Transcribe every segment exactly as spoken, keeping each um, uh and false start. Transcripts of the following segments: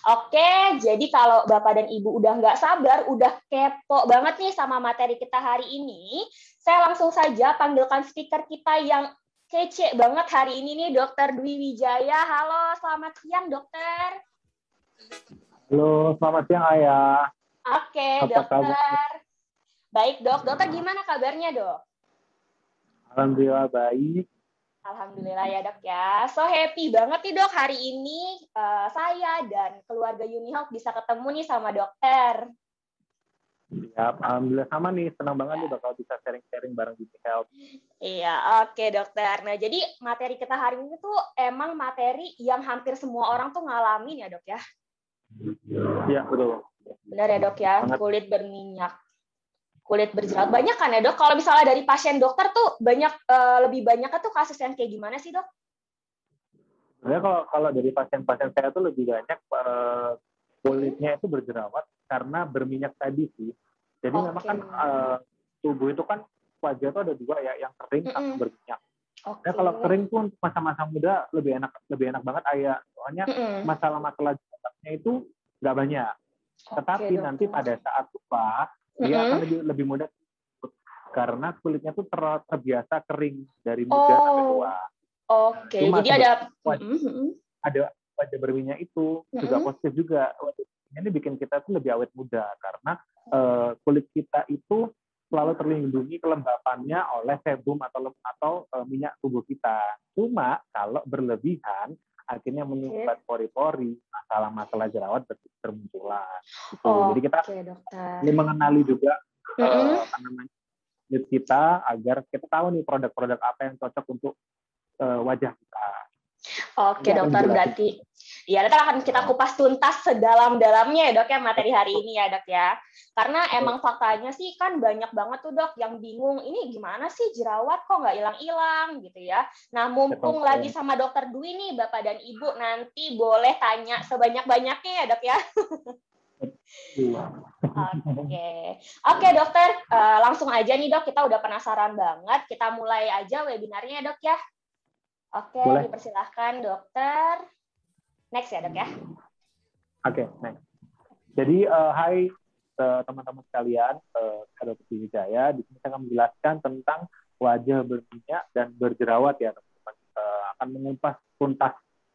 Oke, jadi kalau Bapak dan Ibu udah nggak sabar, udah kepo banget nih sama materi kita hari ini, saya langsung saja panggilkan speaker kita yang kece banget hari ini nih, Dokter Dwi Wijaya. Halo, selamat siang, Dokter. Halo, selamat siang, Ayah. Oke, Apa Dokter. kabar? Baik, Dok. Dokter gimana kabarnya, Dok? Alhamdulillah baik. Alhamdulillah ya, Dok ya. So happy banget nih, Dok. Hari ini uh, saya dan keluarga Unihope bisa ketemu nih sama dokter. Ya, alhamdulillah sama nih. Senang banget nih bakal bisa sharing-sharing bareng Unihope. Iya, oke, dokter. Nah, jadi materi kita hari ini tuh emang materi yang hampir semua orang tuh ngalamin ya, Dok ya? Iya, betul. Benar ya, Dok ya? Kulit berminyak, kulit berjerawat. Banyak kan ya, Dok? Kalau misalnya dari pasien dokter tuh banyak uh, lebih banyak tuh kasus yang kayak gimana sih, Dok? Sebenarnya kalau kalau dari pasien-pasien saya tuh lebih banyak uh, kulitnya itu berjerawat karena berminyak tadi sih. Jadi okay. memang kan uh, tubuh itu kan wajah itu ada dua ya, yang kering sama Mm-mm. berminyak. Okay. Nah, kalau kering pun masa-masa muda lebih enak lebih enak banget Ayah. Soalnya Mm-mm. masalah-masalah jerawatnya itu nggak banyak. Tetapi okay, nanti pada saat tua dia Mm-mm. akan lebih lebih mudah karena kulitnya tuh ter, terbiasa kering dari muda oh. sampai tua. Oke, okay. Jadi ada wajah, mm-hmm. ada wajah berminyak itu mm-hmm. juga positif juga. Ini bikin kita tuh lebih awet muda karena uh, kulit kita itu selalu terlindungi kelembapannya oleh sebum atau atau uh, minyak tubuh kita. Cuma kalau berlebihan akhirnya menyumbat okay. pori-pori, masalah-masalah jerawat bermunculan. Gitu. Oh, jadi kita okay, ini mengenali juga mm-hmm. uh, apa namanya kulit kita agar kita tahu nih produk-produk apa yang cocok untuk Uh, wajah kita. Oke, ya, dokter, berarti ya nanti akan kita kupas tuntas sedalam-dalamnya ya, Dok ya, materi hari ini ya, Dok ya. Karena emang faktanya sih kan banyak banget tuh, Dok, yang bingung, ini gimana sih jerawat kok nggak hilang-hilang gitu ya. Nah, mumpung ya, lagi sama dokter Dwi nih, Bapak dan Ibu, nanti boleh tanya sebanyak-banyaknya ya, Dok ya. Oke, oke dokter, uh, langsung aja nih, Dok, kita udah penasaran banget, kita mulai aja webinarnya ya, Dok ya. Oke, boleh. Dipersilahkan dokter. Next ya, Dok ya. Oke, okay, next. Jadi, uh, hai uh, teman-teman sekalian, uh, saya dokter Wijaya. Di sini saya akan menjelaskan tentang wajah berminyak dan berjerawat ya, teman-teman. Uh, akan mengupas tuntas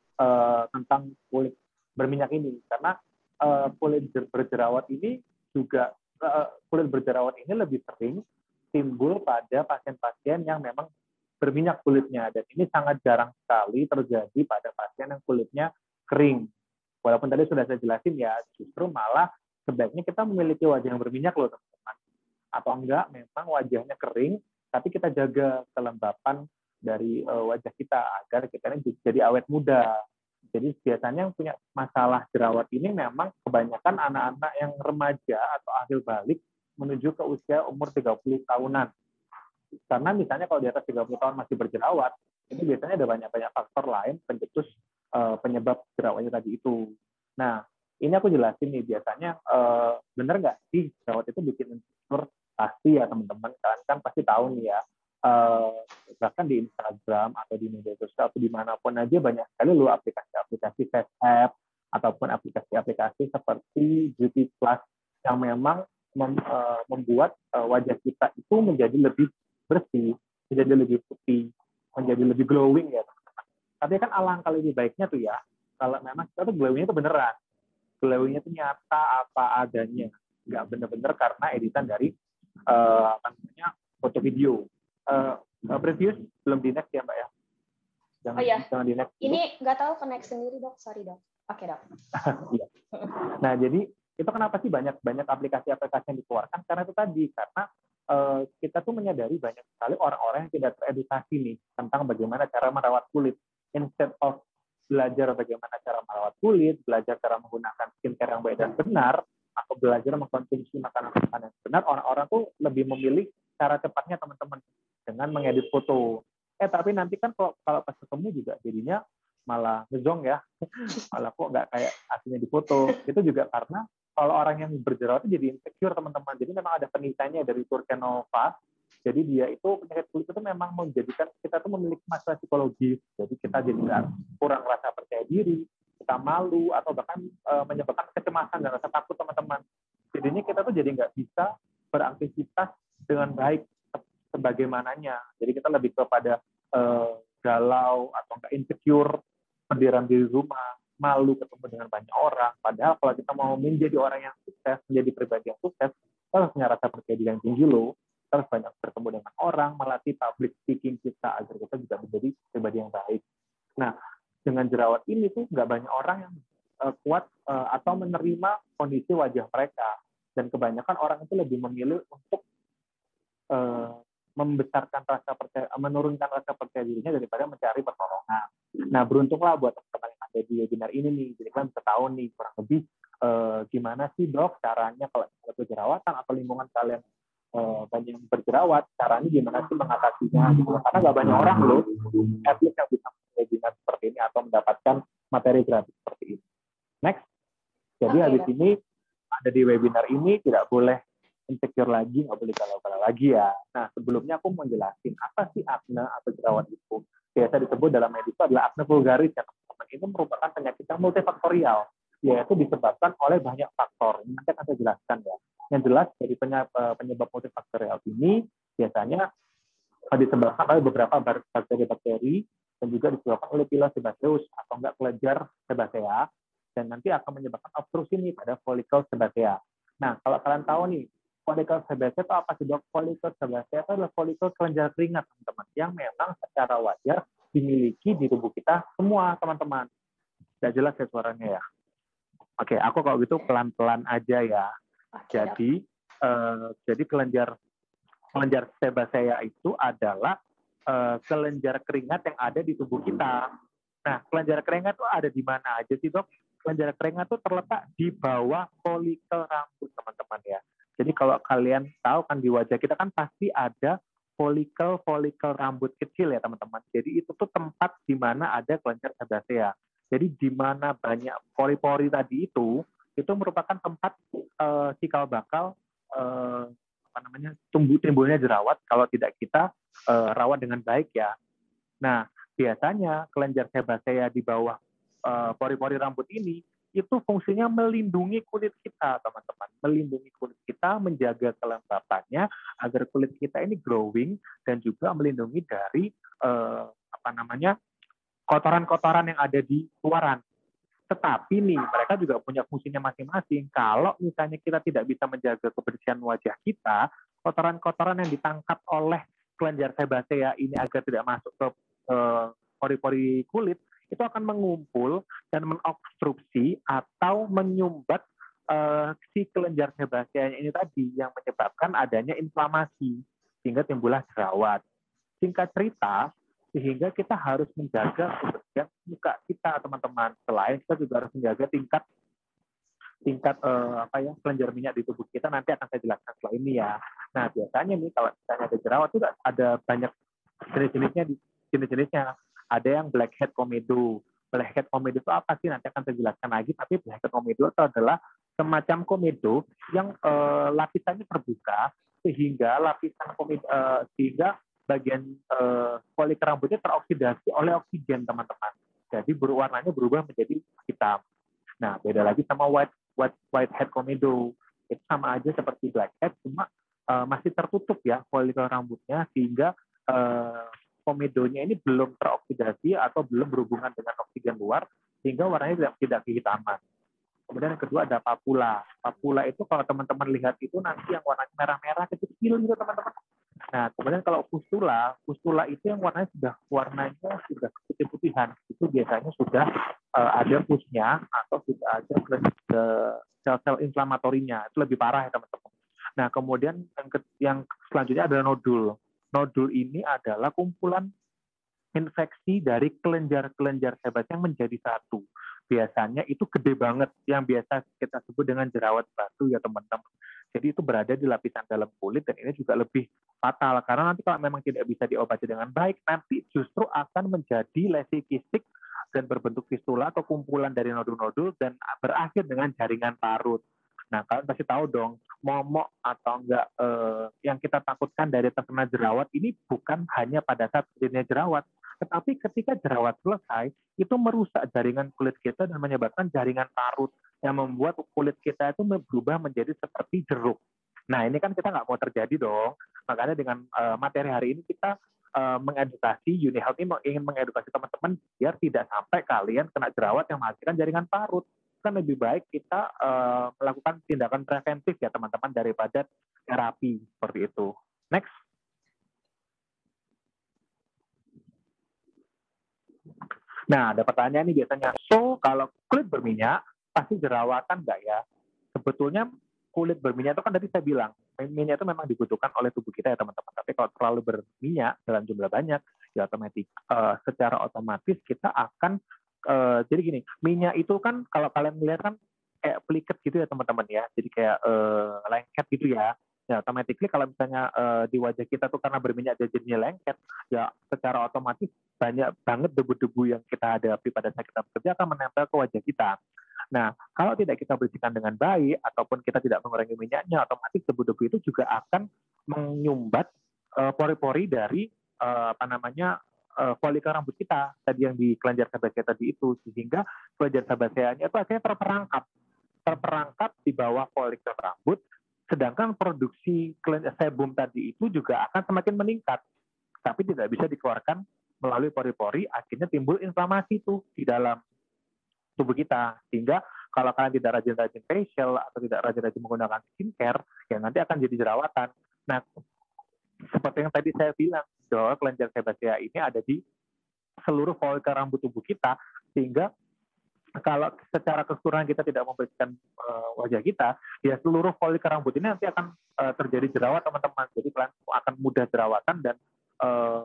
uh, tentang kulit berminyak ini. Karena uh, kulit berjerawat ini juga, uh, kulit berjerawat ini lebih sering timbul pada pasien-pasien yang memang berminyak kulitnya, dan ini sangat jarang sekali terjadi pada pasien yang kulitnya kering. Walaupun tadi sudah saya jelasin ya, justru malah sebaiknya kita memiliki wajah yang berminyak loh teman-teman. Atau enggak, memang wajahnya kering, tapi kita jaga kelembapan dari uh, wajah kita agar kita ini jadi awet muda. Jadi biasanya yang punya masalah jerawat ini memang kebanyakan anak-anak yang remaja atau akhir balik menuju ke usia umur tiga puluh tahunan. Karena misalnya kalau di atas tiga puluh tahun masih berjerawat, itu biasanya ada banyak-banyak faktor lain pencetus uh, penyebab jerawatnya tadi itu. Nah, ini aku jelasin nih, biasanya uh, benar nggak sih jerawat itu bikin insecure? Pasti ya teman-teman, kalian kan pasti tahu nih ya, uh, bahkan di Instagram atau di media sosial atau dimanapun aja banyak sekali loh aplikasi-aplikasi face app ataupun aplikasi-aplikasi seperti Beauty Plus yang memang mem, uh, membuat uh, wajah kita itu menjadi lebih bersih, menjadi lebih putih, menjadi lebih glowing ya teman-teman. Tapi kan alangkah lebih baiknya tuh ya, kalau memang kita tuh glowingnya itu beneran, glowingnya itu nyata apa adanya, nggak bener-bener karena editan dari uh, apa namanya foto video. Uh, uh, previous belum di next ya Mbak ya? Jangan, oh ya, jangan di next. Ini nggak tahu connect sendiri dok, sorry dok. Oke dok. Iya. Nah jadi itu kenapa sih banyak banyak aplikasi-aplikasi yang dikeluarkan? Karena itu tadi, karena Uh, kita tuh menyadari banyak sekali orang-orang yang tidak teredukasi nih tentang bagaimana cara merawat kulit. Instead of belajar bagaimana cara merawat kulit, belajar cara menggunakan skincare yang baik dan benar, atau belajar mengkonsumsi makanan-makanan yang benar, orang-orang tuh lebih memilih cara cepatnya teman-teman dengan mengedit foto. Eh tapi nanti kan kalau, kalau pas ketemu juga jadinya malah ngejong ya, malah kok nggak kayak aslinya di foto. Itu juga karena kalau orang yang berjerawat itu jadi insecure teman-teman. Jadi memang ada penelitiannya dari Turkenova. Jadi dia itu penyakit kulit itu memang menjadikan kita tuh memiliki masalah psikologis. Jadi kita jadi nggak kurang rasa percaya diri. Kita kita malu atau bahkan uh, menyebabkan kecemasan dan rasa takut teman-teman. Jadinya kita tuh jadi nggak bisa beraktivitas dengan baik sebagaimananya. Jadi kita lebih kepada uh, galau atau nggak insecure, pendiam di rumah, malu ketemu dengan banyak orang. Padahal kalau kita mau menjadi orang yang sukses, menjadi pribadi yang sukses, kita harus punya rasa percaya diri yang tinggi loh. Kita harus banyak bertemu dengan orang, melatih public speaking kita agar kita juga menjadi pribadi yang baik. Nah, dengan jerawat ini tuh nggak banyak orang yang uh, kuat uh, atau menerima kondisi wajah mereka. Dan kebanyakan orang itu lebih memilih untuk uh, membesarkan rasa percaya, menurunkan rasa percaya dirinya daripada mencari pertolongan. Nah, beruntunglah buat teman-teman yang ada di webinar ini nih. Jadi kalian bisa tahu nih kurang lebih uh, gimana sih dok caranya kalau ada jerawatan atau lingkungan kalian uh, banyak yang berjerawat, caranya gimana sih mengatasinya? Gitu. Karena nggak banyak orang loh, at least yang bisa webinar seperti ini atau mendapatkan materi gratis seperti ini. Next. Jadi okay, habis ini ada di webinar ini tidak boleh insecure lagi, nggak boleh galau-galau lagi ya. Nah, sebelumnya aku mau jelasin apa sih akne atau jerawat itu. Biasa disebut dalam medis itu adalah akne vulgaris ya teman-teman. Ini merupakan penyakit yang multifaktorial, yaitu disebabkan oleh banyak faktor. Nanti akan saya jelaskan ya. Yang jelas dari penyebab multifaktorial ini biasanya disebabkan oleh beberapa bakteri-bakteri dan juga disebabkan oleh Pilus sebaceus atau enggak kelenjar sebacea, dan nanti akan menyebabkan obstruksi nih pada folikel sebacea. Nah, kalau kalian tahu nih, folikel sebacea itu apa sih dok? Folikel sebacea itu adalah folikel kelenjar keringat teman-teman, yang memang secara wajar dimiliki di tubuh kita semua teman-teman. Tidak jelas ya suaranya ya? Oke, aku kalau gitu pelan-pelan aja ya. Jadi, eh, jadi kelenjar kelenjar sebacea itu adalah uh, kelenjar keringat yang ada di tubuh kita. Nah, kelenjar keringat itu ada di mana aja sih dok? Kelenjar keringat itu terletak di bawah folikel rambut teman-teman ya. Jadi kalau kalian tahu kan di wajah kita kan pasti ada folikel-folikel rambut kecil ya teman-teman. Jadi itu tuh tempat di mana ada kelenjar sebacea. Jadi di mana banyak pori-pori tadi itu, itu merupakan tempat uh, cikal bakal uh, apa namanya tumbuh timbulnya jerawat kalau tidak kita uh, rawat dengan baik ya. Nah, biasanya kelenjar sebacea di bawah uh, pori-pori rambut ini itu fungsinya melindungi kulit kita, teman-teman. Melindungi kulit kita, menjaga kelembapannya agar kulit kita ini glowing dan juga melindungi dari uh, apa namanya kotoran-kotoran yang ada di luaran. Tetapi nih, mereka juga punya fungsinya masing-masing. Kalau misalnya kita tidak bisa menjaga kebersihan wajah kita, kotoran-kotoran yang ditangkap oleh kelenjar sebacea ini agar tidak masuk ke pori-pori kulit, itu akan mengumpul dan menobstruksi atau menyumbat uh, si kelenjar sebacea ini tadi yang menyebabkan adanya inflamasi, sehingga timbullah jerawat. Singkat cerita, sehingga kita harus menjaga kebersihan muka kita teman-teman. Selain kita juga harus menjaga tingkat tingkat uh, apa ya kelenjar minyak di tubuh kita, nanti akan saya jelaskan setelah ini ya. Nah, biasanya nih kalau misalnya ada jerawat itu ada banyak jenis-jenisnya jenis-jenisnya. Ada yang blackhead komedo. Blackhead komedo itu apa sih? Nanti akan saya jelaskan lagi, tapi blackhead komedo itu adalah semacam komedo yang uh, lapisannya terbuka sehingga lapisan komedo uh, sehingga bagian uh, folikel rambutnya teroksidasi oleh oksigen teman-teman. Jadi warnanya berubah menjadi hitam. Nah, beda lagi sama white white whitehead komedo. Itu sama aja seperti blackhead, cuma uh, masih tertutup ya folikel rambutnya sehingga uh, komedonya ini belum teroksidasi atau belum berhubungan dengan oksigen luar sehingga warnanya tidak tidak kehitaman. Kemudian yang kedua ada papula. Papula itu kalau teman-teman lihat itu nanti yang warnanya merah-merah kecil-kecil gitu teman-teman. Nah, kemudian kalau pustula, pustula itu yang warnanya sudah warnanya sudah putih-putihan. Itu biasanya sudah uh, ada pusnya atau sudah ada sel-sel inflamatorinya. Itu lebih parah ya teman-teman. Nah, kemudian yang, ke, yang selanjutnya adalah nodul. Nodul ini adalah kumpulan infeksi dari kelenjar-kelenjar sebacea yang menjadi satu. Biasanya itu gede banget, yang biasa kita sebut dengan jerawat batu ya teman-teman. Jadi itu berada di lapisan dalam kulit dan ini juga lebih fatal karena nanti kalau memang tidak bisa diobati dengan baik, nanti justru akan menjadi lesi kistik dan berbentuk fistula atau kumpulan dari nodul-nodul dan berakhir dengan jaringan parut. Nah, kalian pasti tahu dong, momok atau enggak eh, yang kita takutkan dari terkena jerawat ini bukan hanya pada saat terjadinya jerawat, Tetapi ketika jerawat selesai, itu merusak jaringan kulit kita dan menyebabkan jaringan parut yang membuat kulit kita itu berubah menjadi seperti jeruk. Nah, ini kan kita nggak mau terjadi dong. Makanya dengan uh, materi hari ini kita uh, mengedukasi, Uni Health ini ingin mengedukasi teman-teman biar tidak sampai kalian kena jerawat yang menghasilkan jaringan parut. Kan lebih baik kita uh, melakukan tindakan preventif ya teman-teman daripada terapi seperti itu. Next. Nah, ada pertanyaan nih biasanya. So, kalau kulit berminyak, pasti jerawatan nggak ya? Sebetulnya kulit berminyak itu kan tadi saya bilang, minyak itu memang dibutuhkan oleh tubuh kita ya teman-teman. Tapi kalau terlalu berminyak dalam jumlah banyak, ya otomatis, uh, secara otomatis kita akan Uh, jadi gini, minyak itu kan kalau kalian melihat kan kayak peliket gitu ya teman-teman ya, jadi kayak uh, lengket gitu ya. Ya, automatically kalau misalnya uh, di wajah kita tuh karena berminyak jadinya lengket, ya secara otomatis banyak banget debu-debu yang kita hadapi pada saat kita bekerja akan menempel ke wajah kita. Nah, kalau tidak kita bersihkan dengan baik ataupun kita tidak mengurangi minyaknya, otomatis debu-debu itu juga akan menyumbat uh, pori-pori dari uh, apa namanya Uh, folikel rambut kita tadi yang di kelenjar sebasea tadi itu, sehingga kelenjar sebaseanya itu akhirnya terperangkap terperangkap di bawah folikel rambut, sedangkan produksi sebum tadi itu juga akan semakin meningkat, tapi tidak bisa dikeluarkan melalui pori-pori, akhirnya timbul inflamasi itu di dalam tubuh kita, sehingga kalau kalian tidak rajin-rajin facial atau tidak rajin-rajin menggunakan skincare, ya nanti akan jadi jerawatan. Nah, seperti yang tadi saya bilang, bahwa kelenjar sebasea ini ada di seluruh folikel rambut tubuh kita, sehingga kalau secara keseluruhan kita tidak membersihkan uh, wajah kita, ya seluruh folikel rambut ini nanti akan uh, terjadi jerawat teman-teman. Jadi kalian akan mudah jerawatan dan uh,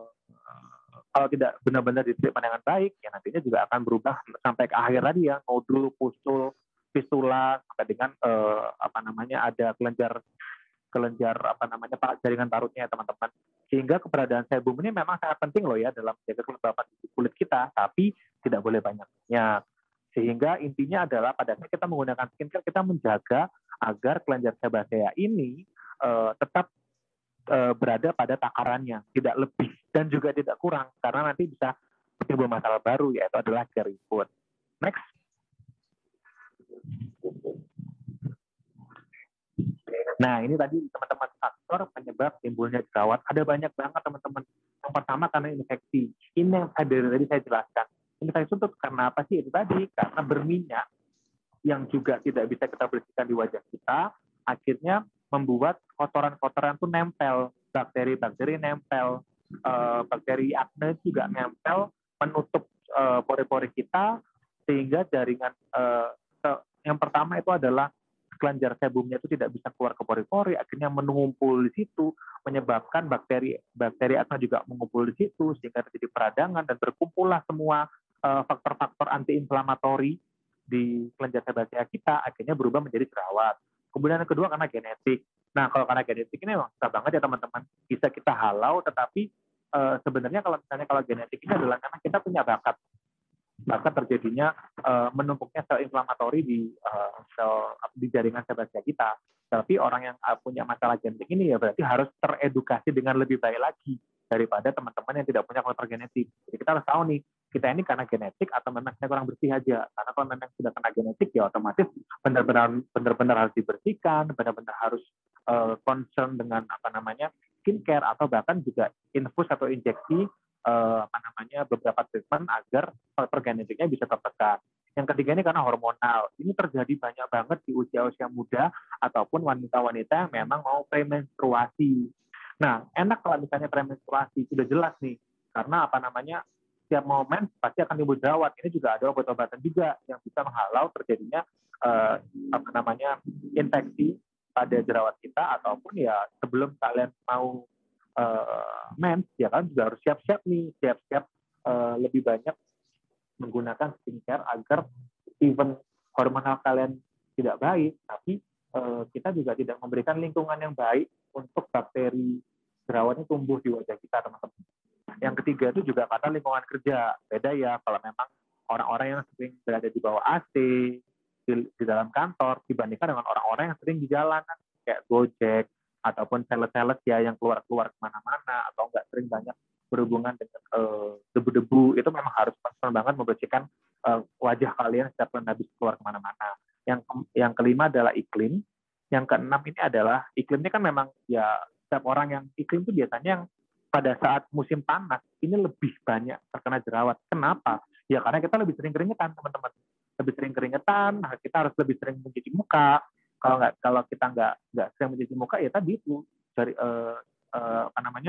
kalau tidak benar-benar ditreatment dengan baik, ya nantinya juga akan berubah sampai ke akhir tadi ya, nodul, pustul, fistula, sampai dengan uh, apa namanya ada kelenjar kelenjar apa namanya pak jaringan parutnya ya teman-teman. Sehingga keberadaan sebum ini memang sangat penting loh ya dalam menjaga kelembapan kulit kita, tapi tidak boleh banyak minyak. Sehingga intinya adalah pada saat kita menggunakan skincare, kita menjaga agar kelenjar sebasea ini uh, tetap uh, berada pada takarannya, tidak lebih dan juga tidak kurang, karena nanti bisa timbul masalah baru, yaitu adalah keriput. Next. Nah, ini tadi teman-teman faktor penyebab timbulnya jerawat. Ada banyak banget teman-teman. Yang pertama karena infeksi. Ini yang tadi, tadi saya jelaskan. Infeksi itu karena apa sih? Itu tadi, karena berminyak yang juga tidak bisa kita bersihkan di wajah kita, akhirnya membuat kotoran-kotoran itu nempel. Bakteri-bakteri nempel. Uh, bakteri akne juga nempel, menutup uh, pori-pori kita, sehingga jaringan uh, yang pertama itu adalah kelenjar sebumnya itu tidak bisa keluar ke pori-pori, akhirnya mengumpul di situ, menyebabkan bakteri bakteri akne juga mengumpul di situ, sehingga terjadi peradangan dan berkumpullah semua uh, faktor-faktor anti-inflamatori di kelenjar sebasea kita, akhirnya berubah menjadi jerawat. Kemudian yang kedua karena genetik. Nah, kalau karena genetik ini memang susah banget ya teman-teman, bisa kita halau, tetapi uh, sebenarnya kalau misalnya kalau genetik ini adalah karena kita punya bakat bahkan terjadinya uh, menumpuknya sel inflamatori di uh, sel di jaringan sebasea kita. Tapi orang yang uh, punya masalah genetik ini ya berarti harus teredukasi dengan lebih baik lagi daripada teman-teman yang tidak punya faktor genetik. Jadi kita harus tahu nih, kita ini karena genetik atau memang kita kurang bersih aja. Karena kalau memang sudah kena genetik ya otomatis benar-benar benar-benar harus dibersihkan, benar-benar harus uh, concern dengan apa namanya skincare atau bahkan juga infus atau injeksi Uh, apa namanya beberapa treatment agar faktor genetiknya bisa tertekan. Yang ketiga ini karena hormonal. Ini terjadi banyak banget di usia-usia muda ataupun wanita-wanita yang memang mau premenstruasi. Nah, enak kalau misalnya premenstruasi sudah jelas nih, karena apa namanya setiap momen pasti akan timbul jerawat. Ini juga ada obat-obatan juga yang bisa menghalau terjadinya uh, apa namanya infeksi pada jerawat kita, ataupun ya sebelum kalian mau Uh, mens, ya kan juga harus siap-siap nih, siap-siap uh, lebih banyak menggunakan skincare agar even hormonal kalian tidak baik, tapi uh, kita juga tidak memberikan lingkungan yang baik untuk bakteri jerawatnya tumbuh di wajah kita, teman-teman. Yang ketiga itu juga karena lingkungan kerja. Beda ya kalau memang orang-orang yang sering berada di bawah A C, di, di dalam kantor, dibandingkan dengan orang-orang yang sering di jalanan, kayak Gojek, ataupun sales-sales ya yang keluar-keluar kemana-mana atau nggak sering banyak berhubungan dengan uh, berdebu-debu itu memang harus konsisten banget membersihkan uh, wajah kalian setiap kalian habis keluar kemana-mana. Yang ke- yang kelima adalah iklim. Yang keenam ini adalah iklimnya kan memang ya setiap orang yang iklim itu biasanya yang pada saat musim panas ini lebih banyak terkena jerawat. Kenapa? Ya karena kita lebih sering keringetan, teman-teman. Lebih sering keringetan, nah kita harus lebih sering mencuci muka. Kalau nggak, kalau kita nggak nggak sering mencuci muka, ya tadi itu dari uh, uh, apa namanya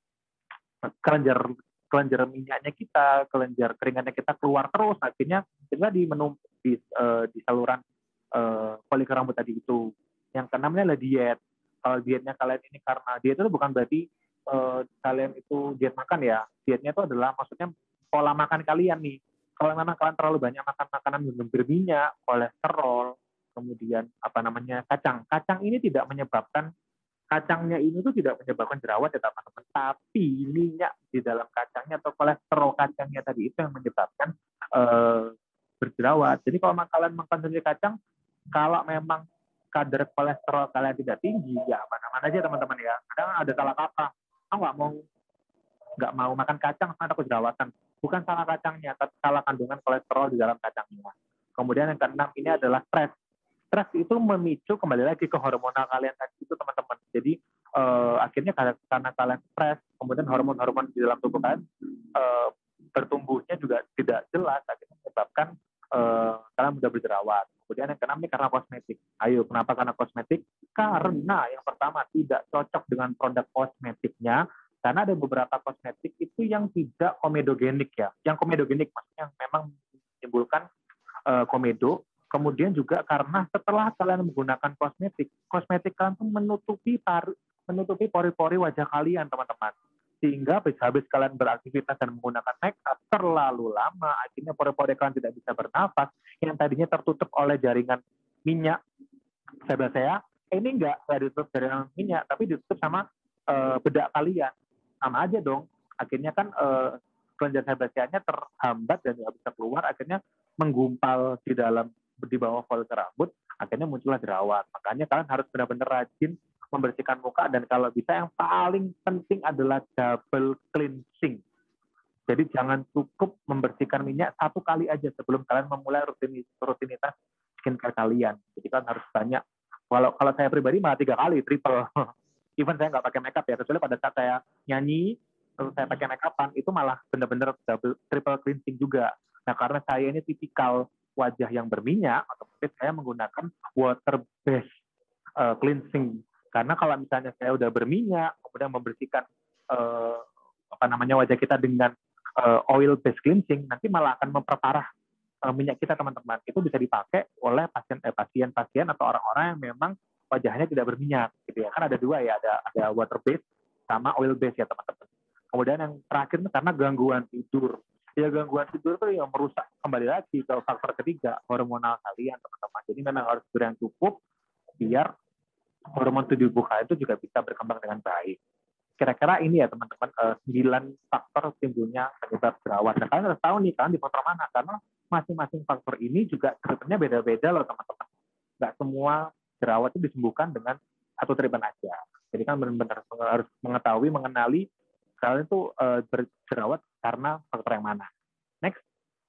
kelenjar kelenjar minyaknya kita, kelenjar keringatnya kita keluar terus, akhirnya kita di menumpuk di, uh, di saluran uh, folikel rambut tadi itu. Yang keenamnya adalah diet. Kalau dietnya kalian ini karena diet itu bukan berarti uh, kalian itu diet makan ya. Dietnya itu adalah maksudnya pola makan kalian nih. Kalau memang kalian terlalu banyak makan makanan yang berminyak, kolesterol, kemudian apa namanya kacang. Kacang ini tidak menyebabkan kacangnya ini tuh tidak menyebabkan jerawat ya teman-teman, tapi minyak di dalam kacangnya atau kolesterol kacangnya tadi itu yang menyebabkan uh, berjerawat. Jadi kalau kalian mengkonsumsi kacang, kalau memang kadar kolesterol kalian tidak tinggi, ya aman-aman aja teman-teman ya. Kadang ada salah kata, aku nggak mau nggak mau makan kacang karena aku jerawatan. Bukan salah kacangnya, tapi salah kandungan kolesterol di dalam kacangnya. Kemudian yang keenam ini adalah stres. Stres itu memicu kembali lagi ke hormonal kalian tadi itu teman-teman. Jadi uh, akhirnya karena, karena kalian stres, kemudian hormon-hormon di dalam tubuh kalian uh, bertumbuhnya juga tidak jelas, akhirnya menyebabkan uh, kalian mudah berjerawat. Kemudian yang keenam ini karena kosmetik. Ayo, kenapa karena kosmetik? Karena yang pertama tidak cocok dengan produk kosmetiknya, karena ada beberapa kosmetik itu yang tidak komedogenik ya. Yang komedogenik maksudnya memang menimbulkan uh, komedo. Kemudian juga karena setelah kalian menggunakan kosmetik, kosmetik kalian tuh menutupi pari, menutupi pori-pori wajah kalian, teman-teman. Sehingga habis kalian beraktivitas dan menggunakan make up terlalu lama, akhirnya pori-pori kalian tidak bisa bernafas, yang tadinya tertutup oleh jaringan minyak. Sahabat saya, ini enggak, enggak ditutup jaringan minyak, tapi ditutup sama uh, bedak kalian. Sama aja dong. Akhirnya kan uh, kelenjar sebasianya terhambat dan nggak bisa keluar, akhirnya menggumpal di dalam di bawah folikel rambut, akhirnya muncullah jerawat. Makanya kalian harus benar-benar rajin membersihkan muka, dan kalau bisa yang paling penting adalah double cleansing. Jadi jangan cukup membersihkan minyak satu kali aja sebelum kalian memulai rutinitas skincare kalian. Jadi kan harus banyak. Kalau kalau saya pribadi malah tiga kali, triple. Even saya nggak pakai makeup ya, kecuali pada saat saya nyanyi terus saya pakai makeupan, itu malah benar-benar double triple cleansing juga. Nah karena saya ini tipikal wajah yang berminyak, otomatis saya menggunakan water based uh, cleansing. Karena kalau misalnya saya udah berminyak, kemudian membersihkan uh, apa namanya wajah kita dengan uh, oil based cleansing, nanti malah akan memperparah uh, minyak kita, teman-teman. Itu bisa dipakai oleh pasien eh, pasien-pasien atau orang-orang yang memang wajahnya tidak berminyak, gitu ya. Kan ada dua ya, ada ada water based sama oil based ya, teman-teman. Kemudian yang terakhir karena gangguan tidur. Ya gangguan tidur itu yang merusak kembali lagi ke faktor ketiga, hormonal kalian, teman-teman. Jadi memang harus tidur yang cukup biar hormon tubuh kalian itu juga bisa berkembang dengan baik. Kira-kira ini ya teman-teman, sembilan faktor timbulnya penyebab jerawat. Nah kalian harus tahu nih kalian di faktor mana, karena masing-masing faktor ini juga sebenarnya beda-beda loh teman-teman. Nggak semua jerawat itu disembuhkan dengan satu treatment aja. Jadi kan benar-benar harus mengetahui, mengenali kalian itu uh, berjerawat karena faktor yang mana. Next.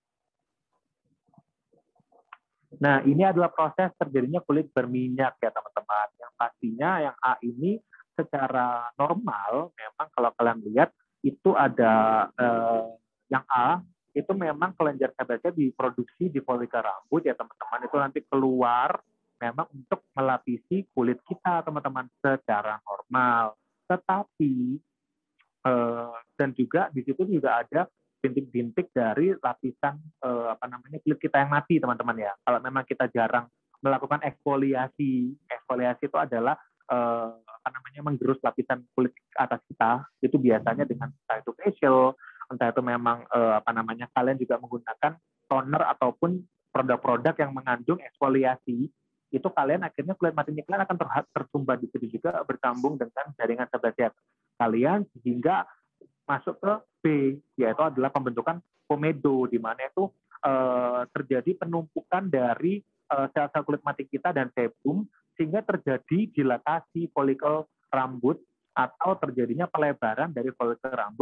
Nah, ini adalah proses terjadinya kulit berminyak ya teman-teman. Yang pastinya yang A ini secara normal, memang kalau kalian lihat itu ada uh, yang A, itu memang kelenjar sebasnya diproduksi di folikel rambut ya teman-teman. Itu nanti keluar memang untuk melapisi kulit kita teman-teman secara normal. Tetapi Uh, dan juga di situ juga ada bintik-bintik dari lapisan uh, apa namanya kulit kita yang mati teman-teman ya. Kalau memang kita jarang melakukan eksfoliasi, eksfoliasi itu adalah uh, apa namanya menggerus lapisan kulit atas kita, itu biasanya dengan entah itu facial, entah itu memang uh, apa namanya kalian juga menggunakan toner ataupun produk-produk yang mengandung eksfoliasi, itu kalian akhirnya kulit matinya kalian akan tersumbat di situ juga bersambung dengan jaringan sebasea kalian sehingga masuk ke B, yaitu adalah pembentukan komedo, di mana itu uh, terjadi penumpukan dari uh, sel-sel kulit mati kita dan sebum, sehingga terjadi dilatasi folikel rambut atau terjadinya pelebaran dari folikel rambut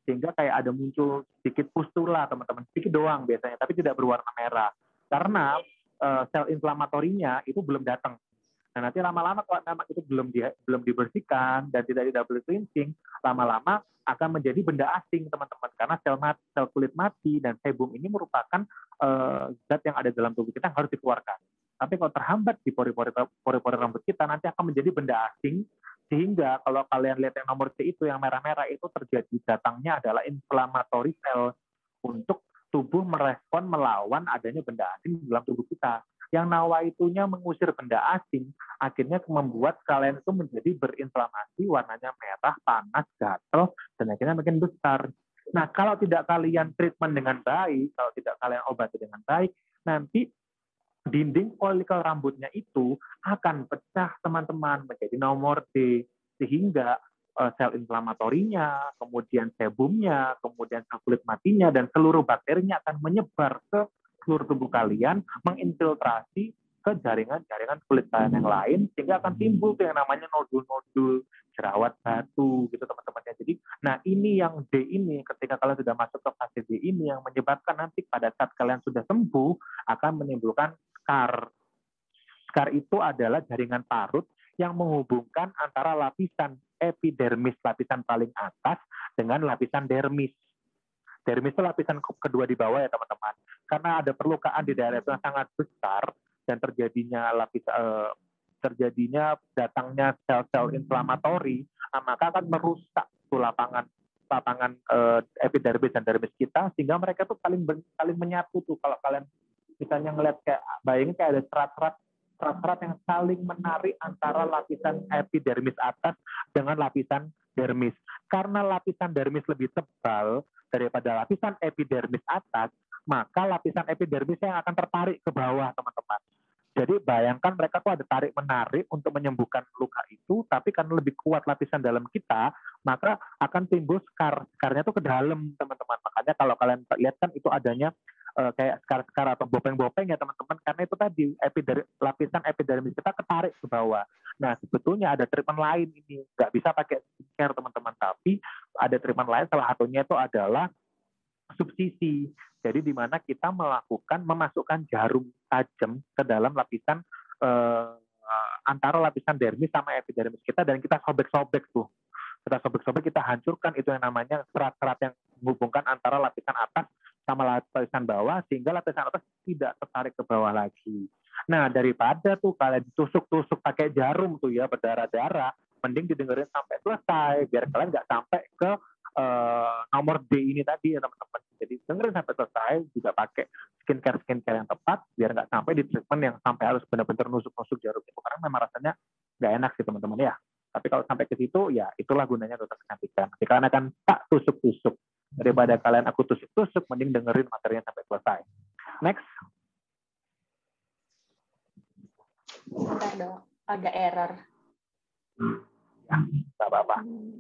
sehingga kayak ada muncul sedikit pustula teman-teman, sedikit doang biasanya, tapi tidak berwarna merah karena uh, sel inflamatorinya itu belum datang. Nah, nanti lama-lama kalau memang itu belum di, belum dibersihkan dan tidak di double cleansing, lama-lama akan menjadi benda asing teman-teman, karena sel mati, sel kulit mati dan sebum ini merupakan uh, zat yang ada dalam tubuh kita yang harus dikeluarkan. Tapi kalau terhambat di pori-pori pori-pori rambut kita, nanti akan menjadi benda asing, sehingga kalau kalian lihat yang nomor C itu, yang merah-merah itu terjadi datangnya adalah inflammatory cell untuk tubuh merespon melawan adanya benda asing dalam tubuh kita. Yang nawaitunya mengusir benda asing, akhirnya membuat kalian itu menjadi berinflamasi, warnanya merah, panas, gatal, dan akhirnya makin besar. Nah, kalau tidak kalian treatment dengan baik, kalau tidak kalian obati dengan baik, nanti dinding folikel rambutnya itu akan pecah teman-teman menjadi nomor D, sehingga uh, sel inflamatorinya, kemudian sebumnya, kemudian sel kulit matinya, dan seluruh bakterinya akan menyebar ke seluruh tubuh kalian, menginfiltrasi ke jaringan-jaringan kulit kalian yang lain, sehingga akan timbul tuh yang namanya nodul-nodul, jerawat batu gitu teman-teman. Jadi, nah ini yang D ini, ketika kalian sudah masuk ke fase D ini, yang menyebabkan nanti pada saat kalian sudah sembuh akan menimbulkan scar. Scar itu adalah jaringan parut yang menghubungkan antara lapisan epidermis, lapisan paling atas, dengan lapisan dermis. Dermis itu lapisan kedua di bawah ya teman-teman. Karena ada perlukaan di daerah itu yang sangat besar dan terjadinya lapis eh, terjadinya datangnya sel-sel inflamatori, maka akan merusak tuh lapangan lapangan eh, epidermis dan dermis kita, sehingga mereka tuh saling saling menyatu tuh. Kalau kalian misalnya ngelihat kayak bayangin kayak ada serat-serat serat-serat yang saling menarik antara lapisan epidermis atas dengan lapisan dermis. Karena lapisan dermis lebih tebal daripada lapisan epidermis atas, maka lapisan epidermis yang akan tertarik ke bawah, teman-teman. Jadi bayangkan mereka tuh ada tarik-menarik untuk menyembuhkan luka itu, tapi karena lebih kuat lapisan dalam kita, maka akan timbul scar. Scarnya tuh ke dalam, teman-teman. Makanya kalau kalian lihat kan itu adanya uh, kayak skar-skar atau bopeng-bopeng ya, teman-teman. Karena itu tadi epider lapisan epidermis kita ketarik ke bawah. Nah, sebetulnya ada treatment lain ini. Nggak bisa pakai skincare, teman-teman. Tapi ada treatment lain, salah satunya itu adalah subsisi. Jadi di mana kita melakukan memasukkan jarum tajam ke dalam lapisan eh, antara lapisan dermis sama epidermis kita, dan kita sobek-sobek tuh. Kita sobek-sobek, kita hancurkan itu yang namanya serat-serat yang menghubungkan antara lapisan atas sama lapisan bawah, sehingga lapisan atas tidak tertarik ke bawah lagi. Nah, daripada tuh kalian ditusuk-tusuk pakai jarum tuh ya, berdarah-darah, mending didengerin sampai selesai, biar kalian nggak sampai ke uh, nomor D ini tadi ya teman-teman. Jadi dengerin sampai selesai, juga pakai skincare-skincare yang tepat, biar nggak sampai di treatment yang sampai harus benar-benar nusuk-nusuk jarum itu, karena memang rasanya nggak enak sih teman-teman ya. Tapi kalau sampai ke situ, ya itulah gunanya dokter kecantikan. Nanti kalian akan tak tusuk-tusuk. Daripada kalian aku tusuk-tusuk, mending dengerin materinya sampai selesai. Next. Bentar dong, ada error. Ya, nggak apa-apa.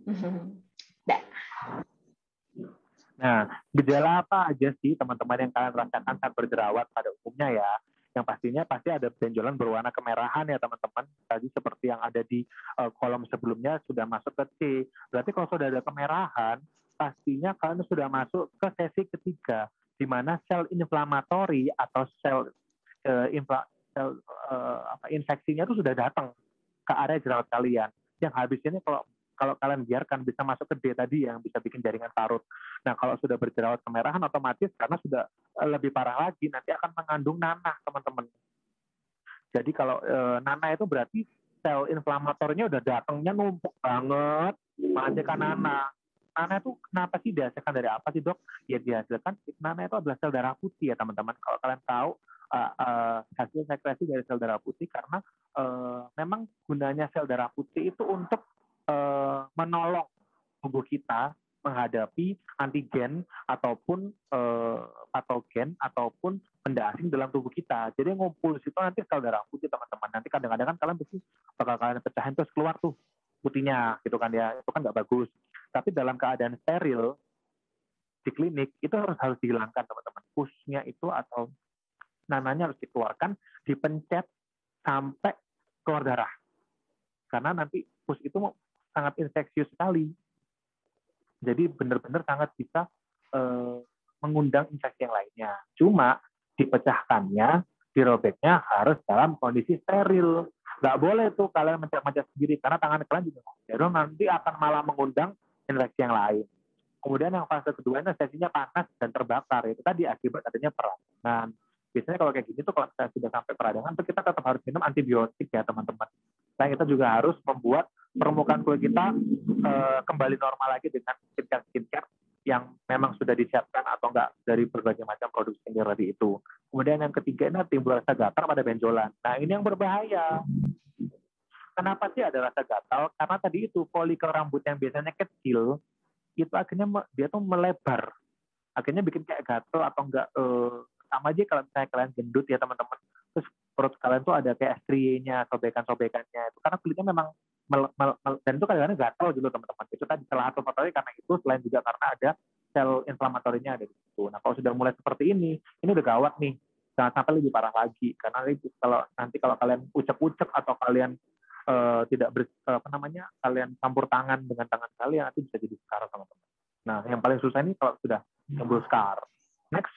Nah, gejala apa aja sih teman-teman yang kalian rasakan saat berjerawat pada umumnya ya? Yang pastinya pasti ada benjolan berwarna kemerahan ya teman-teman. Tadi seperti yang ada di uh, kolom sebelumnya sudah masuk ke C. Berarti kalau sudah ada kemerahan, pastinya kalian sudah masuk ke sesi ketiga, di mana sel inflamatori atau sel, uh, infla, sel uh, apa, infeksinya itu sudah datang ke area jerawat kalian. Yang habis ini kalau kalau kalian biarkan bisa masuk ke D tadi yang bisa bikin jaringan parut. Nah, kalau sudah berjerawat kemerahan otomatis karena sudah lebih parah lagi nanti akan mengandung nanah, teman-teman. Jadi kalau e, nanah itu berarti sel inflamatornya udah datangnya numpuk banget, menghasilkan nanah. Nanah itu kenapa sih dihasilkan dari apa sih, Dok? Ya dihasilkan nanah itu adalah sel darah putih ya, teman-teman. Kalau kalian tahu uh, uh, hasil sekresi dari sel darah putih, karena uh, memang gunanya sel darah putih itu untuk Uh, menolong tubuh kita menghadapi antigen ataupun uh, patogen ataupun benda asing dalam tubuh kita. Jadi ngumpul di situ nanti sel darah putih, teman-teman. Nanti kadang-kadang kan kalian pasti bakal kalian pecahin terus keluar tuh putihnya gitu kan ya. Itu kan nggak bagus. Tapi dalam keadaan steril di klinik itu harus harus dihilangkan, teman-teman. Pusnya itu atau nananya harus dikeluarkan, dipencet sampai keluar darah. Karena nanti pus itu sangat infeksius sekali. Jadi benar-benar sangat bisa uh, mengundang infeksi yang lainnya. Cuma dipecahkannya, dirobeknya harus dalam kondisi steril. Nggak boleh tuh kalian mencet-mencet sendiri, karena tangan kalian juga steril, nanti akan malah mengundang infeksi yang lain. Kemudian yang fase kedua ini sesinya panas dan terbakar. Itu tadi akibat adanya peradangan. Biasanya kalau kayak gini tuh kalau kita sudah sampai peradangan, tuh kita tetap harus minum antibiotik ya teman-teman. Nah kita juga harus membuat permukaan kulit kita uh, kembali normal lagi dengan skincare-skincare yang memang sudah disiapkan atau enggak dari berbagai macam produk skincare tadi itu. Kemudian yang ketiga ini timbul rasa gatal pada benjolan. Nah ini yang berbahaya. Kenapa sih ada rasa gatal? Karena tadi itu folikel rambut yang biasanya kecil, itu akhirnya dia tuh melebar. Akhirnya bikin kayak gatal atau enggak, eh, sama aja kalau misalnya kalian gendut ya teman-teman. Terus perut kalian tuh ada kayak strienya, sobekan-sobekannya. Itu karena kulitnya memang mel, mel, mel, dan itu kadang-kadang gatal gitu teman-teman. Itu tadi salah satu faktornya karena itu, selain juga karena ada sel inflamatorinya ada di situ. Nah kalau sudah mulai seperti ini, ini udah gawat nih. Jangan sampai lebih parah lagi. Karena itu kalau nanti kalau kalian ucek-ucek atau kalian uh, tidak ber, uh, apa namanya, kalian campur tangan dengan tangan kalian, nanti bisa jadi scar teman-teman. Nah yang paling susah ini kalau sudah timbul scar. Next.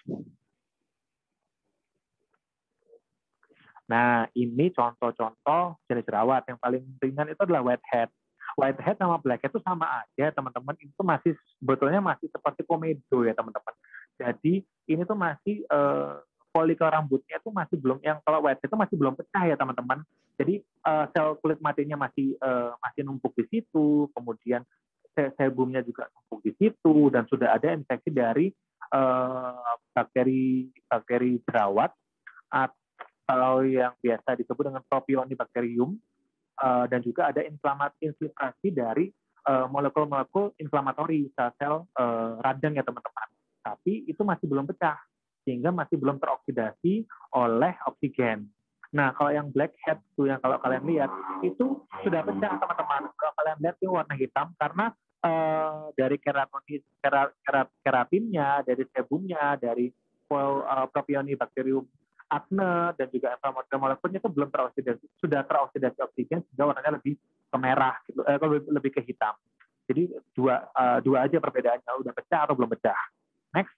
Nah, ini contoh-contoh jenis jerawat. Yang paling ringan itu adalah whitehead. Whitehead sama blackhead itu sama aja, teman-teman. Itu masih, sebetulnya masih seperti komedo ya, teman-teman. Jadi, ini tuh masih, uh, folikel rambutnya itu masih belum, yang kalau whitehead itu masih belum pecah ya, teman-teman. Jadi, uh, sel kulit matinya masih uh, masih numpuk di situ, kemudian sebumnya juga numpuk di situ, dan sudah ada infeksi dari uh, bakteri bakteri jerawat, atau yang biasa disebut dengan Propionibacterium, uh, dan juga ada inflamasi dari uh, molekul-molekul inflamatori sel-sel uh, radang ya teman-teman. Tapi itu masih belum pecah, sehingga masih belum teroksidasi oleh oksigen. Nah, kalau yang blackhead tuh yang kalau kalian lihat itu sudah pecah teman-teman. Kalau kalian lihat itu warna hitam karena uh, dari keratonis, kerat, kerat, keratinnya, dari sebumnya, dari uh, Propionibacterium acne dan juga inflamasi molekulnya itu belum teroksidasi, sudah teroksidasi oksigen sehingga warnanya lebih ke merah gitu, eh, lebih, lebih ke hitam. Jadi dua uh, dua aja perbedaannya, udah pecah atau belum pecah. Next.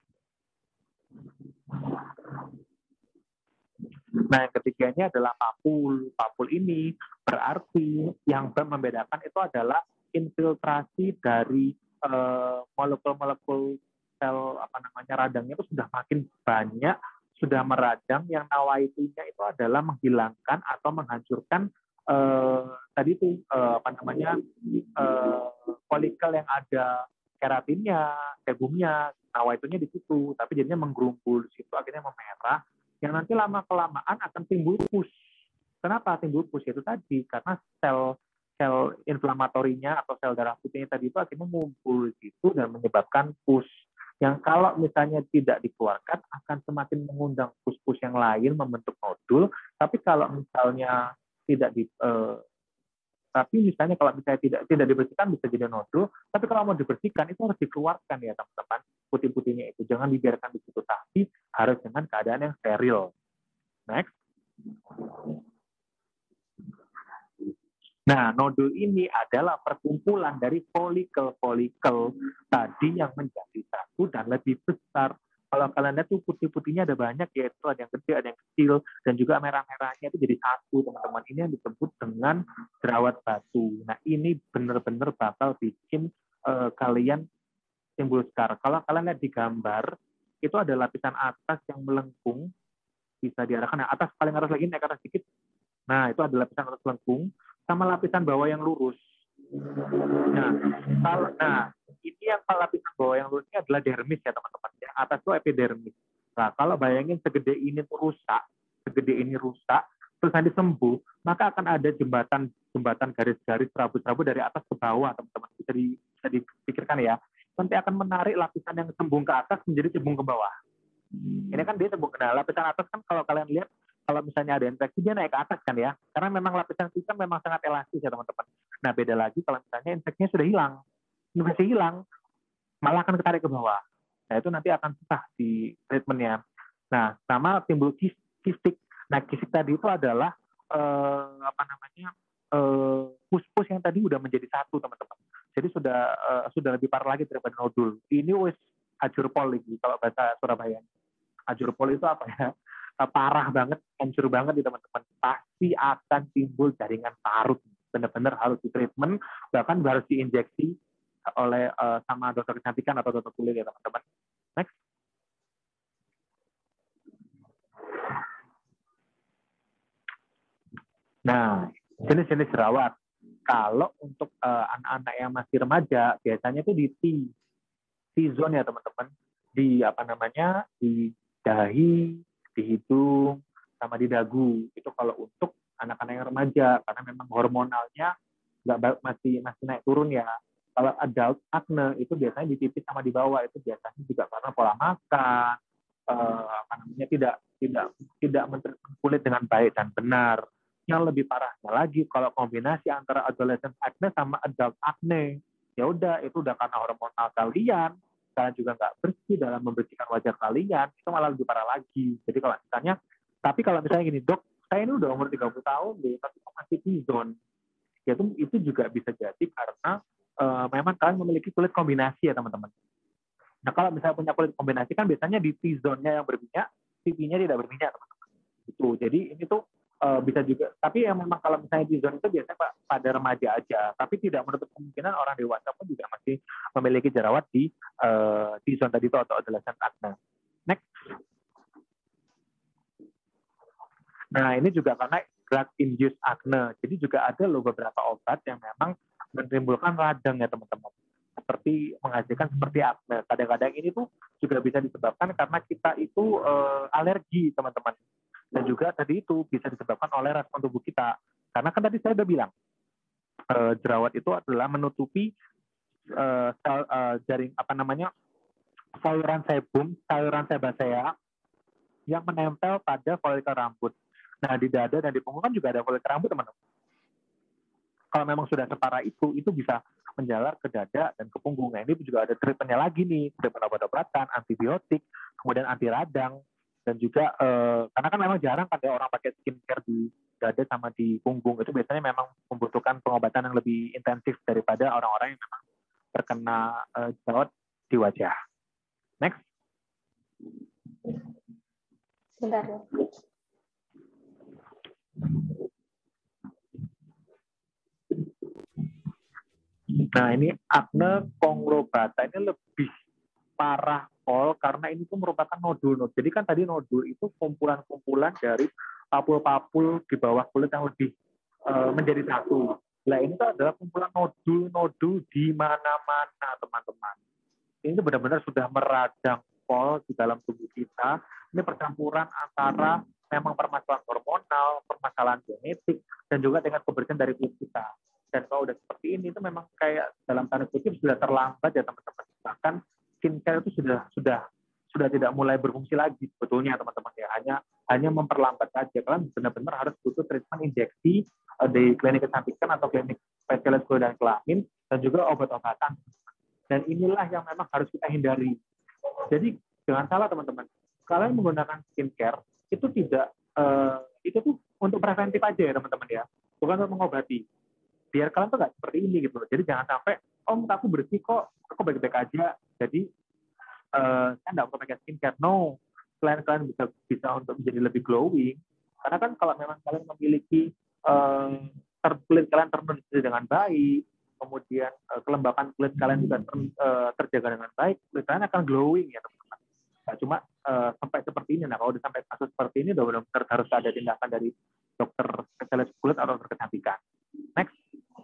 Nah yang ketiganya adalah papul. Papul ini berarti yang membedakan itu adalah infiltrasi dari uh, molekul-molekul sel apa namanya radangnya itu sudah makin banyak, sudah meradang, yang nawaitunya itu adalah menghilangkan atau menghancurkan eh, tadi itu eh, apa namanya eh, folikel yang ada keratinnya, sebumnya, nawaitunya di situ, tapi jadinya menggerumpul di situ, akhirnya memerah, yang nanti lama kelamaan akan timbul pus. Kenapa timbul pus? Itu tadi karena sel sel inflamatorinya atau sel darah putihnya tadi itu akhirnya mengumpul di situ dan menyebabkan pus. Yang kalau misalnya tidak dikeluarkan akan semakin mengundang pus-pus yang lain membentuk nodul. Tapi kalau misalnya tidak di, eh, tapi misalnya kalau misalnya tidak tidak dibersihkan bisa jadi nodul. Tapi kalau mau dibersihkan itu harus dikeluarkan ya teman-teman, putih-putihnya itu jangan dibiarkan di situ, tapi harus dengan keadaan yang steril. Next. Nah, nodul ini adalah perkumpulan dari folikel-folikel tadi yang menjadi satu dan lebih besar. Kalau kalian lihat tuh putih-putihnya ada banyak, yaitu ada yang gede, ada yang kecil, dan juga merah-merahnya itu jadi satu, teman-teman. Ini yang disebut dengan jerawat batu. Nah, ini benar-benar bakal bikin uh, kalian timbul scar. Kalau kalian lihat di gambar, itu ada lapisan atas yang melengkung, bisa diarahkan. Nah, atas paling atas lagi, naik atas sedikit. Nah, itu ada lapisan atas melengkung, sama lapisan bawah yang lurus. Nah, kalau, nah ini yang lapisan bawah yang lurus ini adalah dermis ya teman-teman. Yang atas itu epidermis. Nah, kalau bayangin segede ini tuh rusak, segede ini rusak, terus nanti sembuh, maka akan ada jembatan jembatan garis-garis rambut-rambut dari atas ke bawah, teman-teman. Bisa, di, bisa dipikirkan ya. Nanti akan menarik lapisan yang cembung ke atas menjadi cembung ke bawah. Ini kan dia cembung. Nah, lapisan atas kan kalau kalian lihat, kalau misalnya ada infeksi dia naik ke atas kan ya, karena memang lapisan kita memang sangat elastis ya teman-teman. Nah beda lagi kalau misalnya infeksinya sudah hilang, infeksi hilang, malah akan ketarik ke bawah. Nah itu nanti akan susah di treatmentnya. Nah sama timbul kistik. Nah kistik tadi itu adalah eh, apa namanya eh, pus-pus yang tadi udah menjadi satu teman-teman. Jadi sudah uh, sudah lebih parah lagi daripada nodul. Ini wis ajur pol lagi kalau bahasa Surabaya. Ajur pol itu apa ya? Uh, parah banget, hancur banget di teman-teman. Pasti akan timbul jaringan parut. Benar-benar harus di treatment, bahkan harus diinjeksi oleh uh, sama dokter kecantikan atau dokter kulit ya teman-teman. Next. Nah, jenis-jenis jerawat. Kalau untuk uh, anak-anak yang masih remaja, biasanya itu di T, T-zone ya teman-teman. Di apa namanya, di dahi, di hidung, sama di dagu. Itu kalau untuk anak-anak yang remaja, karena memang hormonalnya nggak masih masih naik turun ya. Kalau adult acne itu biasanya di pipi sama di bawah, itu biasanya juga karena pola makan, uh, apa namanya tidak tidak tidak mentreatment kulit dengan baik dan benar. Yang lebih parahnya lagi kalau kombinasi antara adolescent acne sama adult acne, ya udah itu udah karena hormonal kalian, kalian juga nggak bersih dalam membersihkan wajah kalian, itu malah lebih parah lagi. Jadi kalau misalnya, tapi kalau misalnya gini, dok, saya ini udah umur tiga puluh tahun deh, tapi kok masih T-zone, ya itu itu juga bisa jadi karena uh, memang kalian memiliki kulit kombinasi ya teman-teman. Nah kalau misalnya punya kulit kombinasi kan biasanya di T-zone-nya yang berminyak, pipinya tidak berminyak teman-teman. Itu jadi ini tuh Uh, bisa juga, tapi yang memang kalau misalnya di zone itu biasanya Pak, pada remaja aja, tapi tidak menutup kemungkinan orang dewasa pun juga masih memiliki jerawat di uh, di zone tadi itu atau adolescent acne. Next. Nah ini juga karena drug induced acne, jadi juga ada loh beberapa obat yang memang menimbulkan radang ya teman-teman, seperti menghasilkan seperti acne. Kadang-kadang ini tuh juga bisa disebabkan karena kita itu uh, alergi teman-teman. Dan juga tadi itu bisa disebabkan oleh respon tubuh kita. Karena kan tadi saya udah bilang, uh, jerawat itu adalah menutupi uh, sel, uh, jaring, apa namanya, saluran sebum, saluran sebasea yang menempel pada folikel rambut. Nah, di dada dan di punggung kan juga ada folikel rambut, teman-teman. Kalau memang sudah separah itu, itu bisa menjalar ke dada dan ke punggung. Nah, ini juga ada treatmentnya lagi nih, treatment obat-obatan, antibiotik, kemudian anti radang, dan juga eh, karena kan memang jarang kan ya orang pakai skincare di dada sama di punggung, itu biasanya memang membutuhkan pengobatan yang lebih intensif daripada orang-orang yang memang terkena eh, jerawat di wajah. Next. Sebentar ya. Nah ini acne conglobata ini lebih parah pol karena ini tuh merupakan nodul. Jadi kan tadi nodul itu kumpulan-kumpulan dari papul-papul di bawah kulit yang lebih uh, menjadi satu. Nah ini tuh adalah kumpulan nodul-nodul di mana-mana teman-teman. Ini benar-benar sudah meradang pol di dalam tubuh kita. Ini percampuran antara memang permasalahan hormonal, permasalahan genetik, dan juga dengan kebersihan dari kulit kita. Dan kalau udah seperti ini itu memang kayak dalam tanda kutip sudah terlambat ya teman-teman. Bahkan skincare itu sudah sudah sudah tidak mulai berfungsi lagi sebetulnya teman-teman ya, hanya hanya memperlambat saja. Kalian benar-benar harus butuh treatment injeksi uh, di klinik kecantikan atau klinik spesialis kulit dan kelamin, dan juga obat-obatan. Dan inilah yang memang harus kita hindari. Jadi jangan salah teman-teman, kalian menggunakan skincare itu tidak uh, itu tuh untuk preventif aja ya teman-teman ya, bukan untuk mengobati. Biar kalian tuh nggak seperti ini gitu. Jadi jangan sampai, oh muka aku bersih kok, aku baik-baik aja. Jadi uh, saya nggak perlu pakai skincare. No, selain kalian bisa bisa untuk menjadi lebih glowing. Karena kan kalau memang kalian memiliki uh, kulit kalian ternutrisi dengan baik, kemudian uh, kelembapan kulit kalian juga ter, uh, terjaga dengan baik, kulit kalian akan glowing ya teman-teman. Nah, cuma uh, sampai seperti ini. Nah kalau udah sampai kasus seperti ini, udah benar-benar harus ada tindakan dari dokter spesialis kulit atau dokter kecantikan. Next.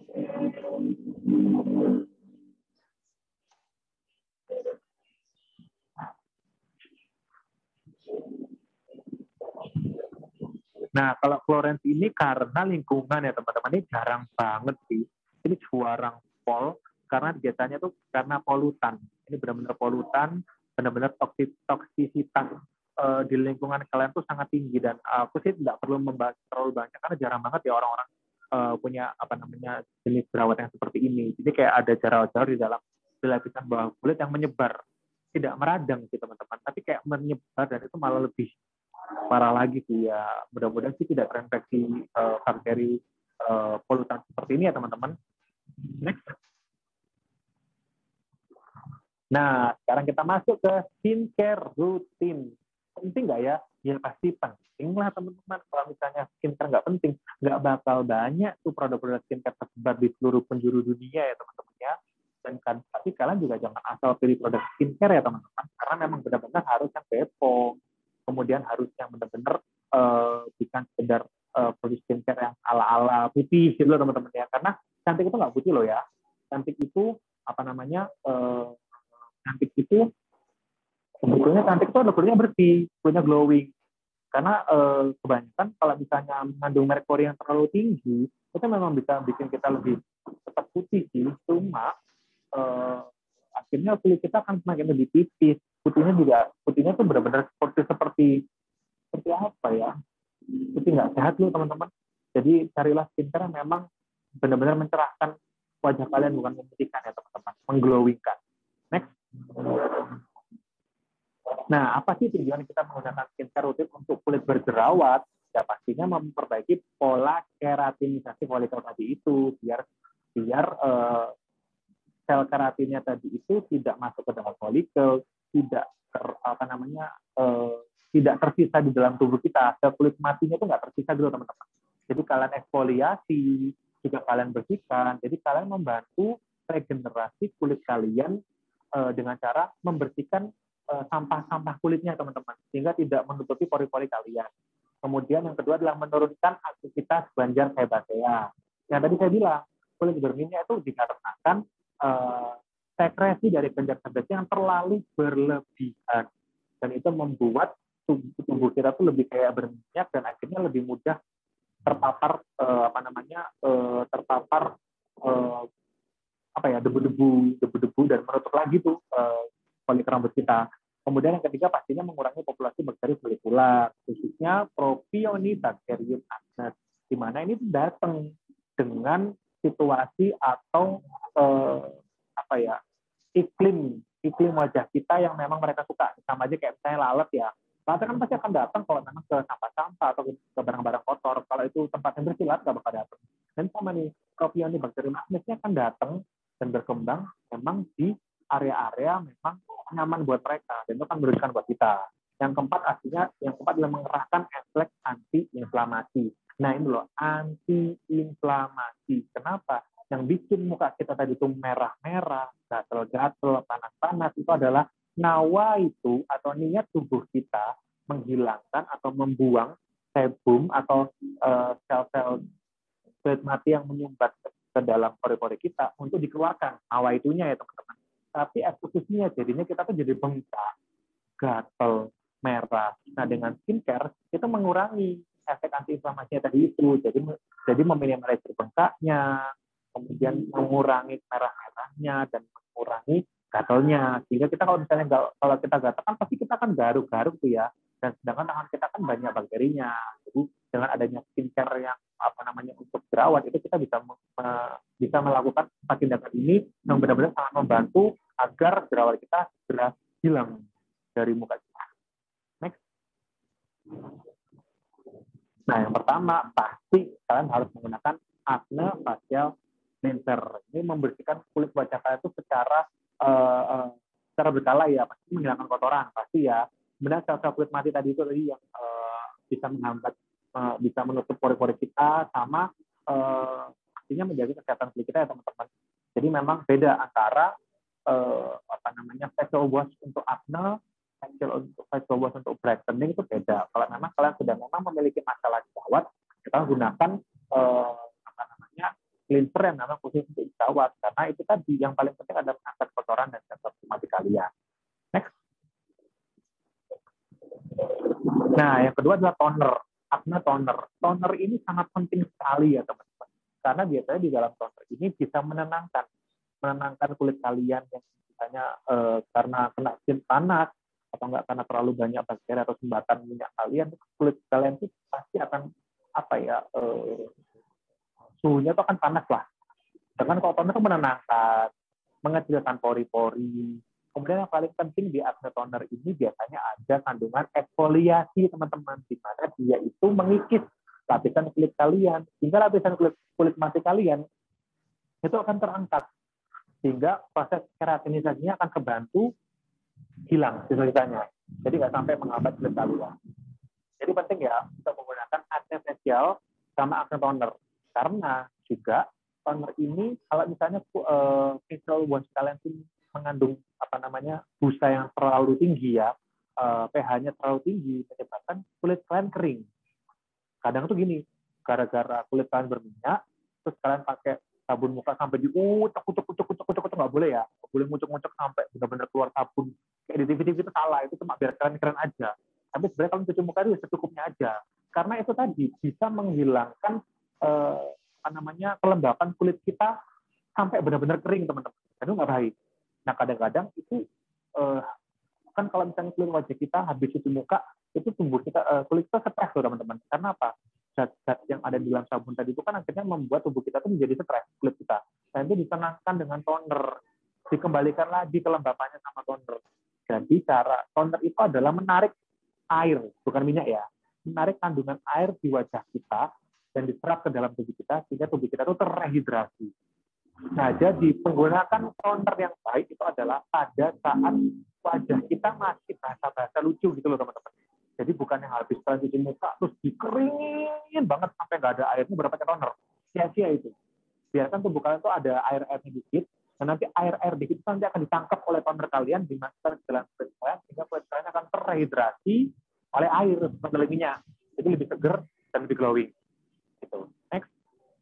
Nah, kalau Florence ini karena lingkungan ya teman-teman, ini jarang banget sih. Ini jarang pol, karena biasanya tuh karena polutan. Ini benar-benar polutan, benar-benar toksisitas uh, di lingkungan kalian tuh sangat tinggi. Dan uh, aku sih tidak perlu membahas terlalu banyak, karena jarang banget ya orang-orang uh, punya apa namanya jenis jerawat yang seperti ini. Jadi kayak ada jerawat-jerawat di dalam di lapisan bawah kulit yang menyebar. Tidak meradang sih teman-teman, tapi kayak menyebar, dan itu malah lebih parah lagi sih ya. Mudah-mudahan sih tidak terinfeksi uh, bakteri uh, polutan seperti ini ya teman-teman. Next. Nah, sekarang kita masuk ke skincare rutin. Penting nggak ya? Ya pasti penting lah teman-teman. Kalau misalnya skincare nggak penting, nggak bakal banyak tuh produk-produk skincare tersebar di seluruh penjuru dunia ya teman-teman ya. Dan kan, tapi kalian juga jangan asal pilih produk skincare ya teman-teman. Karena memang benar-benar harus yang Bepom. Kemudian harus yang benar-benar uh, bukan sekedar uh, produk skincare yang ala-ala putih gitu loh teman-teman ya. Karena cantik itu nggak putih loh ya. Cantik itu apa namanya? Uh, cantik itu sebetulnya cantik itu adalah kulitnya bersih, kulitnya glowing. Karena eh, kebanyakan kalau misalnya mengandung merkuri yang terlalu tinggi, itu memang bisa bikin kita lebih cepat putih sih. Cuma eh, akhirnya kulit kita akan semakin lebih tipis. Putihnya juga, putihnya tuh benar-benar seperti seperti seperti apa ya? Putih nggak sehat loh teman-teman. Jadi carilah skincare yang memang benar-benar mencerahkan wajah kalian, bukan memutihkan ya teman-teman, mengglowingkan. Next. Nah, apa sih tujuan kita menggunakan skincare rutin untuk kulit berjerawat? Ya pastinya memperbaiki pola keratinisasi folikel tadi itu, biar biar uh, sel keratinnya tadi itu tidak masuk ke dalam folikel, tidak ter, apa namanya uh, tidak tersisa di dalam tubuh kita. Sel kulit matinya itu nggak tersisa dulu teman-teman. Jadi kalian eksfoliasi, juga kalian bersihkan. Jadi kalian membantu regenerasi kulit kalian uh, dengan cara membersihkan sampah-sampah kulitnya teman-teman, sehingga tidak menutupi pori-pori kalian. Kemudian yang kedua adalah menurunkan aktivitas banjar sebasea. Yang tadi saya bilang, kulit berminyak itu dikarenakan uh, sekresi dari banjar sebasea yang terlalu berlebihan, dan itu membuat tubuh, tubuh kita tuh lebih kayak berminyak dan akhirnya lebih mudah terpapar uh, apa namanya uh, terpapar uh, apa ya debu-debu, debu-debu dan menutup lagi tuh uh, folikel rambut kita. Kemudian yang ketiga pastinya mengurangi populasi bakteri folikular, khususnya Propionibacterium acnes, di mana ini datang dengan situasi atau eh, apa ya iklim iklim wajah kita yang memang mereka suka. Sama aja kayak misalnya lalat ya, lalat kan pasti akan datang kalau memang ke sampah-sampah atau ke barang-barang kotor. Kalau itu tempat yang bersih, lalat nggak bakal datang. Dan sama nih Propionibacterium acnesnya akan datang dan berkembang memang di area-area memang nyaman buat mereka, dan itu kan merugikan buat kita. Yang keempat artinya, yang keempat adalah mengerahkan efek anti-inflamasi. Nah ini loh, anti-inflamasi. Kenapa? Yang bikin muka kita tadi itu merah-merah, gatel-gatel, panas-panas, itu adalah nawa itu atau niat tubuh kita menghilangkan atau membuang sebum atau uh, sel-sel kulit mati yang menyumbat ke dalam pori-pori kita untuk dikeluarkan. Nawa itunya ya teman-teman. Tapi eksekusinya jadinya kita tuh jadi bengkak, gatel, merah. Nah dengan skincare itu mengurangi efek antiinflamasinya tadi itu, jadi jadi meminimalisir bengkaknya, kemudian mengurangi merah-merahnya dan mengurangi gatalnya. Sehingga kita kalau misalnya kalau kita gatal kan pasti kita akan garuk-garuk tuh ya, dan sedangkan tangan kita kan banyak bakterinya. Jadi dengan adanya skincare yang apa namanya untuk jerawat itu kita bisa bisa melakukan empat tindakan ini yang benar-benar sangat membantu agar jerawat kita segera hilang dari muka kita. Next. Nah yang pertama pasti kalian harus menggunakan acne facial cleanser. Ini membersihkan kulit wajah kalian itu secara uh, uh, secara berkala ya, pasti menghilangkan kotoran pasti ya. Kemudian sel-sel kulit mati tadi itu tadi yang uh, bisa menghambat uh, bisa menutup pori-pori kita sama uh, artinya menjaga kesehatan kulit kita ya teman-teman. Jadi memang beda antara uh, apa namanya facial wash untuk acne, facial untuk facial wash untuk brightening itu beda. Kalau memang kalian sudah memang memiliki masalah jerawat, kita gunakan uh, apa namanya cleanser yang memang khusus untuk jerawat, karena itu tadi yang paling penting adalah mengangkat kotoran dan sel kulit mati kalian. Next. Nah, yang kedua adalah toner, acne toner. Toner ini sangat penting sekali ya teman-teman, karena biasanya di dalam toner ini bisa menenangkan, menenangkan kulit kalian yang misalnya eh, karena kena skin panas atau enggak karena terlalu banyak bakteri atau sumbatan minyak kalian, kulit kalian itu pasti akan apa ya eh, suhunya itu akan panas lah. Dengan kalau toner itu menenangkan, mengecilkan pori-pori. Kemudian yang paling penting di acne toner ini biasanya ada kandungan eksfoliasi teman-teman, di mana dia itu mengikis lapisan kulit kalian, sehingga lapisan kulit, kulit mati kalian itu akan terangkat. sehingga proses keratinisasinya akan kebantu hilang sisa-sisanya. Jadi nggak sampai menghambat kulit kalian. Jadi penting ya untuk menggunakan acne facial sama acne toner. Karena juga toner ini kalau misalnya uh, facial wash kalian itu mengandung apa namanya busa yang terlalu tinggi ya, uh, pH-nya terlalu tinggi menyebabkan kulit kalian kering. Kadang tuh gini, gara-gara kulit kalian berminyak, terus kalian pakai sabun muka sampai di ucek ucek ucek ucek ucek ucek nggak boleh ya, nggak boleh ngucek-ngucek sampai benar-benar keluar sabun kayak di T V-T V itu salah, itu cuma biar keren-keren aja. Tapi sebenarnya kalau cuci muka itu secukupnya aja, karena itu tadi bisa menghilangkan eh, apa namanya kelembapan kulit kita sampai benar-benar kering teman-teman. Itu nggak baik. Nah kadang-kadang itu eh, kan kalau misalnya kulit wajah kita habis cuci muka itu tubuh kita eh, kulit kita stres loh teman-teman. Karena apa? Zat-zat yang ada di dalam sabun tadi itu kan akhirnya membuat tubuh kita tuh menjadi stres kulit kita. Dan itu ditenangkan dengan toner, dikembalikan lagi kelembapannya sama toner. Jadi cara toner itu adalah menarik air, bukan minyak ya, menarik kandungan air di wajah kita dan diserap ke dalam tubuh kita sehingga tubuh kita itu terrehidrasi. Nah, jadi penggunaan toner yang baik itu adalah pada saat wajah kita masih basah-basah lucu gitu loh teman-teman. Jadi bukan yang habis kalian cuci muka terus dikeringin banget sampai nggak ada airnya baru pakai toner. Sia-sia itu. Biarkan tubuh kalian tuh ada air-airnya dikit, dan nanti air-air dikit itu nanti akan ditangkap oleh toner kalian, dimasukkan ke dalam kulit kalian, sehingga kulit kalian akan terrehidrasi oleh air, bukan oleh minyak. Jadi lebih seger dan lebih glowing. Gitu. Next.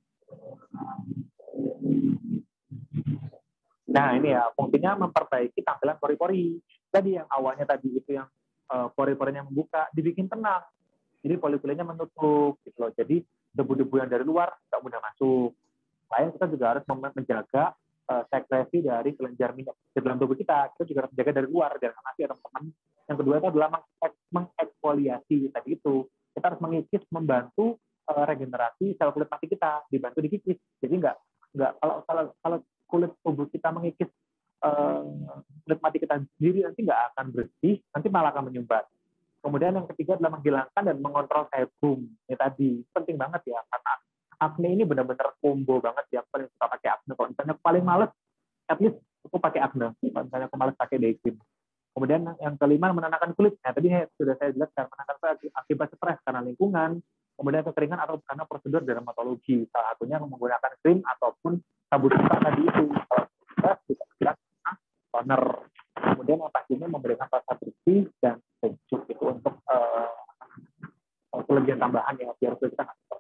Nah ini ya, fungsinya memperbaiki tampilan pori-pori. Tadi yang awalnya tadi itu yang uh, pori-porinya membuka, dibikin tenang. Jadi pori-porinya menutup. Gitu loh. Jadi debu-debu yang dari luar nggak mudah masuk. Lain kita juga harus menjaga uh, sekresi dari kelenjar minyak di dalam tubuh kita. Kita juga harus menjaga dari luar, jangan ngasih ya teman-teman. Yang kedua itu adalah mengeksfoliasi tadi itu. Kita harus mengikis, membantu uh, regenerasi sel kulit mati kita, dibantu dikikis. Jadi nggak nggak kalau kalau kalau kulit tubuh kita mengikis uh, kulit mati kita sendiri nanti nggak akan bersih, nanti malah akan menyumbat. Kemudian yang ketiga adalah menghilangkan dan mengontrol sebum. Ini tadi penting banget ya, karena acne ini benar-benar combo banget ya. Aku paling suka pakai acne. Kalau misalnya aku paling males, at least aku pakai acne. Kalau misalnya aku males pakai day cream. Kemudian yang kelima menenangkan kulit. Nah tadi sudah saya jelaskan menenangkan kulit akibat stres karena lingkungan, kemudian kekeringan atau karena prosedur dermatologi. Salah satunya menggunakan krim ataupun sabun muka tadi itu. Kalau stres bisa menggunakan toner. Kemudian yang pastinya memberikan rasa bersih dan sejuk itu untuk uh, kelebihan tambahan ya biar kita nggak stres.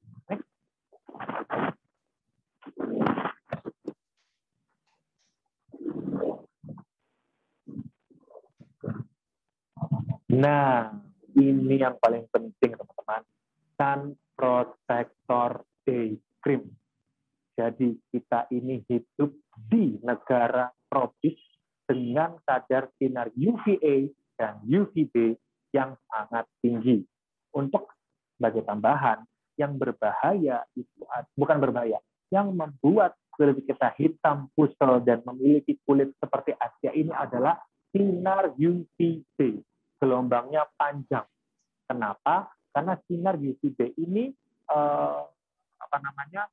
Nah, ini yang paling penting teman-teman. Sun Protector Day Cream. Jadi kita ini hidup di negara tropis dengan kadar sinar U V A dan U V B yang sangat tinggi. Untuk sebagai tambahan, yang berbahaya itu bukan berbahaya, yang membuat kulit kita hitam, kusel, dan memiliki kulit seperti Asia ini adalah sinar U V B. Gelombangnya panjang. Kenapa? Karena sinar U V B ini eh, apa namanya?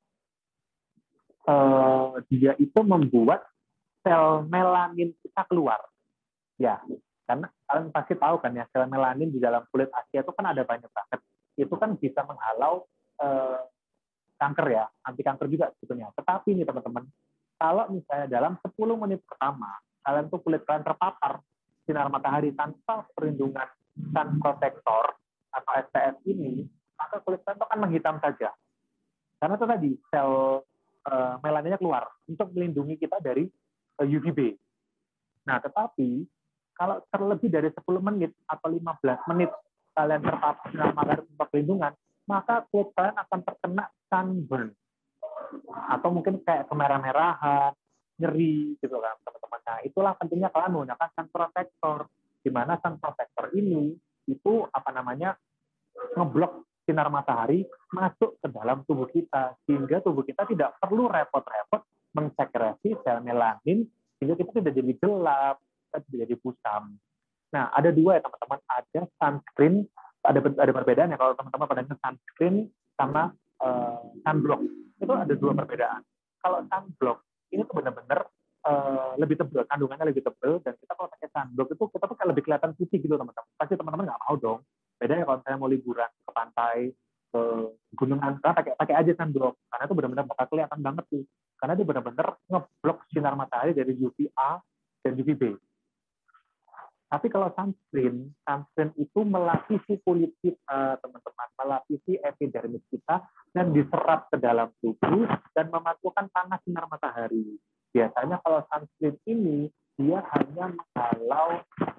Eh, dia itu membuat sel melanin kita keluar. Ya, karena kalian pasti tahu kan ya, sel melanin di dalam kulit Asia itu kan ada banyak banget. Itu kan bisa menghalau eh, kanker ya, anti kanker juga sebetulnya. Tetapi nih teman-teman, kalau misalnya dalam sepuluh menit pertama, kalian tuh kulit kalian terpapar sinar matahari tanpa perlindungan sun protector atau S P F ini, maka kulit kalian tuh akan menghitam saja. Karena itu tadi, sel uh, melaninnya keluar untuk melindungi kita dari uh, U V B. Nah, tetapi kalau terlebih dari sepuluh menit atau lima belas menit kalian terpapar sinar matahari tanpa perlindungan, maka kulit kalian akan terkena sunburn. Atau mungkin kayak kemerah-merahan, nyeri gitu kan teman-teman. Nah itulah pentingnya kalian menggunakan sun protector, di mana sun protector ini itu apa namanya ngeblok sinar matahari masuk ke dalam tubuh kita sehingga tubuh kita tidak perlu repot-repot mensekresi sel melanin sehingga kita tidak jadi gelap, kita tidak jadi kusam. Nah ada dua ya teman-teman, ada sunscreen, ada ada perbedaan ya kalau teman-teman pada sunscreen sama uh, sunblock itu ada dua perbedaan. Kalau sunblock ini tuh benar-benar uh, lebih tebal, kandungannya lebih tebal, dan kita kalau pakai sunblock itu kita tuh kayak lebih kelihatan putih gitu teman-teman. Pasti teman-teman nggak mau dong. Bedanya kalau saya mau liburan ke pantai, ke gunung antara, pakai pakai aja sunblock, karena itu benar-benar bakal kelihatan banget tuh. Karena dia benar-benar ngeblok sinar matahari dari U V A dan U V B. Tapi kalau sunscreen, sunscreen itu melapisi kulit kita, teman-teman, melapisi epidermis kita dan diserap ke dalam tubuh dan memantulkan panas sinar matahari. Biasanya kalau sunscreen ini dia hanya menghalau,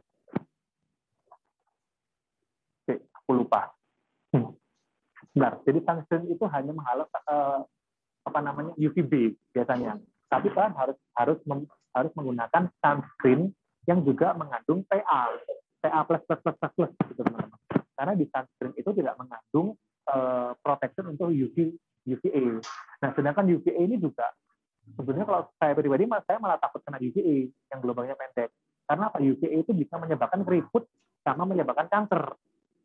oke, aku lupa. Benar. Jadi sunscreen itu hanya menghalau uh, apa namanya U V B biasanya. Tapi kan harus harus mem, harus menggunakan sunscreen yang juga mengandung P A, P A plus plus plus plus plus gitu teman-teman. Karena di sunscreen itu tidak mengandung uh, protection untuk U V U V A. Nah, sedangkan U V A ini juga sebenarnya kalau saya pribadi saya malah takut kena U V A yang gelombangnya pendek. Karena apa? U V A itu bisa menyebabkan keriput sama menyebabkan kanker.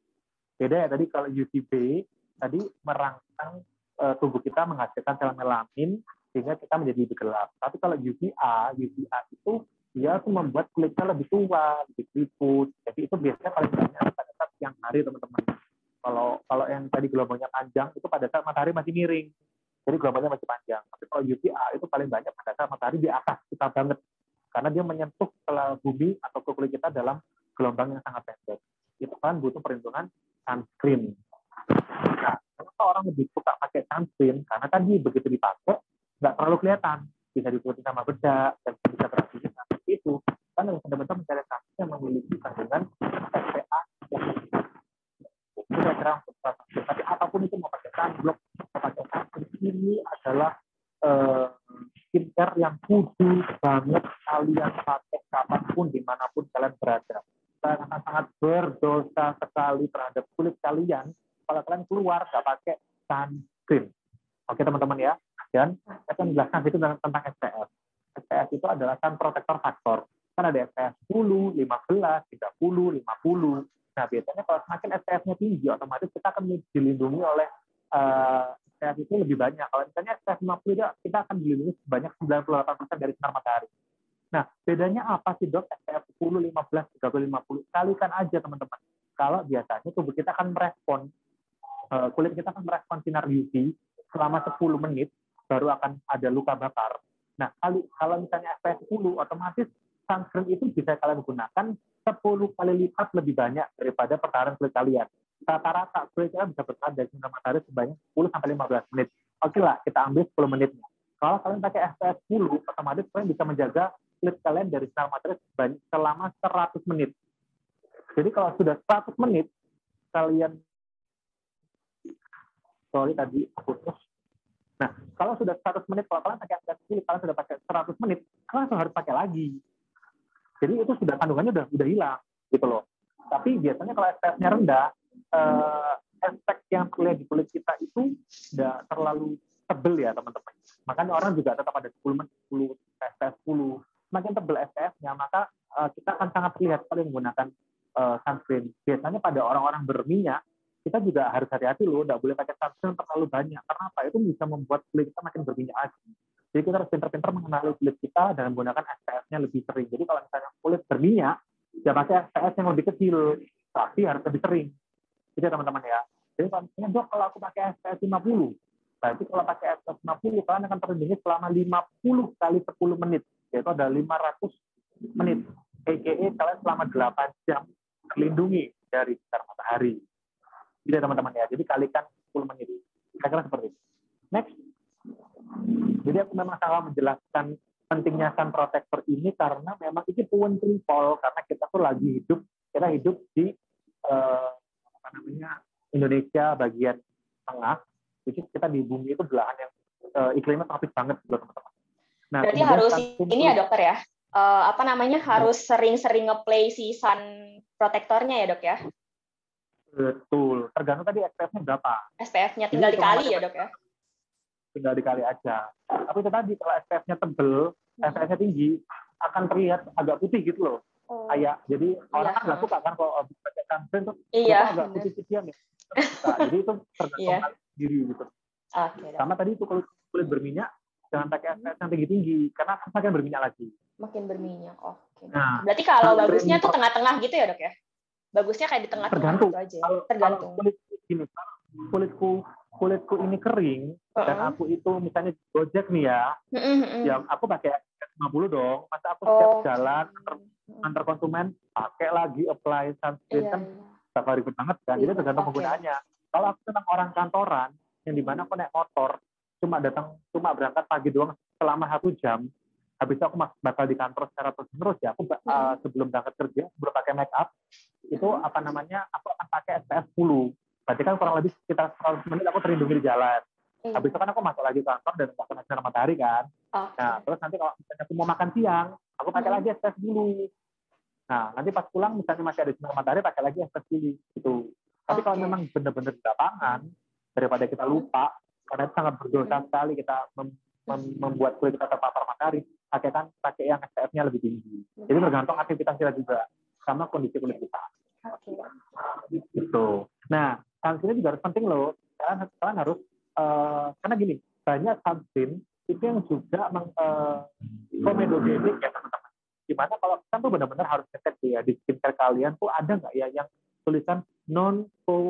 Beda ya tadi kalau U V B tadi merangsang uh, tubuh kita menghasilkan sel melamin sehingga kita menjadi lebih gelap. Tapi kalau U V A, U V A itu dia tuh membuat kulitnya lebih tua, lebih keriput. Jadi itu biasanya paling banyak pada saat siang hari teman-teman. Kalau kalau yang tadi gelombangnya panjang itu pada saat matahari masih miring. Jadi gelombangnya masih panjang. Tapi kalau U V A itu paling banyak pada saat matahari di atas kita banget. Karena dia menyentuh ke bumi atau ke kulit kita dalam gelombang yang sangat pendek. Itu kan butuh perlindungan sunscreen. Nah, kenapa orang lebih suka pakai sunscreen? Karena tadi begitu dipakai nggak terlalu kelihatan. Bisa ditutupi sama bedak dan bisa beraktivitas seperti itu. Kan yang benar-benar mencari sunscreen yang memiliki kandungan S P A yang lebih. Itu saya kira untuk sunscreen. Tapi apapun itu mau pakai sunblock, mau pakai sunscreen, ini adalah uh, skincare yang kudu banget kalian pakai kapanpun, dimanapun kalian berada. Sangat-sangat berdosa sekali terhadap kulit kalian kalau kalian keluar nggak pakai sunscreen. Oke teman-teman ya. Dan saya akan menjelaskan itu tentang S P F. S P F itu adalah sun protector factor. Kan ada S P F sepuluh, lima belas, tiga puluh, lima puluh. Nah, biasanya kalau semakin S P F-nya tinggi, otomatis kita akan dilindungi oleh uh, S P F itu lebih banyak. Kalau misalnya S P F lima puluh, kita akan dilindungi sebanyak sembilan puluh delapan persen dari sinar matahari. Nah, bedanya apa sih dok? S P F sepuluh, lima belas, tiga puluh, lima puluh. Kalikan aja teman-teman. Kalau biasanya tubuh kita akan merespon, uh, kulit kita akan merespon sinar U V selama sepuluh menit, baru akan ada luka bakar. Nah, kalau misalnya S P F sepuluh, otomatis sunscreen itu bisa kalian gunakan sepuluh kali lipat lebih banyak daripada pertahanan kulit kalian. Rata-rata kulit kalian bisa bertahan dari sinar matahari sebanyak sepuluh sampai lima belas menit. Oke lah, kita ambil sepuluh menitnya. Kalau kalian pakai S P F sepuluh, otomatis kalian bisa menjaga kulit kalian dari sinar matahari selama seratus menit. Jadi kalau sudah seratus menit, kalian... Sorry, tadi putus. Nah, kalau sudah seratus menit, kalau kalian pakai S P F sepuluh, kalian sudah pakai seratus menit, kalian harus pakai lagi. Jadi itu sudah kandungannya udah udah hilang, gitu loh. Tapi biasanya kalau S P F-nya rendah, eh, efek yang terlihat di kulit kita itu udah terlalu tebel ya, teman-teman. Makanya orang juga tetap ada sepuluh menit, sepuluh, S P F sepuluh. Semakin tebel S P F-nya, maka eh, kita akan sangat terlihat sekali menggunakan eh, sunscreen. Biasanya pada orang-orang berminyak, kita juga harus hati-hati loh, nggak boleh pakai sunscreen terlalu banyak. Karena apa? Itu bisa membuat kulit kita makin berminyak lagi. Jadi kita harus pintar-pintar mengenali kulit kita dan menggunakan S P F-nya lebih sering. Jadi kalau misalnya kulit berminyak, ya pakai S P F yang lebih kecil, tapi harus lebih sering. Jadi teman-teman ya. Jadi kalau misalnya, dok, kalau aku pakai S P F lima puluh, berarti kalau pakai S P F lima puluh, kalian akan terlindungi selama lima puluh kali sepuluh menit. Yaitu ada lima ratus menit. A K A kalian selama delapan jam terlindungi dari sinar matahari. Jadi teman-teman ya. Jadi kalikan sepuluh menit. Saya kira seperti itu. Next. Jadi aku memang sangat menjelaskan pentingnya sun protector ini karena memang ini puan triple karena kita tuh lagi hidup kita hidup di eh, apa namanya Indonesia bagian tengah, jadi kita di bumi itu belahan yang eh, iklimnya tropis banget loh teman-teman. Nah, berarti harus ini ya dokter ya, uh, apa namanya harus sering-sering ngeplay si sun protectornya ya dok ya? Betul, tergantung tadi S P F-nya berapa. S P F-nya tinggal dikali ya dok ya? Tinggal dikali aja. Tapi itu tadi kalau S P F-nya tebel, hmm. S P F-nya tinggi, akan terlihat agak putih gitu loh. Oh. Kayak jadi orang kan nggak suka kan kalau pakai sunscreen tuh iya, agak putih-putihan ya. Nah, jadi itu tergantung yeah. diri gitu. Okay, sama tadi itu kulit, kulit berminyak, jangan pakai S P F yang tinggi-tinggi karena akan makin berminyak lagi. Makin berminyak. Oke. Okay. Nah, berarti kalau bagusnya tuh tengah-tengah gitu ya, Dok ya? Bagusnya kayak di tengah-tengah tergantung. gitu aja. Kalau, tergantung. Kalau kulitku gini, kulitku kulitku ini kering uh-uh. dan aku itu misalnya Gojek nih ya, uh-uh. ya aku pakai S P F lima puluh dong. Masa aku setiap oh. jalan antar, antar konsumen pakai lagi apply sunscreen yeah, kan yeah. bakal ribet banget kan. Jadi tergantung okay. penggunaannya. Kalau aku tentang orang kantoran yang di mana aku naik motor cuma datang cuma berangkat pagi doang selama satu jam, habis itu aku bakal di kantor secara terus-menerus ya. Aku hmm. uh, sebelum berangkat kerja sebelum pakai make up itu hmm. apa namanya aku akan pakai S P F sepuluh. Berarti kan kurang lebih sekitar seratus menit aku terlindungi di jalan. Hmm. Habis itu kan aku masuk lagi kantor dan nggak kena sinar matahari kan. Okay. Nah terus nanti kalau misalnya aku mau makan siang aku pakai hmm. lagi S P F dulu. Nah nanti pas pulang misalnya masih ada sinar matahari pakai lagi S P F dulu gitu. Tapi okay. kalau memang benar-benar di lapangan daripada kita lupa karena itu sangat berdosa hmm. sekali kita mem- mem- membuat kulit kita terpapar matahari, pakai kan pakai yang S P F-nya lebih tinggi. Jadi tergantung aktivitas kita juga sama kondisi kulit kita. Okay. Gitu. Nah, sunscreen juga harus penting loh. Kalian, kalian harus uh, karena gini, banyak sunscreen itu yang juga meng, uh, komedogenik ya teman-teman. Gimana kalau kita tuh benar-benar harus ngecek ya di skincare kalian tuh ada nggak ya yang tulisan non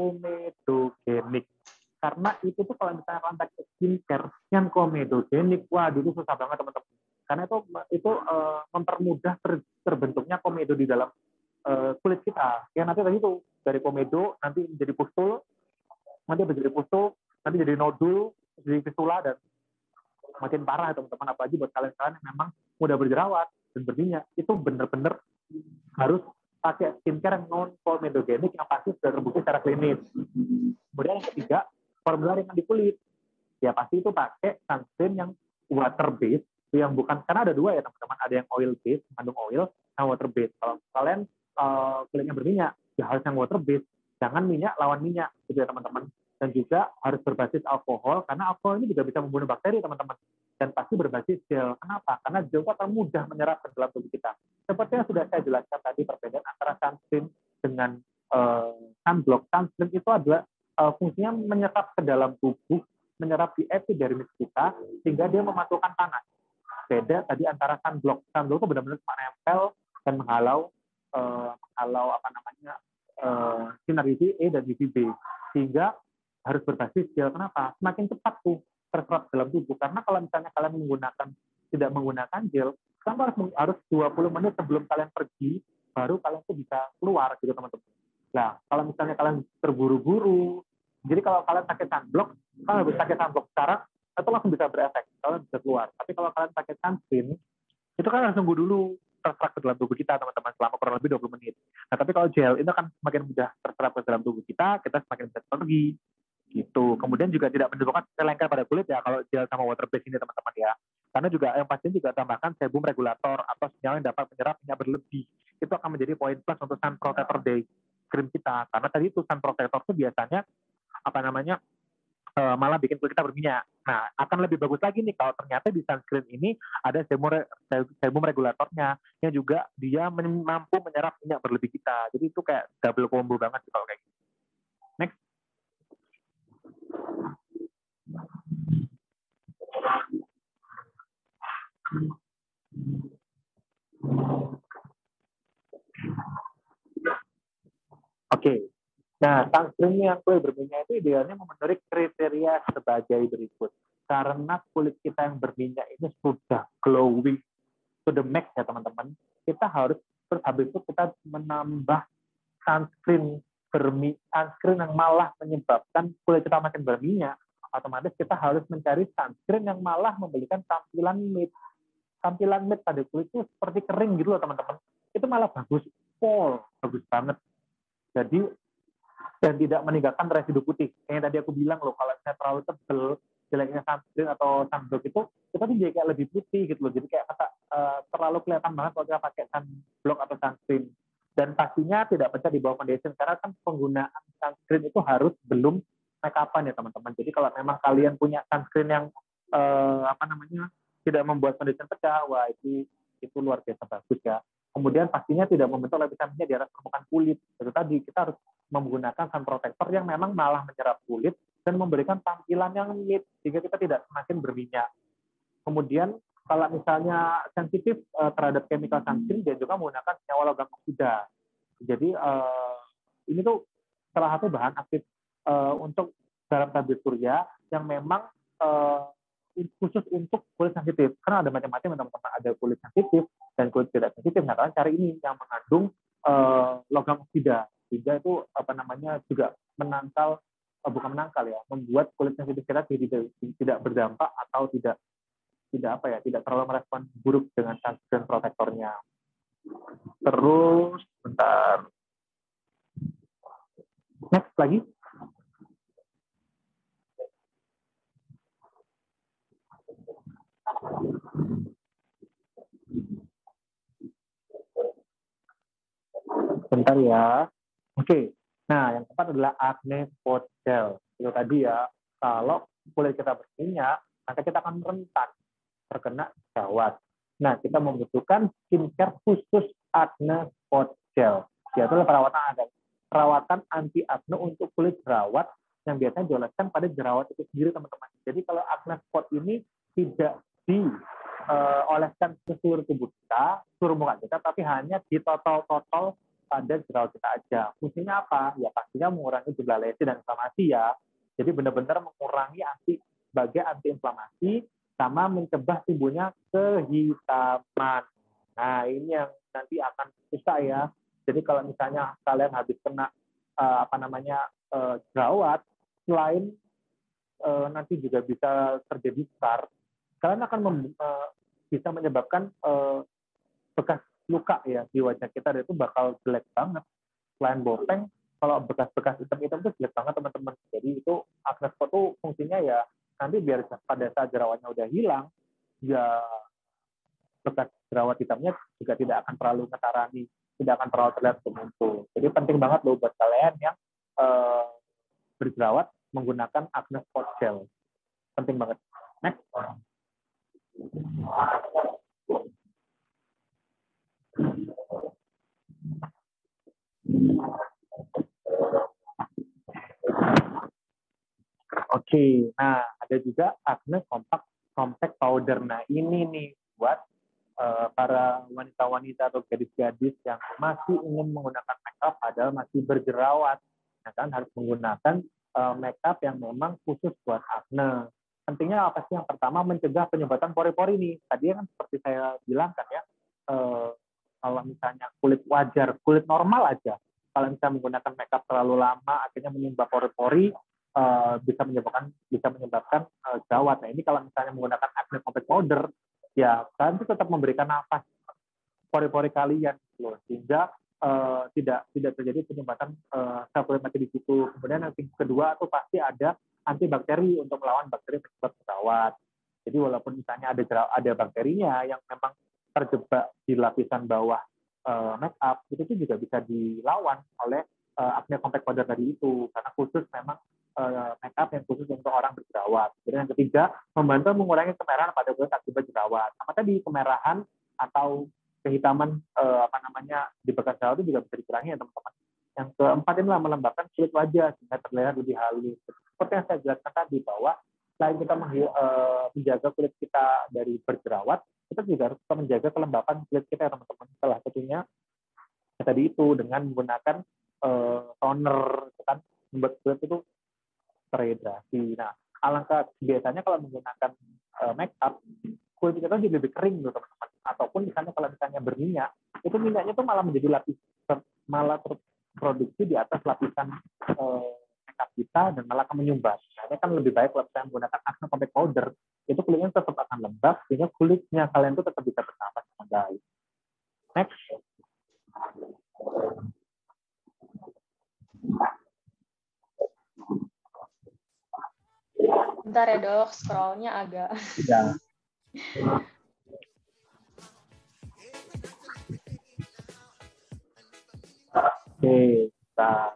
komedogenik. Karena itu tuh kalau misalnya kalian pakai skincare yang komedogenik, wah dulu susah banget teman-teman. Karena itu itu uh, mempermudah ter, terbentuknya komedo di dalam uh, kulit kita. Ya nanti tadi itu dari komedo nanti menjadi pustul, nanti menjadi pustul, nanti jadi nodul, jadi fistula dan makin parah teman-teman. Apalagi buat kalian-kalian yang memang mudah berjerawat dan berminyak, itu benar-benar harus pakai skincare yang non komedogenik yang pasti sudah terbukti secara klinis. Kemudian yang ketiga, formula ringan di kulit. Ya pasti itu pakai sunscreen yang water based, yang bukan, karena ada dua ya teman-teman, ada yang oil based, mengandung oil, sama water based. Kalau kalian uh, kulitnya berminyak, ya harus yang water based, jangan minyak lawan minyak, gitu ya teman-teman. Dan juga harus berbasis alkohol, karena alkohol ini juga bisa membunuh bakteri teman-teman. Dan pasti berbasis gel. Kenapa? Karena gel itu akan mudah menyerap ke dalam tubuh kita. Seperti yang sudah saya jelaskan tadi, perbedaan antara sunscreen dengan uh, sunblock. Sunscreen itu adalah uh, fungsinya menyerap ke dalam tubuh, menyerap di epidermis kita, sehingga dia memantulkan panas. Beda tadi antara sunblock. Sunblock itu benar-benar cuma nempel dan menghalau, uh, menghalau apa namanya, uh, sinar U V A dan U V B. Sehingga harus berbasis gel. Kenapa? Semakin cepat tuh terserap dalam tubuh. Karena kalau misalnya kalian menggunakan tidak menggunakan gel, sampai harus harus dua puluh menit sebelum kalian pergi, baru kalian tuh bisa keluar gitu teman-teman. Nah, kalau misalnya kalian terburu-buru, jadi kalau kalian pakai sunblock, kalian harus pakai sunblock sekarang, itu langsung bisa berefek, kalian bisa keluar. Tapi kalau kalian pakai sunscreen, itu kan harus tunggu dulu terserap ke dalam tubuh kita teman-teman selama kurang lebih dua puluh menit. Nah, tapi kalau gel itu kan semakin mudah terserap ke dalam tubuh kita, kita semakin bisa pergi. Gitu. Kemudian juga tidak menimbulkan kelengkapan pada kulit ya kalau gel sama water based ini teman-teman ya. Karena juga yang pasti juga tambahkan sebum regulator atau senyawa yang dapat menyerap minyak berlebih. Itu akan menjadi poin plus untuk sun protector day cream kita. Karena tadi itu sun protector itu biasanya apa namanya e, malah bikin kulit kita berminyak. Nah, akan lebih bagus lagi nih kalau ternyata di sunscreen ini ada sebum sebum regulatornya yang juga dia mampu menyerap minyak berlebih kita. Jadi itu kayak double combo banget kalau kayak gitu. Next. Oke, nah sunscreen yang kulit berminyak itu idealnya memenuhi kriteria sebagai berikut. Karena kulit kita yang berminyak ini sudah glowing to the max ya teman-teman, kita harus terus habis itu kita menambah sunscreen bermi sunscreen yang malah menyebabkan kulit kita makin berminyak. Otomatis kita harus mencari sunscreen yang malah memberikan tampilan matte. Tampilan matte pada kulit itu seperti kering gitu loh teman-teman. Itu malah bagus, full, bagus banget. Jadi dan tidak meninggalkan residu putih. Kayak tadi aku bilang loh, kalau saya terlalu tebel, jeleknya sunscreen atau sunblock itu, kita tuh jadi kayak lebih putih gitu loh. Jadi kayak kata, uh, terlalu kelihatan banget kalau kita pakai sunblock atau sunscreen. Dan pastinya tidak pecah di bawah foundation karena kan penggunaan sunscreen itu harus belum make up-an ya teman-teman. Jadi kalau memang kalian punya sunscreen yang uh, apa namanya tidak membuat foundation pecah, wah itu itu luar biasa bagus ya. Kemudian pastinya tidak membentuk lapisan minyak di atas permukaan kulit. Itu tadi kita harus menggunakan sun protector yang memang malah menyerap kulit dan memberikan tampilan yang matte sehingga kita tidak semakin berminyak. Kemudian kalau misalnya sensitif uh, terhadap chemical sunscreen, dia juga menggunakan senyawa logam oksida. Jadi uh, ini tuh salah satu bahan aktif uh, untuk garam tabir surya yang memang uh, khusus untuk kulit sensitif. Karena ada macam-macam teman-teman, ada kulit sensitif dan kulit tidak sensitif. Nah, kalian cari ini yang mengandung uh, logam oksida, sehingga itu apa namanya juga menangkal, uh, bukan menangkal ya, membuat kulit sensitif kita tidak tidak berdampak atau tidak tidak apa ya, tidak terlalu merespon buruk dengan sunscreen protektornya. Terus, bentar. Next lagi. Bentar ya. Oke. Nah, yang keempat adalah acne spot gel. Itu tadi ya, kalau kulit kita berminyak, maka kita akan rentan terkena jerawat. Nah, kita membutuhkan skincare khusus acne spot gel. Yaitu perawatan ada perawatan anti acne untuk kulit jerawat yang biasanya dioleskan pada jerawat itu sendiri, teman-teman. Jadi kalau acne spot ini tidak dioleskan ke seluruh tubuh kita, seluruh muka kita, tapi hanya di total-total pada jerawat kita aja. Fungsinya apa? Ya pastinya mengurangi jumlah lesi dan inflamasi ya. Jadi benar-benar mengurangi anti sebagai antiinflamasi sama mencegah timbulnya kehitaman. Nah, ini yang nanti akan susah ya. Jadi kalau misalnya kalian habis kena uh, apa namanya uh, jerawat, selain uh, nanti juga bisa terjadi scar, kalian akan mem- uh, bisa menyebabkan uh, bekas luka ya di wajah kita, dan itu bakal jelek banget. Selain bopeng, kalau bekas-bekas hitam-hitam itu jelek banget, teman-teman. Jadi itu acne spot itu fungsinya ya nanti biar pada saat jerawatnya udah hilang, ya bekas jerawat hitamnya juga tidak akan terlalu ngetarani, tidak akan terlalu terlihat bermuncul. Jadi penting banget loh buat kalian yang uh, berjerawat menggunakan acne spot gel. Penting banget. Next. Oke, okay. Nah ada juga acne compact compact powder. Nah ini nih buat uh, para wanita-wanita atau gadis-gadis yang masih ingin menggunakan makeup padahal masih berjerawat. Nah kan harus menggunakan uh, makeup yang memang khusus buat acne. Pentingnya apa sih? Yang pertama mencegah penyumbatan pori-pori nih. Tadi kan seperti saya bilang kan ya, uh, kalau misalnya kulit wajar, kulit normal aja, kalau misalnya menggunakan makeup terlalu lama, akhirnya menyumbat pori-pori, uh, bisa menyebabkan bisa menyebabkan uh, jerawat. Nah ini kalau misalnya menggunakan acne compact powder, ya kalian itu tetap memberikan nafas pori-pori kalian, loh, sehingga uh, tidak tidak terjadi penyumbatan uh, sel kulit mati di situ. Kemudian yang kedua itu pasti ada antibakteri untuk melawan bakteri penyebab jerawat. Jadi walaupun misalnya ada ada bakterinya yang memang terjebak di lapisan bawah uh, make up, itu tuh juga bisa dilawan oleh uh, acne compact powder tadi itu, karena khusus memang uh, make up yang khusus untuk orang berjerawat. Jadi yang ketiga, membantu mengurangi kemerahan pada kulit akibat jerawat. Sama tadi kemerahan atau kehitaman eh, apa namanya di bekas jerawat itu juga bisa dikurangi ya teman-teman. Yang keempat inilah melembabkan kulit wajah sehingga terlihat lebih halus. Seperti yang saya jelaskan tadi bahwa selain kita eh, menjaga kulit kita dari berjerawat, kita juga harus menjaga kelembapan kulit kita ya teman-teman. Salah satunya ya, tadi itu dengan menggunakan eh, toner, kan membuat kulit itu terhidrasi. Nah, alangkah biasanya kalau menggunakan eh, make up, kulit kita jadi lebih kering gitu teman-teman. Ataupun misalnya kalau misalnya berminyak, itu minyaknya tuh malah menjadi lapis, malah terproduksi di atas lapisan eh, makeup kita dan malah akan menyumbat. Nah, ini kan lebih baik kalau misalnya menggunakan acne compact powder, itu kulitnya tetap akan lembab, sehingga kulitnya kalian tuh tetap bisa bernafas dengan baik. Next. Bentar ya dok, scrollnya agak. Ya. Oke, nah.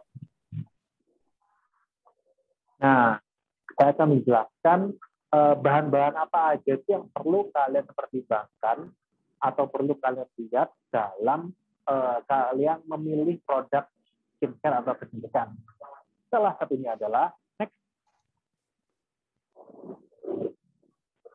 Nah, saya akan menjelaskan eh, bahan-bahan apa aja sih yang perlu kalian pertimbangkan atau perlu kalian lihat dalam eh, kalian memilih produk skincare atau kecantikan. Salah satunya adalah next.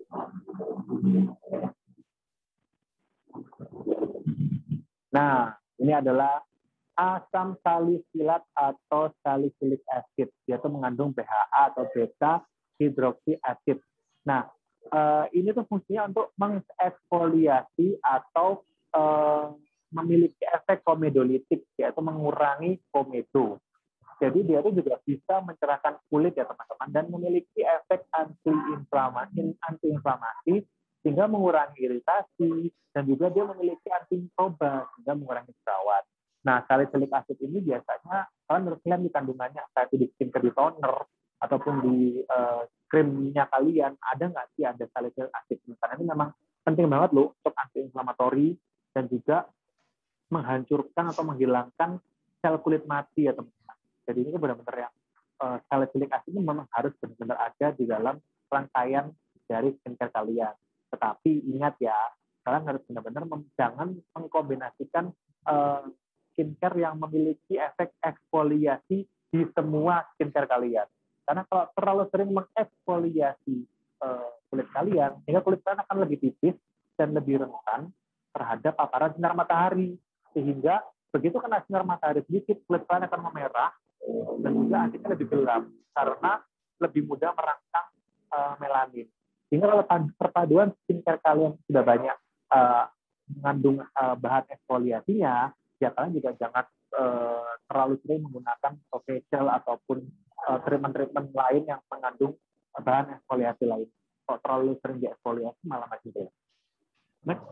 Nah, ini adalah asam salisilat atau salicylic acid, yaitu mengandung B H A atau beta hidroksi acid. Nah, ini tuh fungsinya untuk mengeksfoliasi atau memiliki efek komedolitik, yaitu mengurangi komedo. Jadi dia itu juga bisa mencerahkan kulit ya teman-teman, dan memiliki efek anti-inflamasi, anti-inflamasi sehingga mengurangi iritasi, dan juga dia memiliki antimikroba sehingga mengurangi jerawat. Nah, salicylic acid ini biasanya kalian harus lihat di kandungannya, kayak di skincare, di toner, ataupun di uh, krimnya kalian, ada nggak sih ada salicylic acid? Karena ini memang penting banget loh untuk anti-inflamatori dan juga menghancurkan atau menghilangkan sel kulit mati ya teman-teman. Jadi ini benar-benar yang uh, salicylic acid ini memang harus benar-benar ada di dalam rangkaian dari skincare kalian. Tetapi ingat ya, kalian harus benar-benar jangan mengkombinasikan uh, skincare yang memiliki efek eksfoliasi di semua skincare kalian. Karena kalau terlalu sering mengeksfoliasi uh, kulit kalian, sehingga kulit kalian akan lebih tipis dan lebih rentan terhadap paparan sinar matahari. Sehingga begitu kena sinar matahari sedikit, kulit kalian akan memerah dan juga akhirnya lebih gelap karena lebih mudah merangsang uh, melanin. Sehingga kalau perpaduan skincare kalian sudah banyak uh, mengandung uh, bahan eksfoliasinya, ya kalian juga jangan uh, terlalu sering menggunakan facial ataupun uh, treatment-treatment lain yang mengandung bahan eksfoliasi lain. Kalau terlalu sering dieksfoliasi malah makin jelek. Next.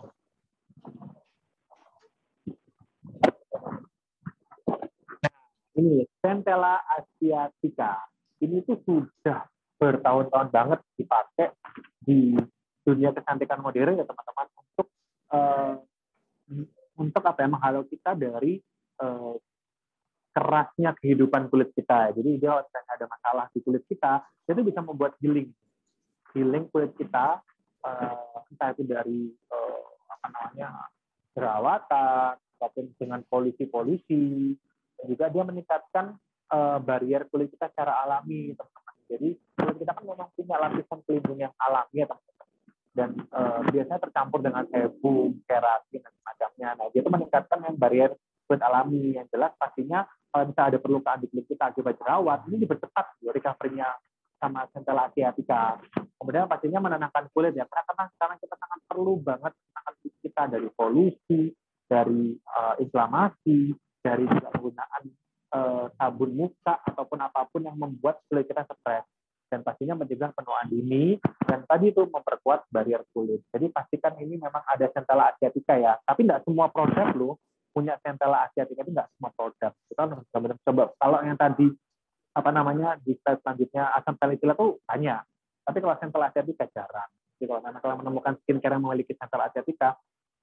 Ini Centella asiatica. Ini tuh sudah bertahun-tahun banget dipakai di dunia kecantikan modern ya teman-teman, untuk uh, untuk apa ya, menghalau kita dari uh, kerasnya kehidupan kulit kita. Jadi dia kalau ada masalah di kulit kita, itu bisa membuat healing, healing kulit kita, uh, entah itu dari uh, apa namanya jerawatan ataupun dengan polusi-polusi. Juga dia meningkatkan uh, barrier kulit kita secara alami, teman-teman. Jadi kulit kita kan memang punya lapisan pelindung yang alami ya teman-teman, dan uh, biasanya tercampur dengan sebum, keratin dan semacamnya. Nah, dia itu meningkatkan yang barrier kulit alami. Yang jelas pastinya kalau misalnya ada perlukaan di kulit kita akibat jerawat, ini dipercepat recovery-nya sama Centella asiatica. Kemudian pastinya menenangkan kulit ya, karena sekarang kita sangat perlu banget menenangkan kulit kita dari polusi, dari uh, inflamasi, dari juga penggunaan uh, sabun muka ataupun apapun yang membuat kulit kita stres, dan pastinya mencegah penuaan dini, dan tadi itu memperkuat barrier kulit. Jadi pastikan ini memang ada Centella asiatica ya, tapi tidak semua produk loh punya Centella asiatica, itu tidak semua produk. Kita harus benar-benar coba. Kalau yang tadi apa namanya di slide selanjutnya asam salisilat itu banyak, tapi kalau Centella asiatica jarang. Jadi kalau memang kalian menemukan skincare yang memiliki Centella asiatica,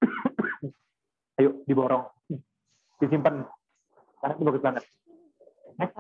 ayo diborong, disimpan, karena itu bagus banget. Next.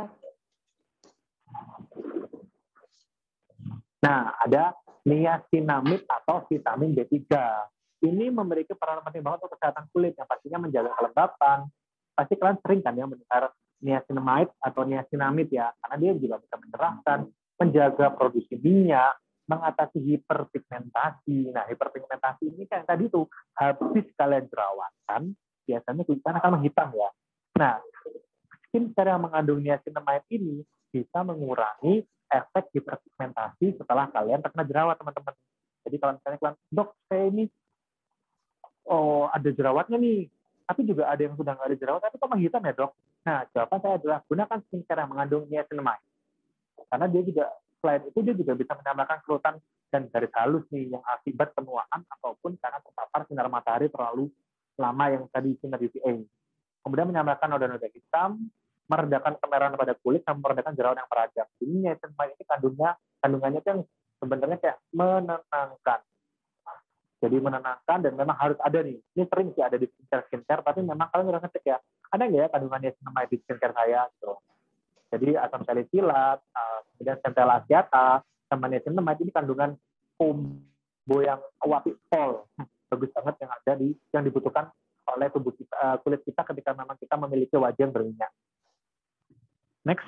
Nah, ada niacinamide atau vitamin B tiga. Ini memiliki peran penting banget untuk kesehatan kulit, yang pastinya menjaga kelembapan. Pasti kalian sering kan ya mendengar niacinamide atau niacinamide ya, karena dia juga bisa mencerahkan, menjaga produksi minyak, mengatasi hiperpigmentasi. Nah, hiperpigmentasi ini kan tadi tuh habis kalian jerawatan, biasanya kulit kalian akan menghitam ya. Nah, skincare yang mengandung niacinamide ini bisa mengurangi efek hiperpigmentasi setelah kalian terkena jerawat, teman-teman. Jadi kalau misalnya kalian, dok, saya ini oh ada jerawatnya nih, tapi juga ada yang sudah nggak ada jerawat, tapi kok menghitam ya, dok? Nah, jawaban saya adalah gunakan skincare yang mengandung niacinamide. Karena dia juga, selain itu dia juga bisa menambahkan kerutan dan garis halus nih, yang akibat penuaan ataupun karena terpapar sinar matahari terlalu lama yang tadi sinar U V A. Kemudian menambahkan noda-noda hitam, meredakan kemerahan pada kulit, dan meredakan jerawat yang meradang. Jadi niacinamide ini kandungnya, kandungannya itu yang sebenarnya kayak menenangkan. Jadi menenangkan, dan memang harus ada nih. Ini sering sih ada di skincare-skincare, tapi memang kalian harus ngecek ya, ada nggak ya kandungan niacinamide di skincare saya? Gitu. Jadi asam salisilat, kemudian Centella asiata, sama niacinamide ini kandungan combo yang wapi pol. Bagus banget yang ada di yang dibutuhkan oleh tubuh kita, uh, kulit kita ketika memang kita memiliki wajah yang berminyak. Next.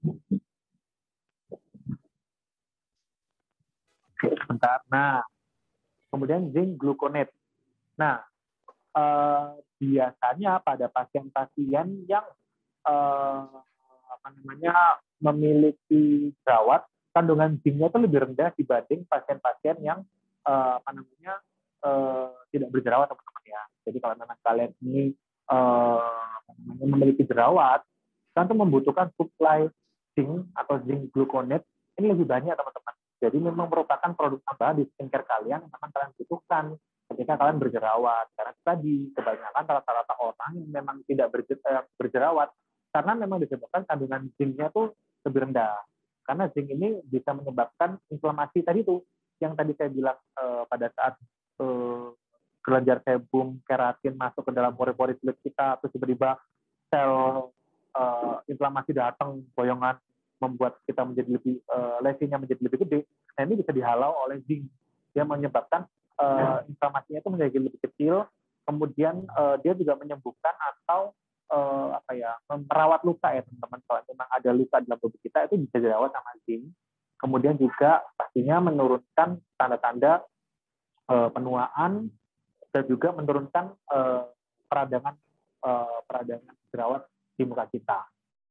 Sebentar. Nah, kemudian zinc gluconate. Nah, eh, biasanya pada pasien-pasien yang eh, apa namanya memiliki jerawat, kandungan zincnya itu lebih rendah dibanding pasien-pasien yang eh, apa namanya eh, tidak berjerawat, teman-teman ya. Jadi kalau memang kalian ini eh, apa namanya, memiliki jerawat, kan tuh membutuhkan suplai zinc atau zinc gluconate ini lebih banyak, teman-teman. Jadi memang merupakan produk tambahan di skincare kalian yang memang kalian butuhkan ketika kalian berjerawat. Karena tadi kebanyakan rata-rata orang yang memang tidak berjerawat karena memang disebabkan kandungan zincnya tuh lebih rendah. Karena zinc ini bisa menyebabkan inflamasi tadi tuh yang tadi saya bilang eh, pada saat eh, kelenjar sebum keratin masuk ke dalam pori-pori kulit kita, terus tiba-tiba sel eh, inflamasi datang, boyongan membuat kita menjadi lebih uh, lesinya menjadi lebih gede. Nah, ini bisa dihalau oleh zinc. Dia menyebabkan uh, inflamasinya itu menjadi lebih kecil. Kemudian uh, dia juga menyembuhkan atau uh, apa ya merawat luka ya teman-teman. Kalau memang ada luka dalam tubuh kita itu bisa dirawat sama zinc. Kemudian juga pastinya menurunkan tanda-tanda uh, penuaan dan juga menurunkan uh, peradangan uh, peradangan jerawat di muka kita.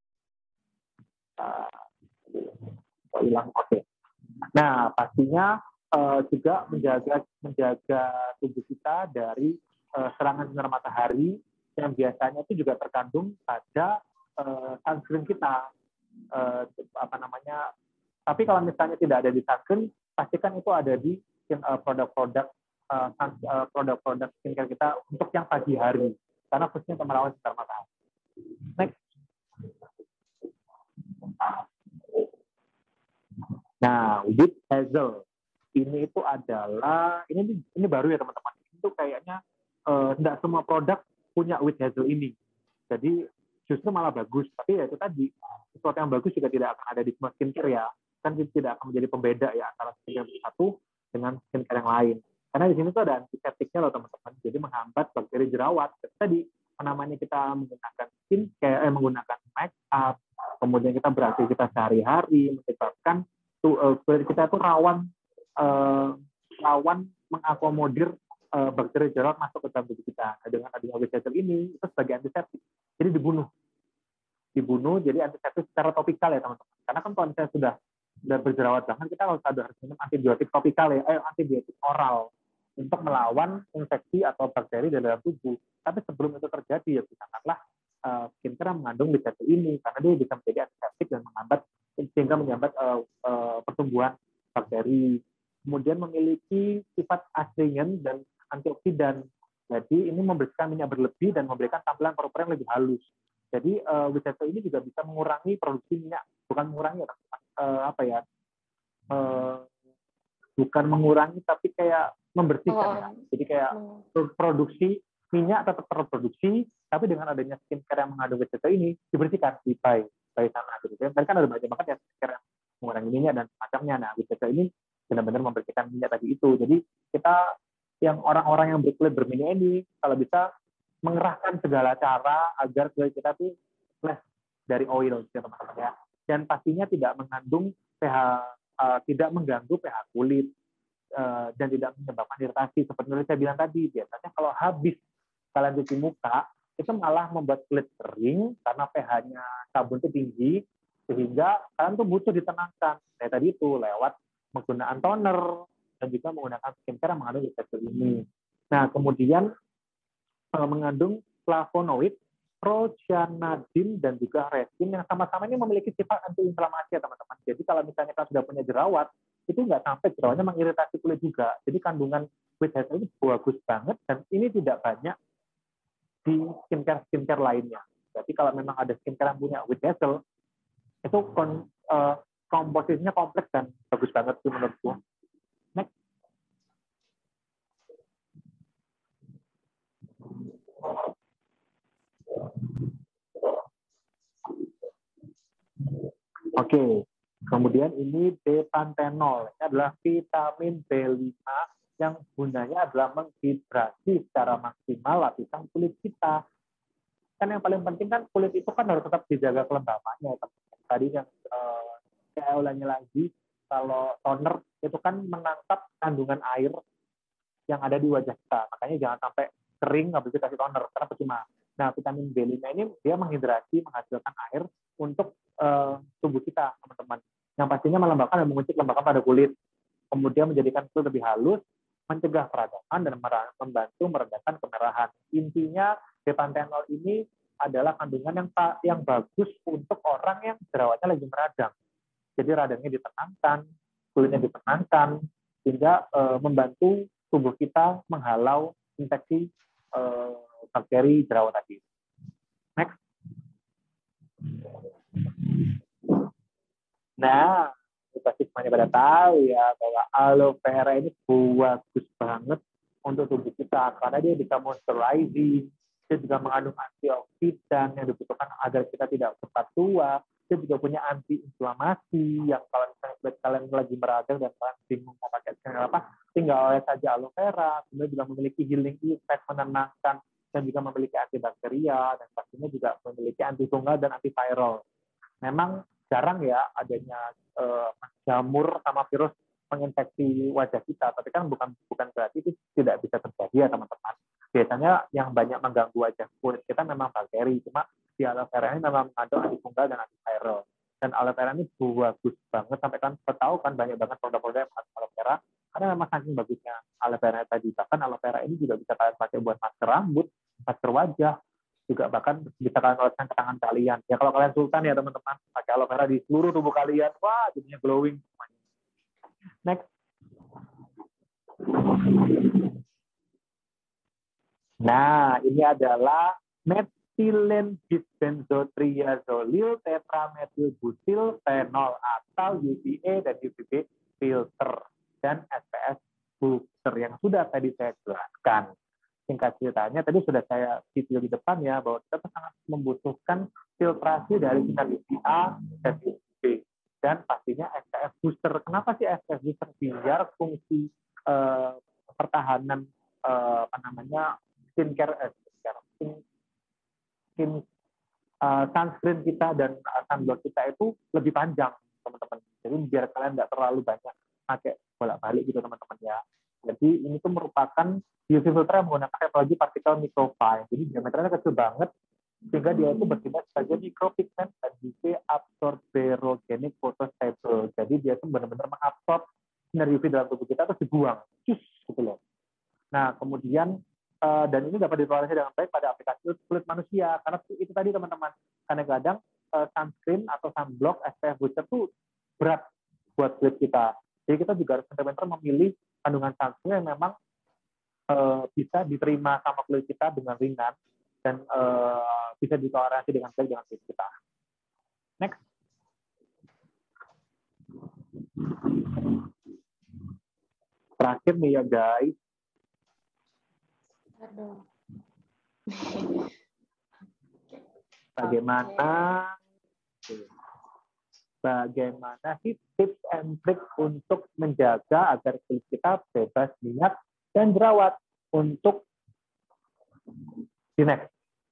Uh, hilang oke. Okay. Nah pastinya uh, juga menjaga menjaga tubuh kita dari uh, serangan sinar matahari yang biasanya itu juga terkandung pada uh, sunscreen kita. Uh, apa namanya? Tapi kalau misalnya tidak ada di sunscreen, pastikan itu ada di uh, produk-produk uh, uh, produk-produk skincare kita untuk yang pagi hari, karena khususnya untuk melawan sinar matahari. Next. Nah, with hazel ini itu adalah ini ini baru ya teman-teman. Itu kayaknya tidak uh, semua produk punya with hazel ini. Jadi justru malah bagus. Tapi ya itu tadi sesuatu yang bagus juga tidak akan ada di semua skincare ya. Kan tidak akan menjadi pembeda ya antara skincare satu dengan skincare yang lain. Karena di sini tuh ada antiseptiknya loh teman-teman. Jadi menghambat bakteri jerawat. Tadi namanya kita menggunakan skincare, eh, menggunakan make up, kemudian kita beraktivitas sehari-hari menyebabkan tuh uh, kita tuh rawan uh, rawan mengakomodir uh, bakteri jerawat masuk ke dalam tubuh kita. Nah, dengan adanya with hazel ini itu sebagai antiseptik. Jadi dibunuh, dibunuh jadi antiseptik secara topikal ya teman-teman. Karena kan kalau misalnya sudah sudah berjerawat banget kita harus ada harus minum antibiotik topikal ya, eh, antibiotik oral untuk melawan infeksi atau bakteri di dalam tubuh. Tapi sebelum itu terjadi ya gunakanlah uh, skincare yang mengandung with hazel ini karena dia bisa menjadi antiseptik dan menghambat sehingga menyambat uh, uh, pertumbuhan bakteri. Kemudian memiliki sifat astringent dan antioksidan. Jadi ini membersihkan minyak berlebih dan memberikan tampilan pori-pori yang lebih halus. Jadi uh, with hazel ini juga bisa mengurangi produksi minyak, bukan mengurangi uh, apa ya, uh, bukan mengurangi tapi kayak membersihkan oh. ya. Jadi kayak oh. produksi minyak tetap terproduksi, tapi dengan adanya skincare yang mengandung with hazel ini dibersihkan di by by sana gitu. Tadi kan ada banyak banget ya skincare yang mengurangi minyak dan macamnya. Nah, with hazel ini benar-benar membersihkan minyak tadi itu. Jadi kita yang orang-orang yang berkulit berminyak ini kalau bisa mengerahkan segala cara agar kulit kita tuh less dari oil gitu teman-teman ya. Dan pastinya tidak mengandung pH, uh, tidak mengganggu pH kulit uh, dan tidak menyebabkan iritasi. Seperti yang saya bilang tadi, biasanya kalau habis kalian cuci muka itu malah membuat kulit kering karena pH-nya sabun itu tinggi sehingga kalian tuh butuh ditenangkan. Kayak tadi itu lewat menggunakan toner dan juga menggunakan skincare yang mengandung with hazel ini. Nah, kemudian eh, mengandung flavonoid, procyanidin dan juga resin yang sama-sama ini memiliki sifat antiinflamasi ya teman-teman. Jadi kalau misalnya kalian sudah punya jerawat, itu nggak sampai jerawatnya mengiritasi kulit juga. Jadi kandungan with hazel ini bagus banget dan ini tidak banyak di skincare-skincare lainnya. Jadi kalau memang ada skincare yang punya with hazel, itu kon, uh, komposisinya kompleks dan bagus banget sih menurutku. Next. Oke, okay. Kemudian ini B-pantenol. Ini adalah vitamin B lima yang gunanya adalah menghidrasi secara maksimal lapisan kulit kita. Kan yang paling penting kan kulit itu kan harus tetap dijaga kelembapannya. Tadi yang uh, saya ulangi lagi, kalau toner itu kan menangkap kandungan air yang ada di wajah kita. Makanya jangan sampai kering habis itu kasih toner, karena percuma. Nah, vitamin B lima ini dia menghidrasi, menghasilkan air untuk uh, tubuh kita, teman-teman. Yang pastinya melembabkan dan mengucik lembakan pada kulit. Kemudian menjadikan kulit lebih halus, mencegah peradangan, dan membantu meredakan kemerahan. Intinya, D-pantenol ini adalah kandungan yang yang bagus untuk orang yang jerawatnya lagi meradang. Jadi radangnya ditenangkan, kulitnya ditenangkan, sehingga e, membantu tubuh kita menghalau infeksi e, bakteri jerawat tadi. Next. Nah, pasti semuanya pada tahu ya bahwa aloe vera ini bagus banget untuk tubuh kita karena dia bisa moisturizing, dia juga mengandung antioksidan yang dibutuhkan agar kita tidak cepat tua. Dia juga punya anti-inflamasi yang kalau misalnya kulit kalian lagi meradang dan kalian bingung mau pakai skincare apa, tinggal oleh saja aloe vera. Kemudian juga memiliki healing effect, menenangkan, dan juga memiliki antibakteria, dan pastinya juga memiliki antifungal dan antiviral. Memang jarang ya adanya eh, jamur sama virus menginfeksi wajah kita, tapi kan bukan bukan berarti itu tidak bisa terjadi ya teman-teman. Biasanya yang banyak mengganggu wajah kulit kita memang bakteri, cuma di aloe vera ini memang mengandung antifungal dan antiviral. Dan aloe vera ini bagus banget, sampai kan tahu kan banyak banget produk-produk yang mengandung aloe vera, karena memang saking bagusnya aloe vera tadi. Bahkan aloe vera ini juga bisa kalian pakai buat masker rambut, masker wajah, juga bahkan bisa kalian oleskan ke tangan kalian. Ya kalau kalian sultan ya teman-teman, pakai aloe vera di seluruh tubuh kalian, wah jadinya glowing semuanya. Next. Nah, ini adalah methylene bisbenzotriazolil tetramethylbutylphenol atau U V A dan U V B filter dan S P F booster yang sudah tadi saya jelaskan. Singkat ceritanya, tadi sudah saya video di depan ya, bahwa kita sangat membutuhkan filtrasi dari sinar U V A dan U V B. Dan pastinya S P F booster. Kenapa sih S P F booster? Biar fungsi eh, pertahanan eh, apa namanya skincare, eh, skincare skin, skin uh, sunscreen kita dan uh, sunblock kita itu lebih panjang, teman-teman. Jadi biar kalian nggak terlalu banyak pakai bolak-balik gitu, teman-teman ya. Jadi ini tuh merupakan U V filter yang menggunakan teknologi partikel microfine. Jadi diameternya kecil banget, sehingga dia itu bertindak sebagai micropigment dan U V absorberogenic photostable. Jadi dia itu benar-benar mengabsorb sinar U V dalam tubuh kita terus dibuang, cus gitu loh. Nah kemudian uh, dan ini dapat ditoleransi dengan baik pada aplikasi kulit manusia, karena itu tadi teman-teman, kadang-kadang uh, sunscreen atau sunblock S P F booster tuh berat buat kulit kita. Jadi kita juga harus benar-benar memilih kandungan sunscreen yang memang uh, bisa diterima sama kulit kita dengan ringan dan uh, bisa ditoleransi dengan baik dengan kulit kita. Next. Terakhir nih ya guys. Aduh. Bagaimana bagaimana sih tips and trick untuk menjaga agar kulit kita bebas minyak dan jerawat untuk di next.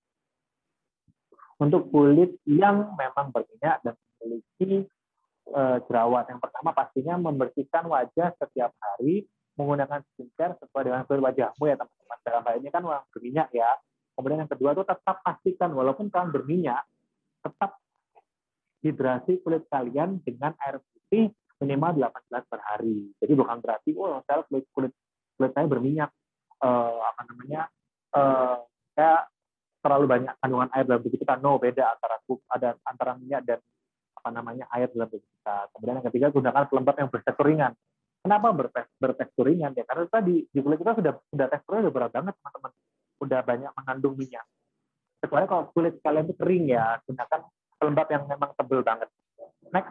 Untuk kulit yang memang berminyak dan memiliki uh, jerawat. Yang pertama pastinya membersihkan wajah setiap hari menggunakan skincare sesuai dengan kulit wajahmu ya teman-teman. Dalam hal ini kan orang berminyak ya. Kemudian yang kedua itu tetap pastikan walaupun kalian berminyak, tetap hidrasi kulit kalian dengan air putih minimal delapan gelas per hari. Jadi bukan berarti oh saya kulit kulit kulit saya berminyak uh, apa namanya uh, saya terlalu banyak kandungan air dalam tubuh kita. No, beda antara ada antara minyak dan apa namanya air dalam tubuh kita. Kemudian yang ketiga gunakan pelembab yang bertekstur ringan. Kenapa bertekstur ringan ya? Karena tadi di kulit kita sudah sudah teksturnya udah berat banget teman-teman, udah banyak mengandung minyak. Kecuali kalau kulit kalian itu kering ya, gunakan pelembab yang memang tebal banget. Next.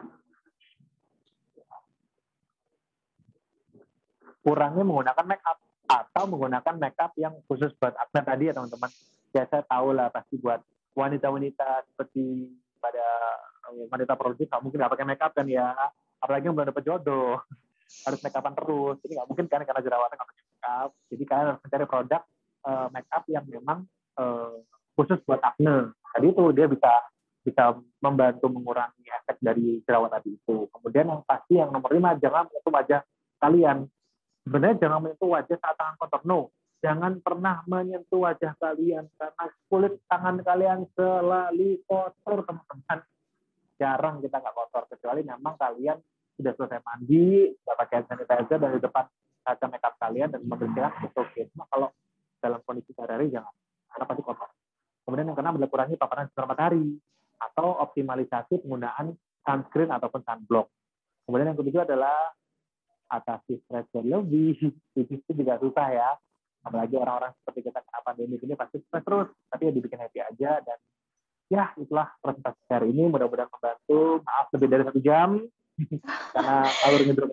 Kurangi menggunakan make up atau menggunakan make up yang khusus buat acne tadi ya teman-teman. Ya saya tahu lah pasti buat wanita-wanita seperti pada wanita produktif nggak mungkin nggak pakai make up kan ya, apalagi yang belum dapat jodoh. Harus make upan terus, jadi nggak mungkin kan karena jerawatnya nggak pakai make up. Jadi kalian harus mencari produk uh, make up yang memang uh, khusus buat acne. Tadi itu dia bisa bisa membantu mengurangi efek dari jerawat tadi itu. Kemudian yang pasti yang nomor lima, jangan menyentuh wajah kalian. Sebenarnya jangan menyentuh wajah saat tangan kotor. No, jangan pernah menyentuh wajah kalian karena kulit tangan kalian selalu kotor, teman-teman. Jarang kita nggak kotor, kecuali memang kalian sudah selesai mandi, sudah pakai hand sanitizer dari depan kaca makeup kalian dan membersihkan, itu oke. Cuma kalau dalam kondisi sehari-hari jangan, karena pasti kotor. Kemudian yang keenam adalah kurangi paparan sinar matahari atau optimalisasi penggunaan sunscreen ataupun sunblock. Kemudian yang ketujuh adalah atasi stres berlebih. Itu juga susah ya. Apalagi orang-orang seperti kita kena pandemi ini pasti stres terus, tapi ya dibikin happy aja. Dan ya itulah presentasi hari ini, mudah-mudahan membantu. Maaf lebih dari satu jam karena alur ngedrop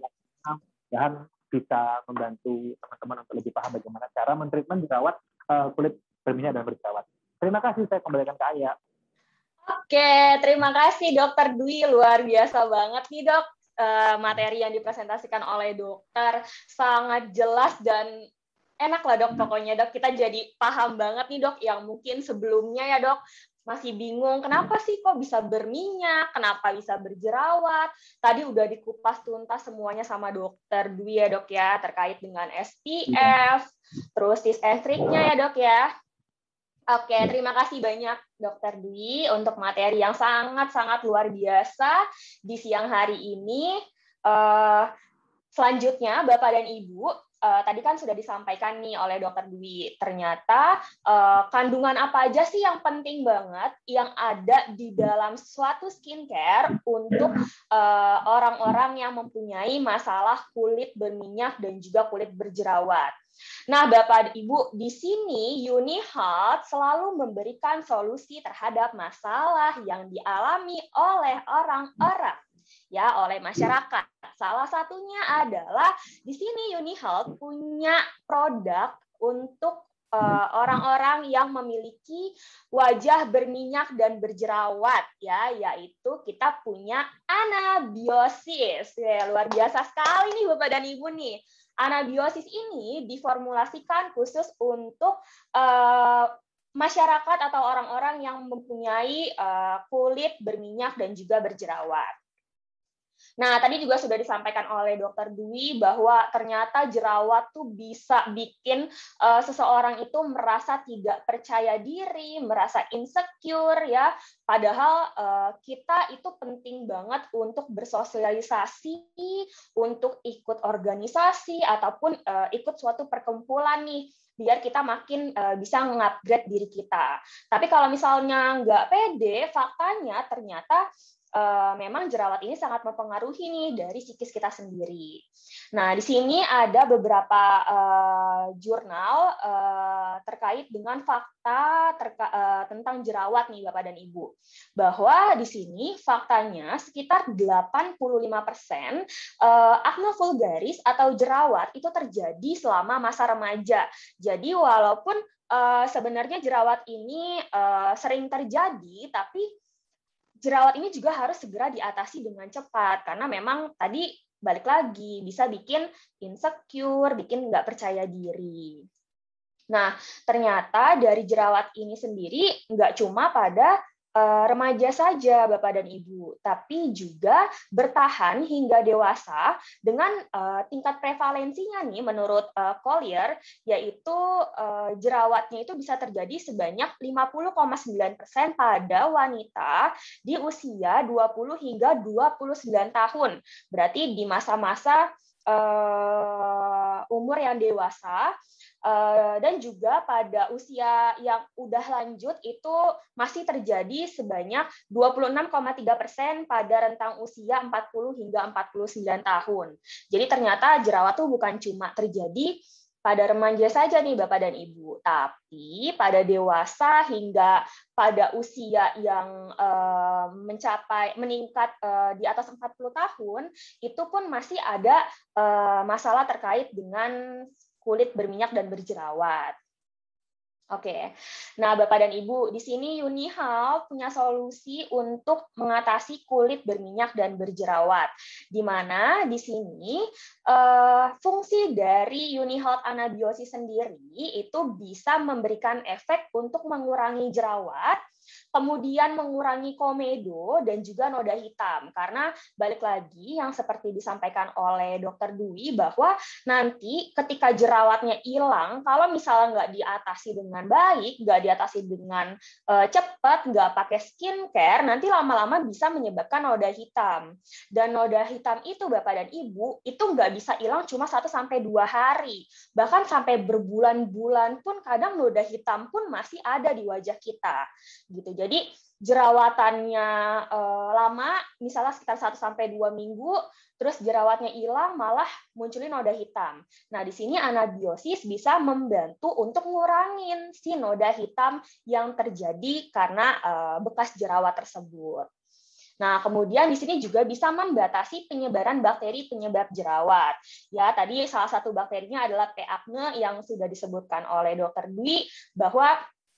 dan bisa membantu teman-teman untuk lebih paham bagaimana cara mentreatment jerawat uh, kulit berminyak dan berjerawat. Terima kasih, saya kembalikan ke Aya. Oke, terima kasih Dokter Dwi, luar biasa banget nih Dok. Uh, materi yang dipresentasikan oleh dokter sangat jelas dan enak lah Dok, pokoknya Dok kita jadi paham banget nih Dok, yang mungkin sebelumnya ya Dok masih bingung kenapa sih kok bisa berminyak, kenapa bisa berjerawat. Tadi udah dikupas tuntas semuanya sama Dokter Dwi ya Dok ya, terkait dengan S P F, terus tips and triknya ya Dok ya. Oke, terima kasih banyak Dokter Dwi untuk materi yang sangat-sangat luar biasa di siang hari ini. Uh, selanjutnya Bapak dan Ibu, Uh, tadi kan sudah disampaikan nih oleh Dokter Dwi, ternyata uh, kandungan apa aja sih yang penting banget yang ada di dalam suatu skincare untuk uh, orang-orang yang mempunyai masalah kulit berminyak dan juga kulit berjerawat. Nah, Bapak dan Ibu, di sini UniHealth selalu memberikan solusi terhadap masalah yang dialami oleh orang-orang, ya, oleh masyarakat. Salah satunya adalah di sini UniHealth punya produk untuk orang-orang uh, yang memiliki wajah berminyak dan berjerawat, ya, yaitu kita punya Anabiosis. Ya, luar biasa sekali nih Bapak dan Ibu nih. Anabiosis ini diformulasikan khusus untuk uh, masyarakat atau orang-orang yang mempunyai uh, kulit berminyak dan juga berjerawat. Nah, tadi juga sudah disampaikan oleh Dokter Dwi bahwa ternyata jerawat tuh bisa bikin uh, seseorang itu merasa tidak percaya diri, merasa insecure ya. Padahal uh, kita itu penting banget untuk bersosialisasi, untuk ikut organisasi ataupun uh, ikut suatu perkumpulan nih, biar kita makin uh, bisa mengupgrade diri kita. Tapi kalau misalnya nggak pede, faktanya ternyata Uh, memang jerawat ini sangat mempengaruhi nih dari psikis kita sendiri. Nah, di sini ada beberapa uh, jurnal uh, terkait dengan fakta terka uh, tentang jerawat nih Bapak dan Ibu. Bahwa di sini faktanya sekitar delapan puluh lima persen uh, acne vulgaris atau jerawat itu terjadi selama masa remaja. Jadi walaupun uh, sebenarnya jerawat ini uh, sering terjadi, tapi jerawat ini juga harus segera diatasi dengan cepat, karena memang tadi balik lagi bisa bikin insecure, bikin nggak percaya diri. Nah, ternyata dari jerawat ini sendiri nggak cuma pada uh, remaja saja, Bapak dan Ibu, tapi juga bertahan hingga dewasa dengan uh, tingkat prevalensinya nih menurut uh, Collier, yaitu uh, jerawatnya itu bisa terjadi sebanyak lima puluh koma sembilan persen pada wanita di usia dua puluh hingga dua puluh sembilan tahun. Berarti di masa-masa uh, umur yang dewasa. Uh, dan juga pada usia yang udah lanjut itu masih terjadi sebanyak dua puluh enam koma tiga persen pada rentang usia empat puluh hingga empat puluh sembilan tahun. Jadi ternyata jerawat itu bukan cuma terjadi pada remaja saja nih Bapak dan Ibu, tapi pada dewasa hingga pada usia yang uh, mencapai meningkat uh, di atas empat puluh tahun itu pun masih ada uh, masalah terkait dengan kulit berminyak dan berjerawat. Oke, nah Bapak dan Ibu, di sini UniHealth punya solusi untuk mengatasi kulit berminyak dan berjerawat, di mana di sini uh, fungsi dari UniHealth Anabiosis sendiri itu bisa memberikan efek untuk mengurangi jerawat Kemudian mengurangi komedo dan juga noda hitam. Karena balik lagi yang seperti disampaikan oleh dokter Dwi bahwa nanti ketika jerawatnya hilang, kalau misalnya nggak diatasi dengan baik, nggak diatasi dengan uh, cepat, nggak pakai skincare, nanti lama-lama bisa menyebabkan noda hitam. Dan noda hitam itu Bapak dan Ibu, itu nggak bisa hilang cuma satu sampai dua hari. Bahkan sampai berbulan-bulan pun kadang noda hitam pun masih ada di wajah kita. Gitu. Jadi jerawatannya eh, lama, misalnya sekitar satu sampai dua minggu, terus jerawatnya hilang, malah munculin noda hitam. Nah, di sini anabiosis bisa membantu untuk ngurangin si noda hitam yang terjadi karena eh, bekas jerawat tersebut. Nah, kemudian di sini juga bisa membatasi penyebaran bakteri penyebab jerawat. Ya, tadi salah satu bakterinya adalah P. acne yang sudah disebutkan oleh dokter Dwi bahwa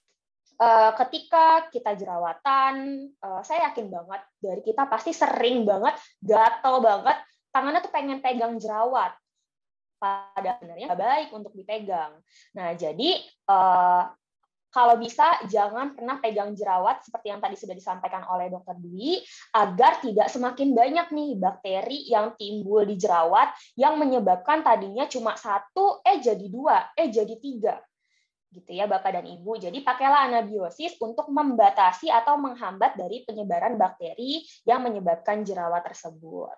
Uh, ketika kita jerawatan, uh, saya yakin banget dari kita pasti sering banget, gatel banget, tangannya tuh pengen pegang jerawat. Padahal sebenarnya nggak baik untuk dipegang. Nah, jadi uh, kalau bisa jangan pernah pegang jerawat seperti yang tadi sudah disampaikan oleh dokter Dwi, agar tidak semakin banyak nih bakteri yang timbul di jerawat yang menyebabkan tadinya cuma satu, eh jadi dua, eh jadi tiga. Gitu ya Bapak dan Ibu. Jadi pakailah anabiosis untuk membatasi atau menghambat dari penyebaran bakteri yang menyebabkan jerawat tersebut.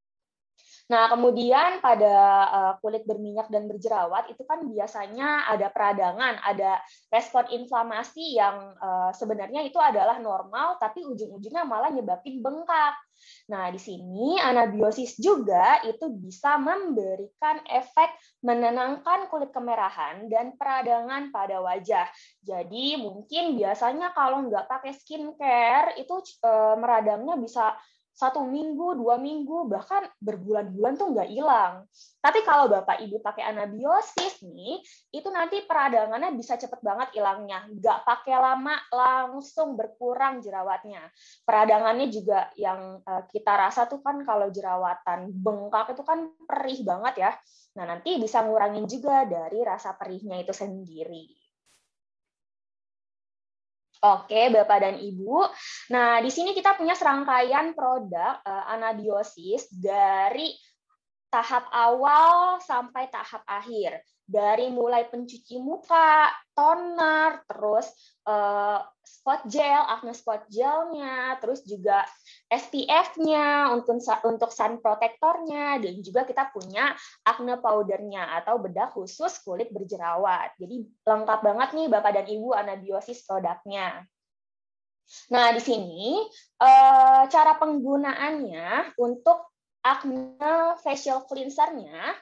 Nah, kemudian pada kulit berminyak dan berjerawat itu kan biasanya ada peradangan, ada respon inflamasi yang sebenarnya itu adalah normal, tapi ujung-ujungnya malah nyebabin bengkak. Nah, di sini anabiosis juga itu bisa memberikan efek menenangkan kulit kemerahan dan peradangan pada wajah. Jadi mungkin biasanya kalau nggak pakai skincare itu eh, meradangnya bisa satu minggu, dua minggu, bahkan berbulan-bulan tuh nggak hilang. Tapi kalau Bapak Ibu pakai anabiosis nih, itu nanti peradangannya bisa cepet banget hilangnya. Nggak pakai lama, langsung berkurang jerawatnya. Peradangannya juga yang kita rasa tuh kan kalau jerawatan bengkak itu kan perih banget ya. Nah, nanti bisa ngurangin juga dari rasa perihnya itu sendiri. Oke, Bapak dan Ibu. Nah, di sini kita punya serangkaian produk uh, anabiosis dari tahap awal sampai tahap akhir. Dari mulai pencuci muka, toner, terus uh, spot gel, acne spot gelnya, terus juga S P F-nya untuk untuk sun protectornya, dan juga kita punya acne powdernya atau bedak khusus kulit berjerawat. Jadi lengkap banget nih Bapak dan Ibu anabiosis produknya. Nah, di sini uh, cara penggunaannya untuk acne facial cleanser-nya,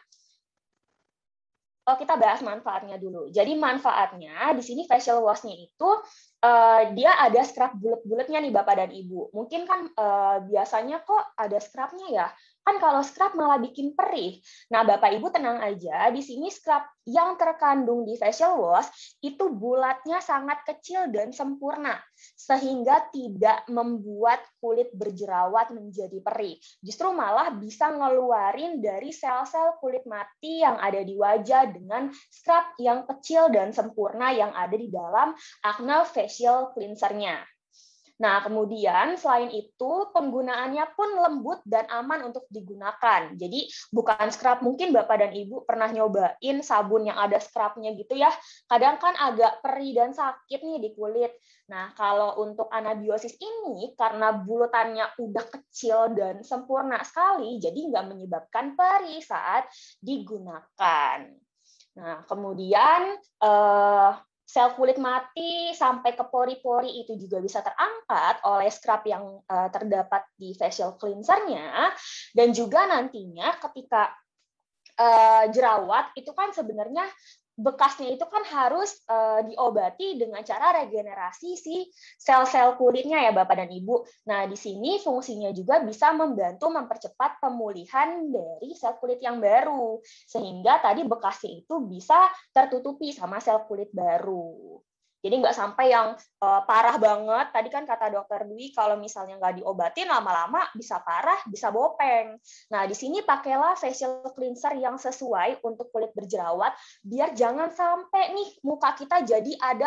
oh, kita bahas manfaatnya dulu. Jadi manfaatnya di sini facial wash-nya itu uh, dia ada scrub bulat-bulatnya nih Bapak dan Ibu. Mungkin kan uh, biasanya kok ada scrub-nya ya. Kan kalau scrub malah bikin perih. Nah, Bapak Ibu tenang aja, di sini scrub yang terkandung di facial wash itu bulatnya sangat kecil dan sempurna, sehingga tidak membuat kulit berjerawat menjadi perih. Justru malah bisa ngeluarin dari sel-sel kulit mati yang ada di wajah dengan scrub yang kecil dan sempurna yang ada di dalam acne facial cleanser-nya. Nah, kemudian selain itu penggunaannya pun lembut dan aman untuk digunakan. Jadi bukan scrub, mungkin Bapak dan Ibu pernah nyobain sabun yang ada scrubnya gitu ya. Kadang kan agak perih dan sakit nih di kulit. Nah, kalau untuk anabiosis ini karena bulutannya udah kecil dan sempurna sekali, jadi nggak menyebabkan perih saat digunakan. Nah, kemudian eh, sel kulit mati sampai ke pori-pori itu juga bisa terangkat oleh scrub yang uh, terdapat di facial cleanser-nya. Dan juga nantinya ketika uh, jerawat itu kan sebenarnya bekasnya itu kan harus uh, diobati dengan cara regenerasi si sel-sel kulitnya ya Bapak dan Ibu. Nah, di sini fungsinya juga bisa membantu mempercepat pemulihan dari sel kulit yang baru. Sehingga tadi bekasnya itu bisa tertutupi sama sel kulit baru. Jadi nggak sampai yang uh, parah banget. Tadi kan kata dokter Dwi, kalau misalnya nggak diobatin lama-lama bisa parah, bisa bopeng. Nah, di sini pakailah facial cleanser yang sesuai untuk kulit berjerawat, biar jangan sampai nih muka kita jadi ada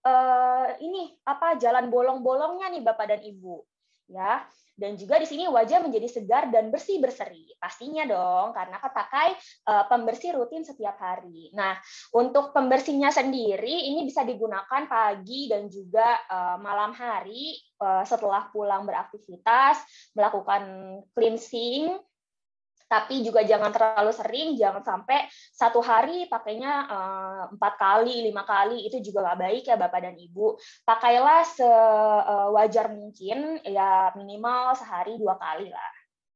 uh, ini apa jalan bolong-bolongnya nih Bapak dan Ibu. Ya, dan juga di sini wajah menjadi segar dan bersih berseri. Pastinya dong, karena kepakai uh, pembersih rutin setiap hari. Nah, untuk pembersihnya sendiri ini bisa digunakan pagi dan juga uh, malam hari uh, setelah pulang beraktivitas, melakukan cleansing. Tapi juga jangan terlalu sering, jangan sampai satu hari pakainya empat kali, lima kali, itu juga nggak baik ya Bapak dan Ibu. Pakailah sewajar mungkin, ya minimal sehari dua kali lah.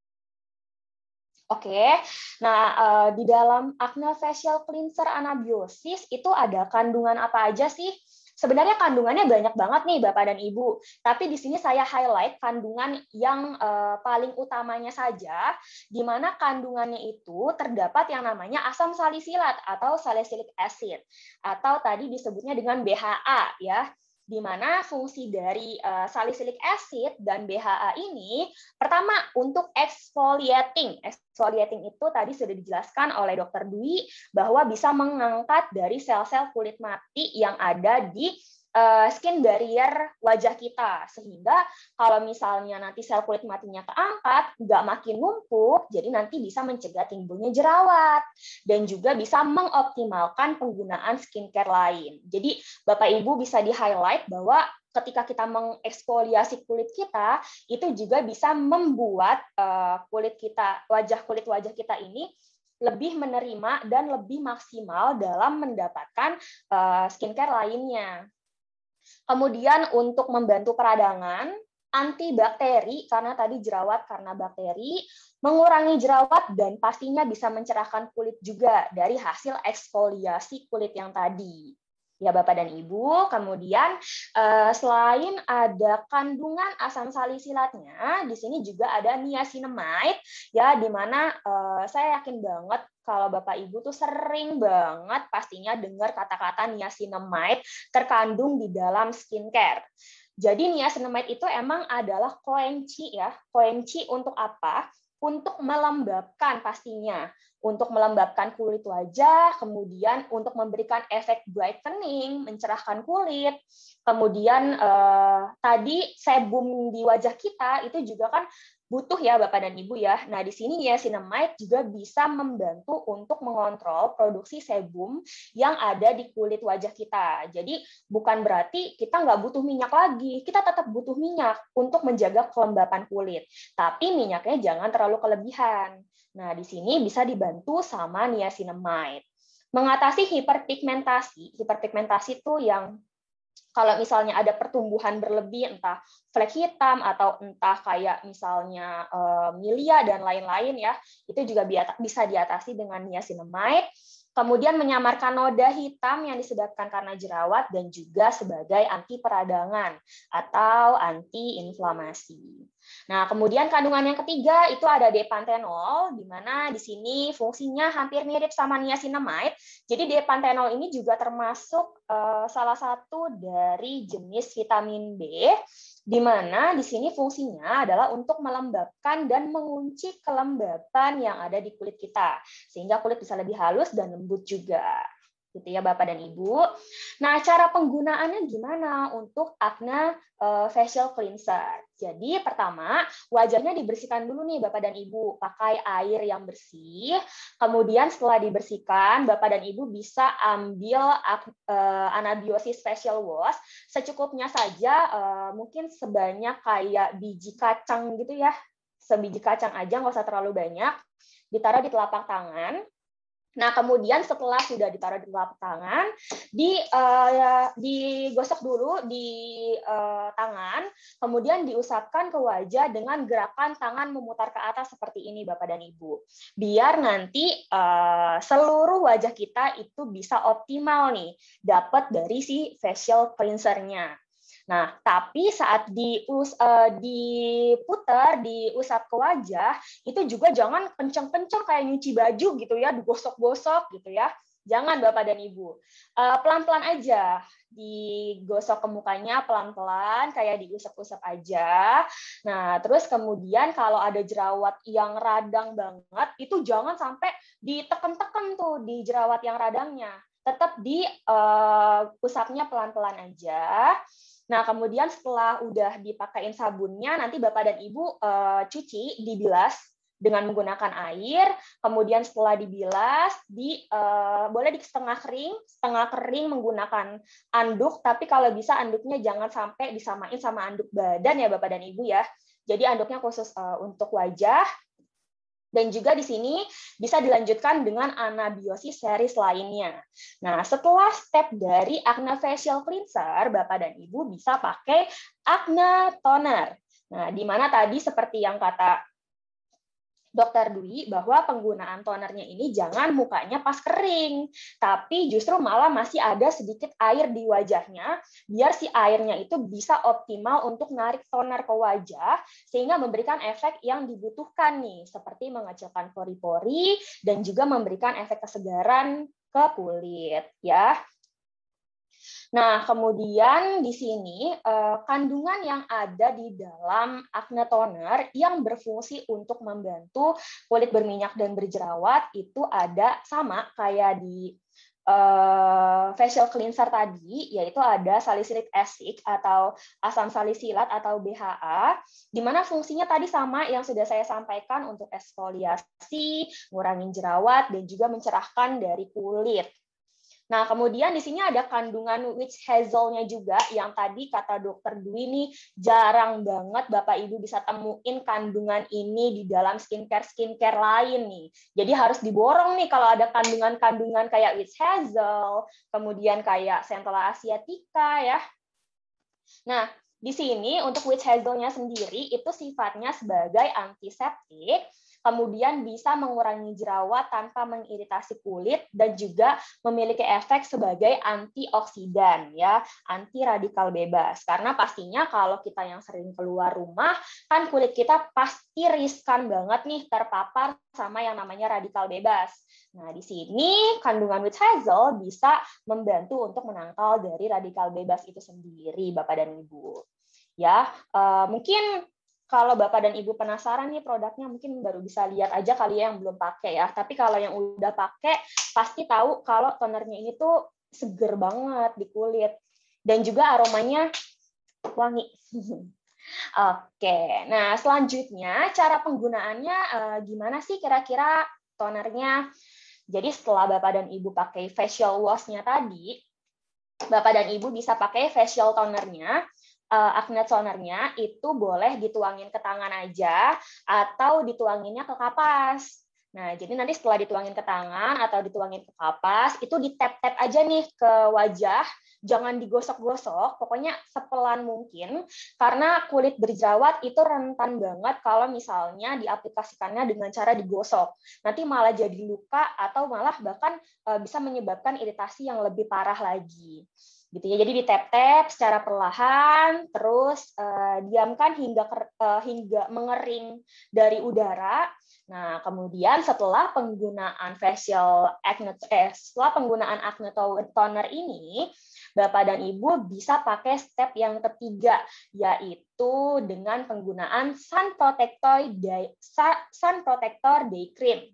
Oke, nah di dalam Acne Facial Cleanser Anabiosis itu ada kandungan apa aja sih? Sebenarnya kandungannya banyak banget nih Bapak dan Ibu, tapi di sini saya highlight kandungan yang uh, paling utamanya saja, di mana kandungannya itu terdapat yang namanya asam salisilat atau salicylic acid, atau tadi disebutnya dengan B H A ya, di mana fungsi dari uh, salicylic acid dan B H A ini pertama untuk exfoliating. Exfoliating itu tadi sudah dijelaskan oleh Dokter Dwi bahwa bisa mengangkat dari sel-sel kulit mati yang ada di uh, skin barrier wajah kita, sehingga kalau misalnya nanti sel kulit matinya keangkat, nggak makin numpuk, jadi nanti bisa mencegah timbulnya jerawat dan juga bisa mengoptimalkan penggunaan skincare lain. Jadi Bapak Ibu bisa di-highlight bahwa ketika kita mengeksfoliasi kulit kita, itu juga bisa membuat uh, kulit kita, wajah kulit wajah kita ini lebih menerima dan lebih maksimal dalam mendapatkan uh, skincare lainnya. Kemudian untuk membantu peradangan, antibakteri karena tadi jerawat karena bakteri, mengurangi jerawat dan pastinya bisa mencerahkan kulit juga dari hasil eksfoliasi kulit yang tadi. Ya Bapak dan Ibu, kemudian selain ada kandungan asam salisilatnya, di sini juga ada niacinamide, ya di mana saya yakin banget kalau Bapak Ibu tuh sering banget pastinya dengar kata-kata niacinamide terkandung di dalam skincare. Jadi niacinamide itu emang adalah koenci ya, koenci untuk apa? Untuk melembabkan pastinya, untuk melembabkan kulit wajah, kemudian untuk memberikan efek brightening, mencerahkan kulit, kemudian eh, tadi sebum di wajah kita itu juga kan butuh ya Bapak dan Ibu ya. Nah di sini niacinamide juga bisa membantu untuk mengontrol produksi sebum yang ada di kulit wajah kita. Jadi bukan berarti kita nggak butuh minyak lagi, kita tetap butuh minyak untuk menjaga kelembapan kulit. Tapi minyaknya jangan terlalu kelebihan. Nah di sini bisa dibantu sama niacinamide. Mengatasi hiperpigmentasi, hiperpigmentasi itu yang kalau misalnya ada pertumbuhan berlebih, entah flek hitam atau entah kayak misalnya uh, milia dan lain-lain ya, itu juga bisa diatasi dengan niacinamide. Kemudian menyamarkan noda hitam yang disebabkan karena jerawat dan juga sebagai anti peradangan atau anti inflamasi. Nah, kemudian kandungan yang ketiga itu ada D-pantenol, di mana di sini fungsinya hampir mirip sama niacinamide. Jadi D-pantenol ini juga termasuk uh, salah satu dari jenis vitamin B, di mana di sini fungsinya adalah untuk melembabkan dan mengunci kelembapan yang ada di kulit kita, sehingga kulit bisa lebih halus dan lembut juga. Gitu ya Bapak dan Ibu. Nah, cara penggunaannya gimana untuk Acne uh, Facial Cleanser? Jadi pertama, wajahnya dibersihkan dulu nih Bapak dan Ibu, pakai air yang bersih. Kemudian setelah dibersihkan, Bapak dan Ibu bisa ambil uh, Anabiosis Facial Wash secukupnya saja, uh, mungkin sebanyak kayak biji kacang gitu ya. Sebiji kacang aja, nggak usah terlalu banyak. Ditaruh di telapak tangan. Nah, kemudian setelah sudah ditaruh di telapak tangan, di uh, digosok dulu di uh, tangan, kemudian diusapkan ke wajah dengan gerakan tangan memutar ke atas seperti ini, Bapak dan Ibu. Biar nanti uh, seluruh wajah kita itu bisa optimal nih, dapat dari si facial cleanser-nya. Nah, tapi saat dius, uh, diputar, diusap ke wajah, itu juga jangan kenceng-kenceng kayak nyuci baju gitu ya, digosok-gosok gitu ya. Jangan Bapak dan Ibu. Uh, pelan-pelan aja, digosok ke mukanya pelan-pelan, kayak diusap-usap aja. Nah, terus kemudian kalau ada jerawat yang radang banget, itu jangan sampai diteken-teken tuh di jerawat yang radangnya. tetap di uh, usapnya pelan-pelan aja. Nah, kemudian setelah udah dipakein sabunnya, nanti Bapak dan Ibu uh, cuci, dibilas dengan menggunakan air. Kemudian setelah dibilas, di uh, boleh di setengah kering, setengah kering menggunakan anduk, tapi kalau bisa anduknya jangan sampai disamain sama anduk badan ya Bapak dan Ibu ya. Jadi anduknya khusus uh, untuk wajah. Dan juga di sini bisa dilanjutkan dengan anabiosis series lainnya. Nah, setelah step dari Acne Facial Cleanser, Bapak dan Ibu bisa pakai Acne Toner. Nah, di mana tadi seperti yang kata Dokter Dwi, bahwa penggunaan tonernya ini jangan mukanya pas kering, tapi justru malah masih ada sedikit air di wajahnya, biar si airnya itu bisa optimal untuk narik toner ke wajah, sehingga memberikan efek yang dibutuhkan nih, seperti mengecilkan pori-pori, dan juga memberikan efek kesegaran ke kulit. Ya. Nah, kemudian di sini kandungan yang ada di dalam Acne Toner yang berfungsi untuk membantu kulit berminyak dan berjerawat itu ada sama kayak di uh, facial cleanser tadi, yaitu ada salicylic acid atau asam salisilat atau B H A, di mana fungsinya tadi sama yang sudah saya sampaikan untuk eksfoliasi, ngurangin jerawat, dan juga mencerahkan dari kulit. Nah, kemudian di sini ada kandungan witch hazel-nya juga, yang tadi kata Dokter Dwi nih jarang banget Bapak Ibu bisa temuin kandungan ini di dalam skincare-skincare lain nih. Jadi harus diborong nih kalau ada kandungan-kandungan kayak witch hazel, kemudian kayak Centella asiatica ya. Nah, di sini untuk witch hazel-nya sendiri itu sifatnya sebagai antiseptik, kemudian bisa mengurangi jerawat tanpa mengiritasi kulit, dan juga memiliki efek sebagai antioksidan, ya, anti radikal bebas. Karena pastinya kalau kita yang sering keluar rumah, kan kulit kita pasti riskan banget nih terpapar sama yang namanya radikal bebas. Nah, di sini kandungan witch hazel bisa membantu untuk menangkal dari radikal bebas itu sendiri, Bapak dan Ibu. Ya, uh, mungkin kalau Bapak dan Ibu penasaran nih produknya, mungkin baru bisa lihat aja kali ya yang belum pakai ya. Tapi kalau yang udah pakai, pasti tahu kalau tonernya ini tuh seger banget di kulit. Dan juga aromanya wangi. Oke, nah selanjutnya cara penggunaannya eh, gimana sih kira-kira tonernya? Jadi setelah Bapak dan Ibu pakai facial wash-nya tadi, Bapak dan Ibu bisa pakai facial tonernya. Uh, Acne tonernya itu boleh dituangin ke tangan aja atau dituanginnya ke kapas. Nah, jadi nanti setelah dituangin ke tangan atau dituangin ke kapas, itu ditap-tap aja nih ke wajah, jangan digosok-gosok, pokoknya sepelan mungkin, karena kulit berjerawat itu rentan banget kalau misalnya diaplikasikannya dengan cara digosok. Nanti malah jadi luka atau malah bahkan uh, bisa menyebabkan iritasi yang lebih parah lagi. Gitu ya. Jadi ditap-tap secara perlahan, terus uh, diamkan hingga uh, hingga mengering dari udara. Nah, kemudian setelah penggunaan facial acne eh, setelah penggunaan acne toner ini, Bapak dan Ibu bisa pakai step yang ketiga, yaitu dengan penggunaan sun protector day, sun protector day cream.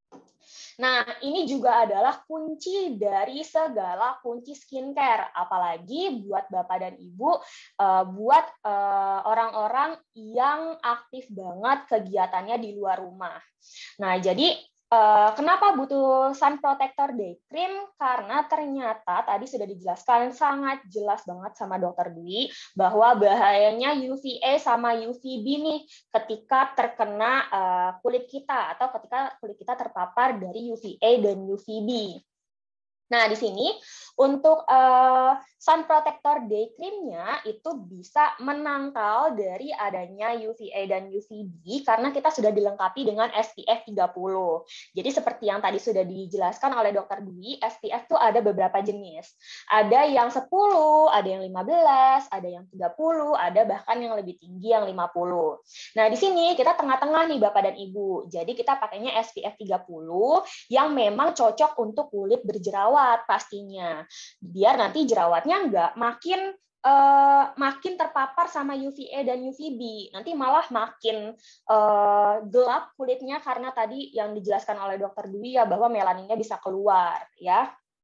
Nah, ini juga adalah kunci dari segala kunci skincare, apalagi buat Bapak dan Ibu, buat orang-orang yang aktif banget kegiatannya di luar rumah. Nah, jadi kenapa butuh sun protector day cream? Karena ternyata tadi sudah dijelaskan sangat jelas banget sama Dokter Dwi bahwa bahayanya U V A sama U V B nih ketika terkena uh, kulit kita atau ketika kulit kita terpapar dari U V A dan U V B. Nah, di sini untuk uh, sun protector day cream-nya itu bisa menangkal dari adanya U V A dan U V B karena kita sudah dilengkapi dengan S P F tiga puluh. Jadi seperti yang tadi sudah dijelaskan oleh Dokter Dwi, S P F itu ada beberapa jenis. Ada yang sepuluh, ada yang lima belas, ada yang tiga puluh, ada bahkan yang lebih tinggi yang lima puluh. Nah, di sini kita tengah-tengah nih Bapak dan Ibu. Jadi kita pakainya S P F tiga puluh yang memang cocok untuk kulit berjerawat pastinya, biar nanti jerawatnya nggak makin uh, makin terpapar sama U V A dan U V B, nanti malah makin uh, gelap kulitnya karena tadi yang dijelaskan oleh Dokter Dwi ya bahwa melaninnya bisa keluar ya.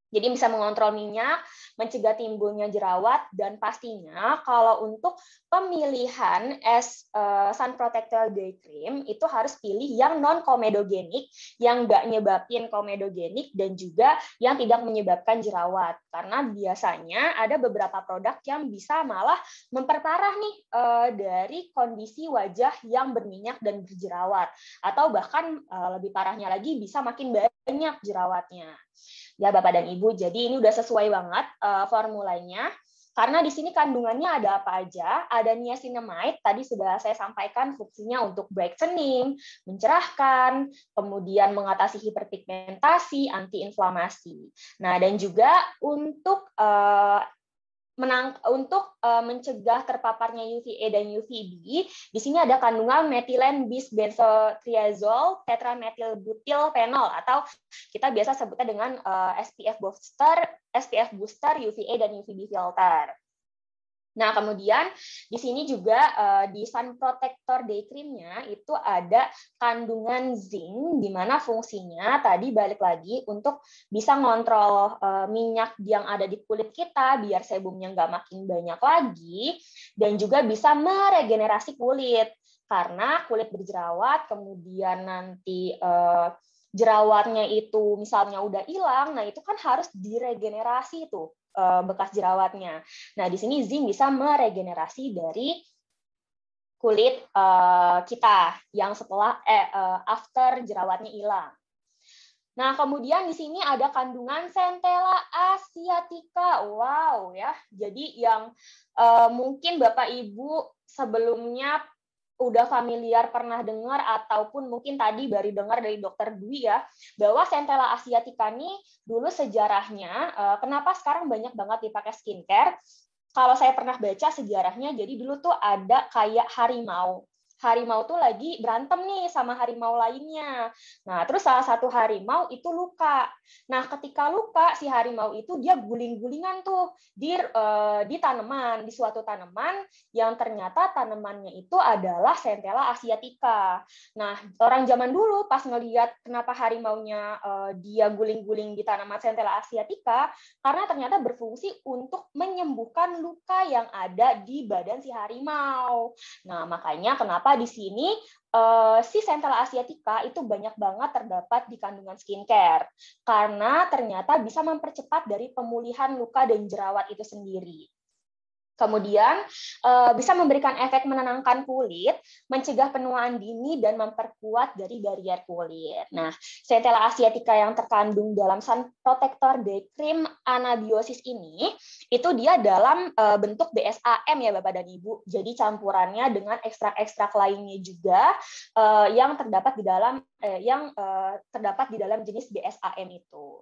Jadi bisa mengontrol minyak, mencegah timbulnya jerawat, dan pastinya kalau untuk pemilihan es uh, sun protector day cream itu harus pilih yang non komedogenik, yang nggak nyebabin komedogenik dan juga yang tidak menyebabkan jerawat. Karena biasanya ada beberapa produk yang bisa malah memperparah nih uh, dari kondisi wajah yang berminyak dan berjerawat, atau bahkan uh, lebih parahnya lagi bisa makin banyak jerawatnya. Ya Bapak dan Ibu, jadi ini udah sesuai banget uh, formulanya. Karena di sini kandungannya ada apa aja? Ada niacinamide, tadi sudah saya sampaikan fungsinya untuk brightening, mencerahkan, kemudian mengatasi hiperpigmentasi, antiinflamasi. Nah, dan juga untuk uh, menang untuk uh, mencegah terpaparnya U V A dan U V B, di sini ada kandungan metilen bisbenzotriazol tetramethylbutylphenol atau kita biasa sebutnya dengan uh, S P F booster, S P F booster U V A dan U V B filter. Nah, kemudian di sini juga uh, di Sun Protector Day Cream-nya itu ada kandungan zinc, di mana fungsinya tadi balik lagi untuk bisa ngontrol uh, minyak yang ada di kulit kita, biar sebumnya nggak makin banyak lagi, dan juga bisa meregenerasi kulit. Karena kulit berjerawat, kemudian nanti uh, jerawatnya itu misalnya udah hilang, nah itu kan harus diregenerasi tuh bekas jerawatnya. Nah, di sini zinc bisa meregenerasi dari kulit uh, kita yang setelah eh uh, after jerawatnya hilang. Nah, kemudian di sini ada kandungan Centella asiatica. Wow, ya. Jadi yang uh, mungkin Bapak Ibu sebelumnya udah familiar pernah dengar ataupun mungkin tadi baru dengar dari dokter Dwi ya, bahwa Centella asiatica ini dulu sejarahnya kenapa sekarang banyak banget dipakai skincare. Kalau saya pernah baca sejarahnya, jadi dulu tuh ada kayak harimau. Harimau tuh lagi berantem nih sama harimau lainnya. Nah, terus salah satu harimau itu luka. Nah, ketika luka, si harimau itu dia guling-gulingan tuh di, uh, di tanaman, di suatu tanaman yang ternyata tanamannya itu adalah Centella asiatica. Nah, orang zaman dulu pas ngelihat kenapa harimaunya uh, dia guling-guling di tanaman Centella asiatica, karena ternyata berfungsi untuk menyembuhkan luka yang ada di badan si harimau. Nah, makanya kenapa di sini uh, si Centella asiatica itu banyak banget terdapat di kandungan skincare karena ternyata bisa mempercepat dari pemulihan luka dan jerawat itu sendiri. Kemudian bisa memberikan efek menenangkan kulit, mencegah penuaan dini, dan memperkuat dari barrier kulit. Nah, Centella asiatica yang terkandung dalam Sun Protector Day Cream Anabiosis ini, itu dia dalam bentuk B S A M ya Bapak dan Ibu. Jadi campurannya dengan ekstrak-ekstrak lainnya juga yang terdapat di dalam yang terdapat di dalam jenis B S A M itu.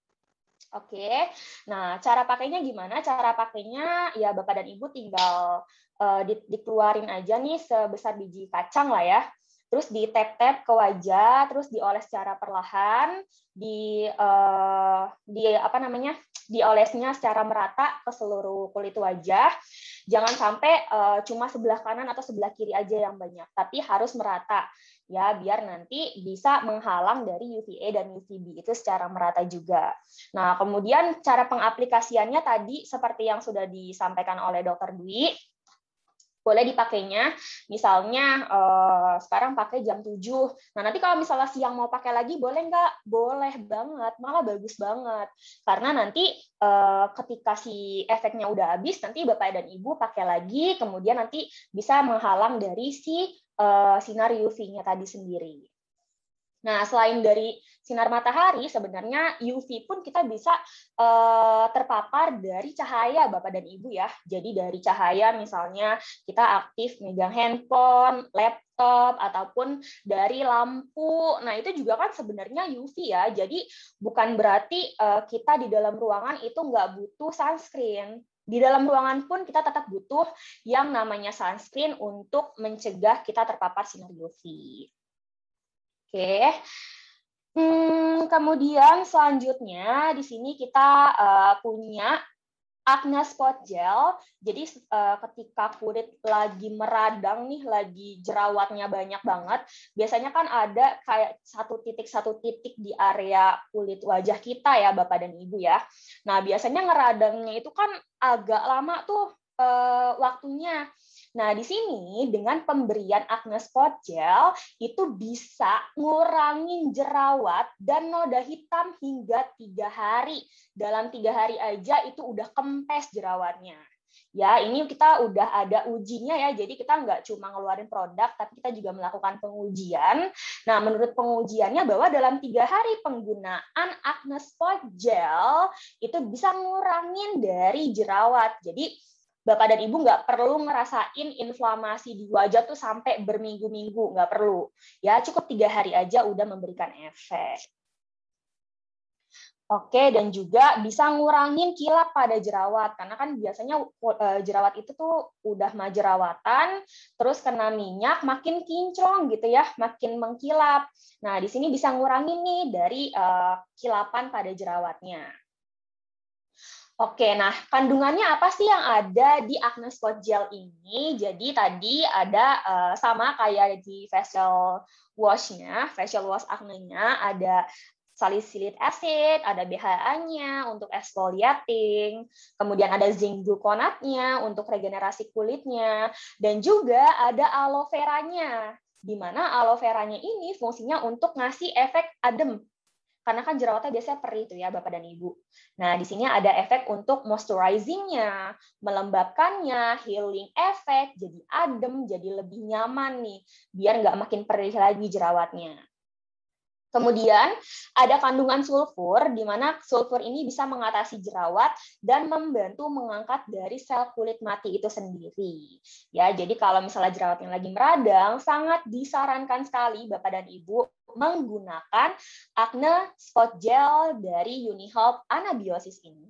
Oke, nah cara pakainya gimana? Cara pakainya ya Bapak dan Ibu tinggal uh, di, dikeluarin aja nih sebesar biji kacang lah ya. Terus di tap-tap ke wajah, terus dioles secara perlahan, di uh, di apa namanya? diolesnya secara merata ke seluruh kulit wajah. Jangan sampai uh, cuma sebelah kanan atau sebelah kiri aja yang banyak, tapi harus merata. Ya, biar nanti bisa menghalang dari U V A dan U V B itu secara merata juga. Nah, kemudian cara pengaplikasiannya tadi seperti yang sudah disampaikan oleh dokter Dwi, boleh dipakainya, misalnya eh, sekarang pakai jam tujuh. Nah, nanti kalau misalnya siang mau pakai lagi, boleh nggak? Boleh banget, malah bagus banget. Karena nanti eh, ketika si efeknya udah habis, nanti Bapak dan Ibu pakai lagi, kemudian nanti bisa menghalang dari si Uh, sinar U V-nya tadi sendiri. Nah, selain dari sinar matahari, sebenarnya U V pun kita bisa uh, terpapar dari cahaya Bapak dan Ibu ya. Jadi dari cahaya misalnya kita aktif megang handphone, laptop, ataupun dari lampu. Nah, itu juga kan sebenarnya U V ya. Jadi bukan berarti uh, kita di dalam ruangan itu nggak butuh sunscreen. Di dalam ruangan pun kita tetap butuh yang namanya sunscreen untuk mencegah kita terpapar sinar U V. Oke. Hmm, kemudian selanjutnya di sini kita uh, punya Acne spot gel, jadi uh, ketika kulit lagi meradang nih, lagi jerawatnya banyak banget, biasanya kan ada kayak satu titik satu titik di area kulit wajah kita ya, Bapak dan Ibu ya. Nah biasanya ngeradangnya itu kan agak lama tuh uh, waktunya. Nah, di sini dengan pemberian Acne Spot Gel itu bisa ngurangin jerawat dan noda hitam hingga tiga hari. Dalam tiga hari aja itu udah kempes jerawatnya. Ya, ini kita udah ada ujinya ya, jadi kita nggak cuma ngeluarin produk, tapi kita juga melakukan pengujian. Nah, menurut pengujiannya bahwa dalam tiga hari penggunaan Acne Spot Gel itu bisa ngurangin dari jerawat. Jadi Bapak dan Ibu nggak perlu ngerasain inflamasi di wajah tuh sampai berminggu-minggu, nggak perlu. Ya, cukup tiga hari aja udah memberikan efek. Oke, dan juga bisa ngurangin kilap pada jerawat, karena kan biasanya jerawat itu tuh udah mah jerawatan, terus kena minyak, makin kinclong gitu ya, makin mengkilap. Nah, di sini bisa ngurangin nih dari uh, kilapan pada jerawatnya. Oke, nah kandungannya apa sih yang ada di Acne Spot Gel ini? Jadi tadi ada uh, sama kayak di facial wash-nya, facial wash acne-nya, ada salicylic acid, ada B H A-nya untuk exfoliating, kemudian ada zinc gluconate-nya untuk regenerasi kulitnya, dan juga ada aloe vera-nya, di mana aloe vera-nya ini fungsinya untuk ngasih efek adem. Karena kan jerawatnya biasanya perih tuh ya Bapak dan Ibu. Nah, di sini ada efek untuk moisturizing-nya, melembabkannya, healing efek, jadi adem, jadi lebih nyaman nih, biar nggak makin perih lagi jerawatnya. Kemudian ada kandungan sulfur, di mana sulfur ini bisa mengatasi jerawat dan membantu mengangkat dari sel kulit mati itu sendiri. Ya, jadi kalau misalnya jerawatnya lagi meradang, sangat disarankan sekali Bapak dan Ibu menggunakan Acne Spot Gel dari Unihelp Anabiosis ini.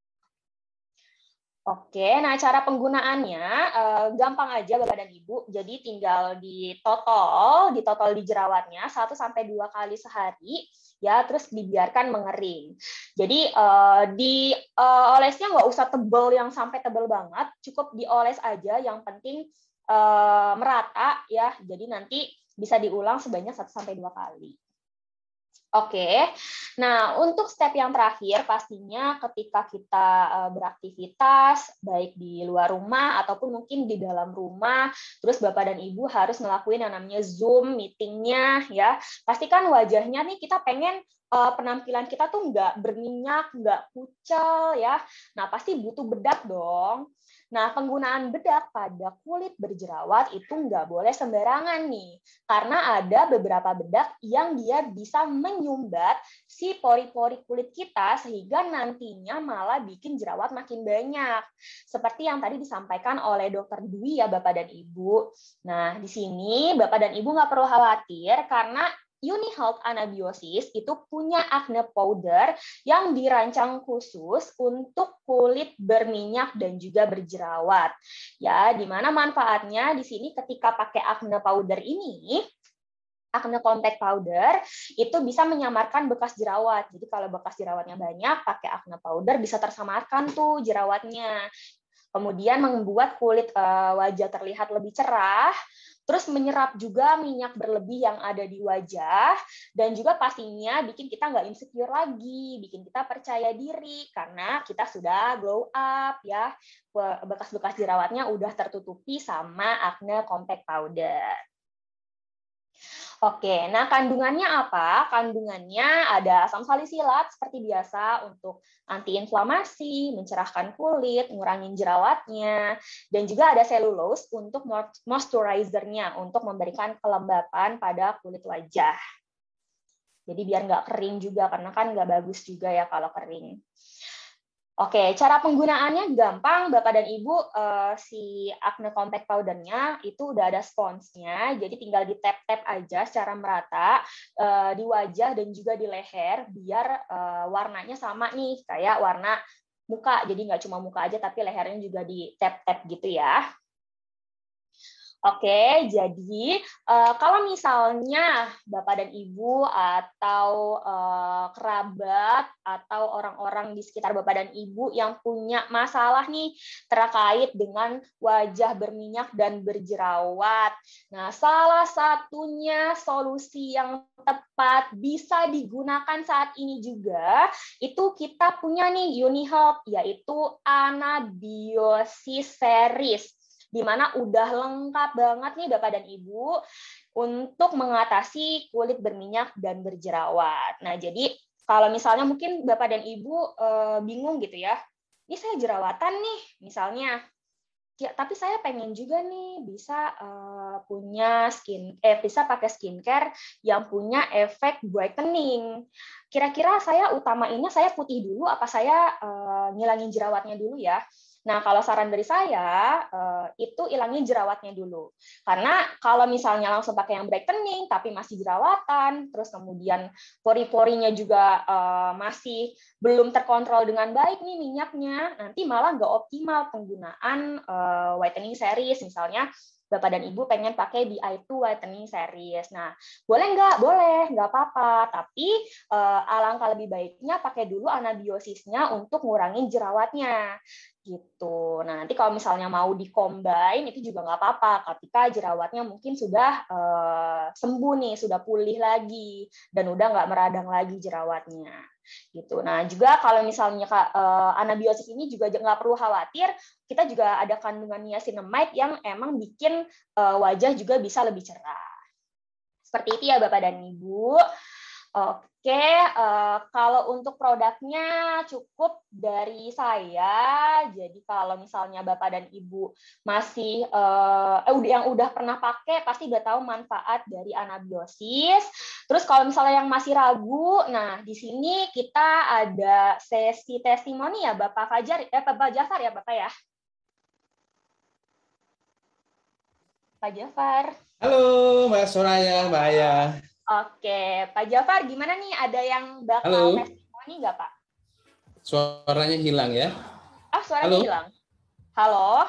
Oke, nah cara penggunaannya eh, gampang aja Bapak dan Ibu. Jadi tinggal ditotol, ditotol di jerawatnya satu sampai dua kali sehari ya, terus dibiarkan mengering. Jadi eh, di eh, olesnya nggak usah tebel yang sampai tebel banget, cukup dioles aja, yang penting eh, merata ya. Jadi nanti bisa diulang sebanyak satu sampai dua kali. Oke, nah untuk step yang terakhir pastinya ketika kita beraktivitas baik di luar rumah ataupun mungkin di dalam rumah, terus Bapak dan Ibu harus ngelakuin yang namanya Zoom meetingnya ya. Pastikan wajahnya nih kita pengen uh, penampilan kita tuh nggak berminyak, nggak pucel ya. Nah pasti butuh bedak dong. Nah, penggunaan bedak pada kulit berjerawat itu nggak boleh sembarangan nih, karena ada beberapa bedak yang dia bisa menyumbat si pori-pori kulit kita sehingga nantinya malah bikin jerawat makin banyak. Seperti yang tadi disampaikan oleh Dokter Dwi ya Bapak dan Ibu. Nah, di sini Bapak dan Ibu nggak perlu khawatir karena Unihelp Anabiosis itu punya acne powder yang dirancang khusus untuk kulit berminyak dan juga berjerawat. Ya, di mana manfaatnya di sini ketika pakai acne powder ini, Acne Compact Powder itu bisa menyamarkan bekas jerawat. Jadi kalau bekas jerawatnya banyak, pakai acne powder bisa tersamarkan tuh jerawatnya. Kemudian membuat kulit uh, wajah terlihat lebih cerah, terus menyerap juga minyak berlebih yang ada di wajah, dan juga pastinya bikin kita nggak insecure lagi, bikin kita percaya diri, karena kita sudah glow up, ya, bekas-bekas jerawatnya udah tertutupi sama Acne Compact Powder. Oke, nah kandungannya apa? Kandungannya ada asam salisilat seperti biasa untuk antiinflamasi, mencerahkan kulit, ngurangin jerawatnya, dan juga ada selulose untuk moisturizer-nya untuk memberikan kelembapan pada kulit wajah. Jadi biar nggak kering juga, karena kan nggak bagus juga ya kalau kering. Oke, cara penggunaannya gampang, Bapak dan Ibu. Uh, si Acne Compact Powder-nya itu udah ada spons-nya, jadi tinggal di-tap-tap aja secara merata uh, di wajah dan juga di leher, biar uh, warnanya sama nih, kayak warna muka. Jadi nggak cuma muka aja, tapi lehernya juga di-tap-tap gitu ya. Oke, jadi uh, kalau misalnya Bapak dan Ibu atau uh, kerabat atau orang-orang di sekitar Bapak dan Ibu yang punya masalah nih terkait dengan wajah berminyak dan berjerawat. Nah, salah satunya solusi yang tepat bisa digunakan saat ini juga, itu kita punya nih UniHealth, yaitu Anabiosis Series, di mana udah lengkap banget nih Bapak dan Ibu untuk mengatasi kulit berminyak dan berjerawat. Nah, jadi kalau misalnya mungkin Bapak dan Ibu e, bingung gitu ya, ini saya jerawatan nih misalnya, ya, tapi saya pengen juga nih bisa e, punya skin, eh bisa pakai skincare yang punya efek brightening. Kira-kira saya utamainnya saya putih dulu, apa saya e, ngilangin jerawatnya dulu ya? Nah, kalau saran dari saya, itu ilangin jerawatnya dulu. Karena kalau misalnya langsung pakai yang brightening, tapi masih jerawatan, terus kemudian pori-porinya juga masih belum terkontrol dengan baik nih minyaknya, nanti malah nggak optimal penggunaan whitening series. Misalnya, Bapak dan Ibu pengen pakai B I dua Whitening Series. Nah, boleh nggak? Boleh, nggak apa-apa. Tapi uh, alangkah lebih baiknya pakai dulu anabiosisnya untuk ngurangin jerawatnya. Gitu. Nah, nanti kalau misalnya mau di-combine, itu juga nggak apa-apa. Ketika jerawatnya mungkin sudah uh, sembuh nih, sudah pulih lagi, dan udah nggak meradang lagi jerawatnya. Gitu. Nah, juga kalau misalnya uh, anabiosis ini juga nggak perlu khawatir, kita juga ada kandungan niacinamide yang emang bikin uh, wajah juga bisa lebih cerah. Seperti itu ya Bapak dan Ibu. Oke, uh, kalau untuk produknya cukup dari saya. Jadi kalau misalnya Bapak dan Ibu masih uh, eh, yang udah pernah pakai, pasti udah tahu manfaat dari anabiosis. Terus kalau misalnya yang masih ragu, nah di sini kita ada sesi testimoni ya Bapak Fajar, eh Bapak Jafar ya Bapak ya. Pak Jafar. Halo Mbak Soraya, Mbak Aya. Oke, Pak Jafar, gimana nih? Ada yang bakal Halo. testimoni nggak, Pak? Suaranya hilang ya? Ah, suaranya Halo? hilang. Halo?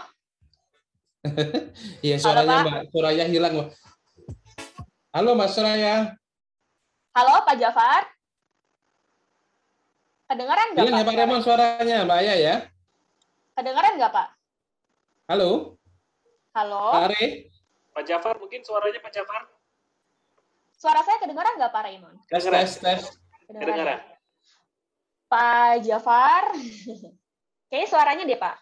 Iya, suaranya Halo, Mbak Soraya hilang. Halo, Mbak Soraya. Halo, Pak Jafar. Kedengaran nggak, Pak? Hilang ya, Pak Remon suaranya, Mbak Aya ya? Kedengaran nggak, Pak? Halo? Halo? Pak Are? Pak Jafar, mungkin suaranya Pak Jafar? Suara saya kedengaran nggak, Pak Raymond? Tes, tes, tes. Kedengaran. Pak Jafar, kayaknya suaranya deh, Pak.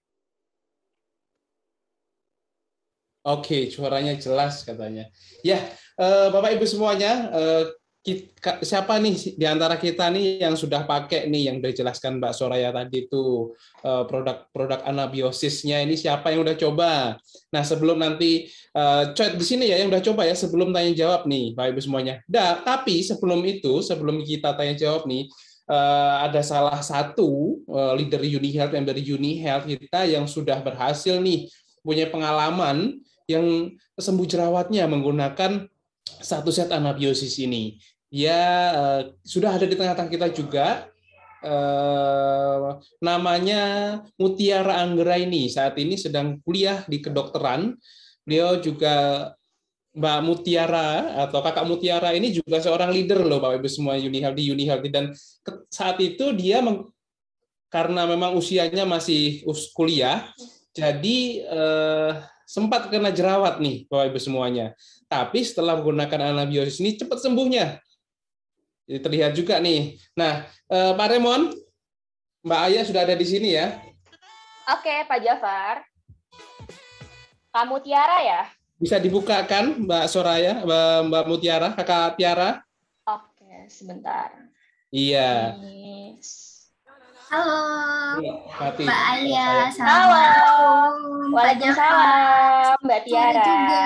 Oke, suaranya jelas katanya. Ya, eh, Bapak Ibu semuanya, eh, kita, siapa nih di antara kita nih yang sudah pakai nih yang udah dijelaskan Mbak Soraya tadi itu eh, produk-produk anabiosisnya ini siapa yang udah coba? Nah, sebelum nanti uh, chat di sini ya yang udah coba ya sebelum tanya jawab nih Bapak Ibu semuanya. Da, tapi sebelum itu, sebelum kita tanya jawab nih uh, ada salah satu uh, leader UniHealth yang dari UniHealth kita yang sudah berhasil nih punya pengalaman yang sembuh jerawatnya menggunakan satu set anabiosis ini. Dia uh, sudah ada di tengah-tengah kita juga. Uh, namanya Mutiara Anggraini. Saat ini sedang kuliah di kedokteran. Beliau juga Mbak Mutiara atau Kakak Mutiara ini juga seorang leader loh Bapak Ibu semua UniHealth di UniHealth, dan saat itu dia meng, karena memang usianya masih kuliah, jadi uh, sempat kena jerawat nih Bapak Ibu semuanya. Tapi setelah menggunakan anabiosis ini cepat sembuhnya. Jadi terlihat juga nih. Nah, eh, Pak Remon, Mbak Aya sudah ada di sini ya? Oke, Pak Jafar. Kamu Tiara ya? Bisa dibukakan, Mbak Soraya, Mbak, Mbak Mutiara, Kakak Tiara? Oke, sebentar. Iya. Ini... Halo, Mati. Mbak Aya. Halo. Waalaikumsalam, Mbak Tiara. Juga.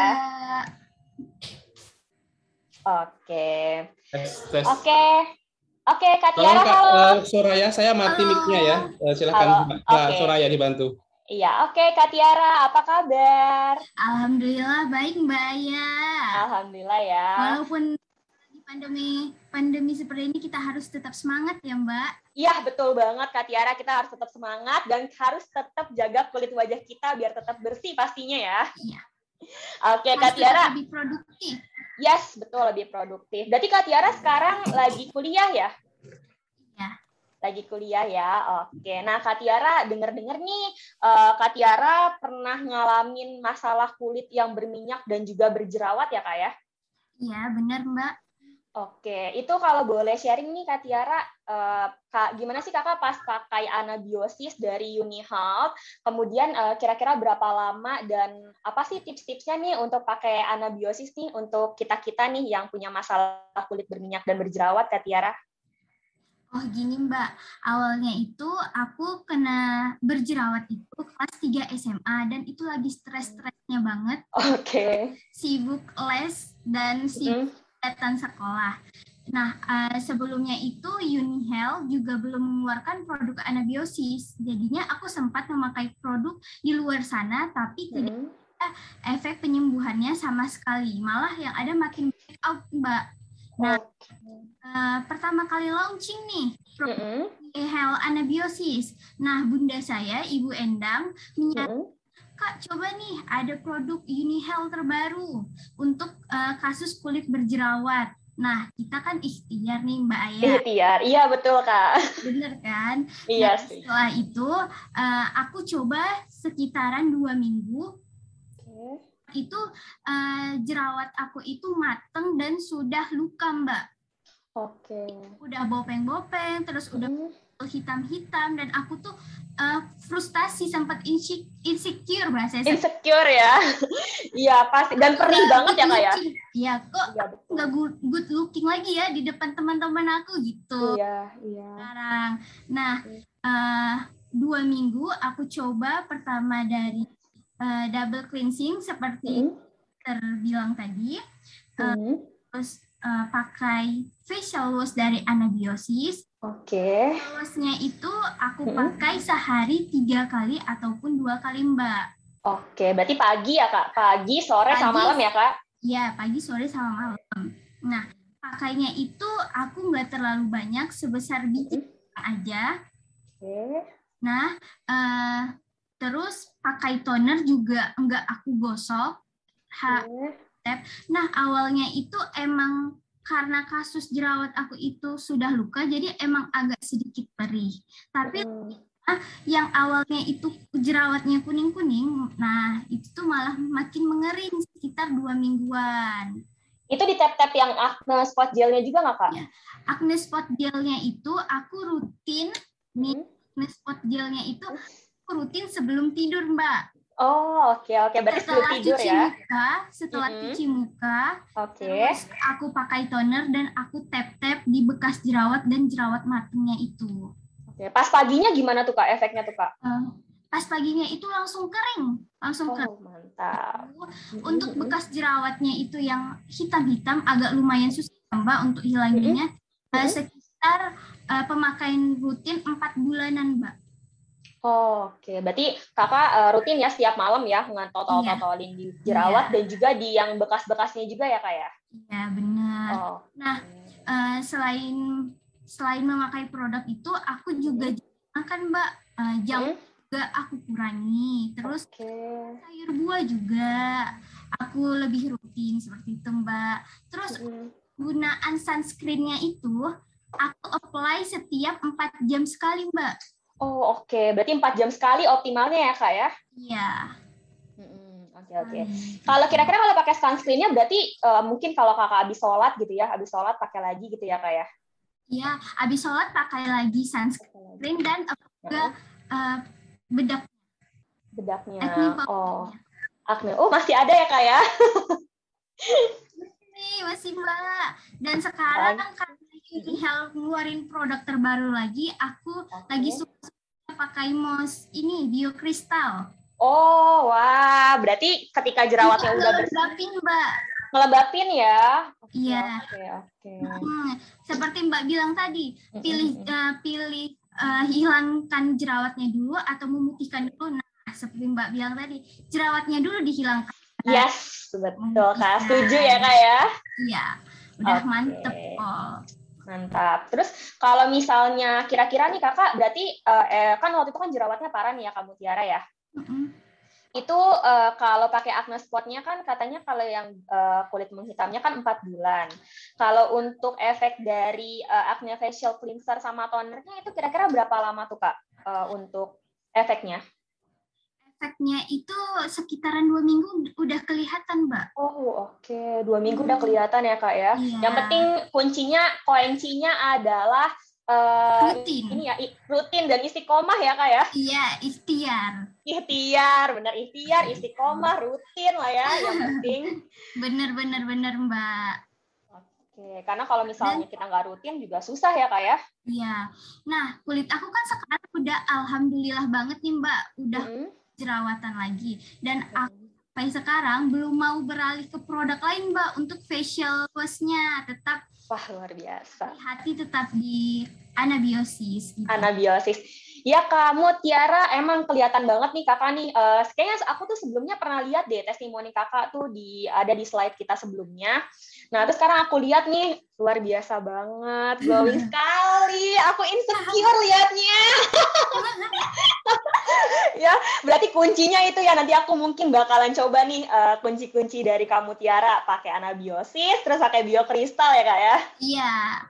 Oke. Tes, tes. Oke. Oke, Kak Tiara, Kak, halo. Uh, Soraya, saya mati mic-nya ya. Uh, silakan Mbak okay. Soraya dibantu. Iya, oke, Kak Tiara, apa kabar? Alhamdulillah baik, Mbak Aya. Alhamdulillah ya. Walaupun di pandemi pandemi seperti ini kita harus tetap semangat ya, Mbak. Iya, betul banget Kak Tiara, kita harus tetap semangat dan harus tetap jaga kulit wajah kita biar tetap bersih pastinya ya. Iya. Oke, Kak Harus Tiara. lebih produktif. Yes, betul, lebih produktif. Berarti Kak Tiara sekarang lagi kuliah ya? Ya. Lagi kuliah ya, oke. Nah, Kak Tiara, denger-denger nih, uh, Kak Tiara pernah ngalamin masalah kulit yang berminyak dan juga berjerawat ya, Kak ya? Iya, benar Mbak. Oke, itu kalau boleh sharing nih Kak Tiara, uh, Kak, gimana sih Kakak pas pakai Anabiosis dari UniHealth, kemudian uh, kira-kira berapa lama dan apa sih tips-tipsnya nih untuk pakai Anabiosis nih untuk kita-kita nih yang punya masalah kulit berminyak dan berjerawat, Kak Tiara? Oh gini Mbak, awalnya itu aku kena berjerawat itu kelas tiga S M A dan itu lagi stres-stresnya banget. Oke. Okay. Sibuk les dan sibuk kegiatan sekolah. Nah, uh, sebelumnya itu UniHealth juga belum mengeluarkan produk Anabiosis. Jadinya aku sempat memakai produk di luar sana, tapi mm-hmm. tidak ada efek penyembuhannya sama sekali. Malah yang ada makin break out, Mbak. Nah, uh, pertama kali launching nih, produk UniHealth Anabiosis. Nah, bunda saya, Ibu Endang, menyatakan, Kak, coba nih ada produk UniHealth terbaru untuk uh, kasus kulit berjerawat. Nah, kita kan ikhtiar nih Mbak Aya. Ikhtiar, iya betul Kak. Bener kan? Iya nah, sih. Setelah itu, uh, aku coba sekitaran dua minggu. Okay. Itu uh, jerawat aku itu mateng dan sudah luka Mbak. Oke. Okay. Udah bopeng-bopeng, terus udah hitam-hitam dan aku tuh uh, frustasi, sempat insecure bahasanya. Insecure ya. Iya pasti dan perih nah, banget ya Kak ya. Iya kok ya, nggak good, good looking lagi ya di depan teman-teman aku gitu. Iya iya. Sekarang, nah uh, dua minggu aku coba pertama dari uh, double cleansing seperti mm. terbilang tadi, uh, mm. terus uh, pakai facial wash dari Anabiosis. Oke. Okay. Washnya itu aku pakai hmm. sehari tiga kali ataupun dua kali Mbak. Oke, okay. Berarti pagi ya Kak? Pagi, sore, pagi, sama malam ya Kak? Iya, pagi, sore, sama malam. Nah, pakainya itu aku nggak terlalu banyak, sebesar biji hmm. aja. Oke. Okay. Nah, uh, terus pakai toner juga nggak aku gosok. Okay. Nah, awalnya itu emang karena kasus jerawat aku itu sudah luka, jadi emang agak sedikit perih. Tapi mm. ah, yang awalnya itu jerawatnya kuning-kuning, nah itu tuh malah makin mengering sekitar dua mingguan. Itu di tap-tap yang acne spot gelnya juga nggak Kak? Ya, acne spot gelnya itu aku rutin, mm. nih acne spot gelnya itu aku rutin sebelum tidur Mbak. Oh, oke okay, oke. Okay. Berarti setelah sebelum tidur cuci ya. Muka, setelah mm-hmm. cuci muka, okay. terus aku pakai toner dan aku tap-tap di bekas jerawat dan jerawat matangnya itu. Oke, okay. Pas paginya gimana tuh Kak efeknya tuh Kak? Uh, pas paginya itu langsung kering, langsung oh, kering. Mantap. Untuk bekas jerawatnya itu yang hitam-hitam agak lumayan susah Mbak untuk hilanginnya. Mm-hmm. Uh, sekitar uh, pemakaian rutin empat bulanan Mbak. Oh, oke, okay. Berarti kakak uh, rutin ya setiap malam ya ngetotol-totolin di jerawat iya. Dan juga di yang bekas-bekasnya juga ya kak ya? Iya benar. Oh. Nah uh, selain selain memakai produk itu, aku juga hmm. makan mbak uh, jam hmm? juga aku kurangi. Terus okay. sayur buah juga aku lebih rutin seperti itu mbak. Terus hmm. gunaan sunscreen-nya itu aku apply setiap empat jam sekali mbak. Oh oke, okay. Berarti empat jam sekali optimalnya ya kak ya? Iya. Oke oke. Kalau kira-kira kalau pakai sunscreen-nya berarti uh, mungkin kalau kakak habis sholat gitu ya, habis sholat pakai lagi gitu ya kak ya? Iya, habis sholat pakai lagi sunscreen dan juga uh, bedak. Bedaknya. Oh, acne. Oh masih ada ya kak ya? Nih masih mbak. Dan sekarang kan UniHealth ngeluarin produk terbaru lagi, aku okay. lagi suka pakai mousse ini BioCrystal. Oh, wah, berarti ketika jerawatnya udah bersih. Ngelebapin, Mbak. Ngelebapin ya? Iya. Oke, okay, oke. Okay. Hmm, seperti Mbak bilang tadi, pilih uh, pilih uh, hilangkan jerawatnya dulu atau memutihkan dulu. Nah, seperti Mbak bilang tadi, jerawatnya dulu dihilangkan. Yes, betul Kak. Setuju ya Kak ya? Iya, udah okay. Mantep oh. Mantap. Terus kalau misalnya kira-kira nih kakak, berarti uh, eh, kan waktu itu kan jerawatnya parah nih ya kamu Tiara ya. Mm-hmm. itu uh, kalau pakai acne spot-nya kan katanya kalau yang uh, kulit menghitamnya kan empat bulan. Kalau untuk efek dari uh, acne facial cleanser sama tonernya itu kira-kira berapa lama tuh Kak uh, untuk efeknya? Efeknya itu sekitaran dua minggu udah kelihatan, Mbak. Oh, oke. Okay. Dua minggu hmm. udah kelihatan ya, Kak ya. Iya. Yang penting kuncinya, kuncinya adalah uh, rutin. Ini ya, rutin dan istiqomah ya, Kak ya. Iya, ikhtiar. Ikhtiar, benar ikhtiar, istiqomah, rutin lah ya, yang penting. Bener-bener bener, Mbak. Oke, karena kalau misalnya dan, kita nggak rutin juga susah ya, Kak ya. Iya. Nah, kulit aku kan sekarang udah alhamdulillah banget nih, Mbak. Udah mm-hmm. jerawatan lagi. Dan aku sampai sekarang belum mau beralih ke produk lain, Mbak, untuk facial wash-nya. Tetap wah, luar biasa. Hati tetap di anabiosis. Gitu. Anabiosis. Ya, kamu Tiara emang kelihatan banget nih Kakak nih. Uh, kayaknya aku tuh sebelumnya pernah lihat deh testimoni Kakak tuh di ada di slide kita sebelumnya. Nah, terus sekarang aku lihat nih, luar biasa banget, glowing sekali. Aku insecure liatnya. Ya, berarti kuncinya itu ya, nanti aku mungkin bakalan coba nih uh, kunci-kunci dari kamu Tiara, pakai anabiosis, terus pakai biokristal ya Kak ya? Iya.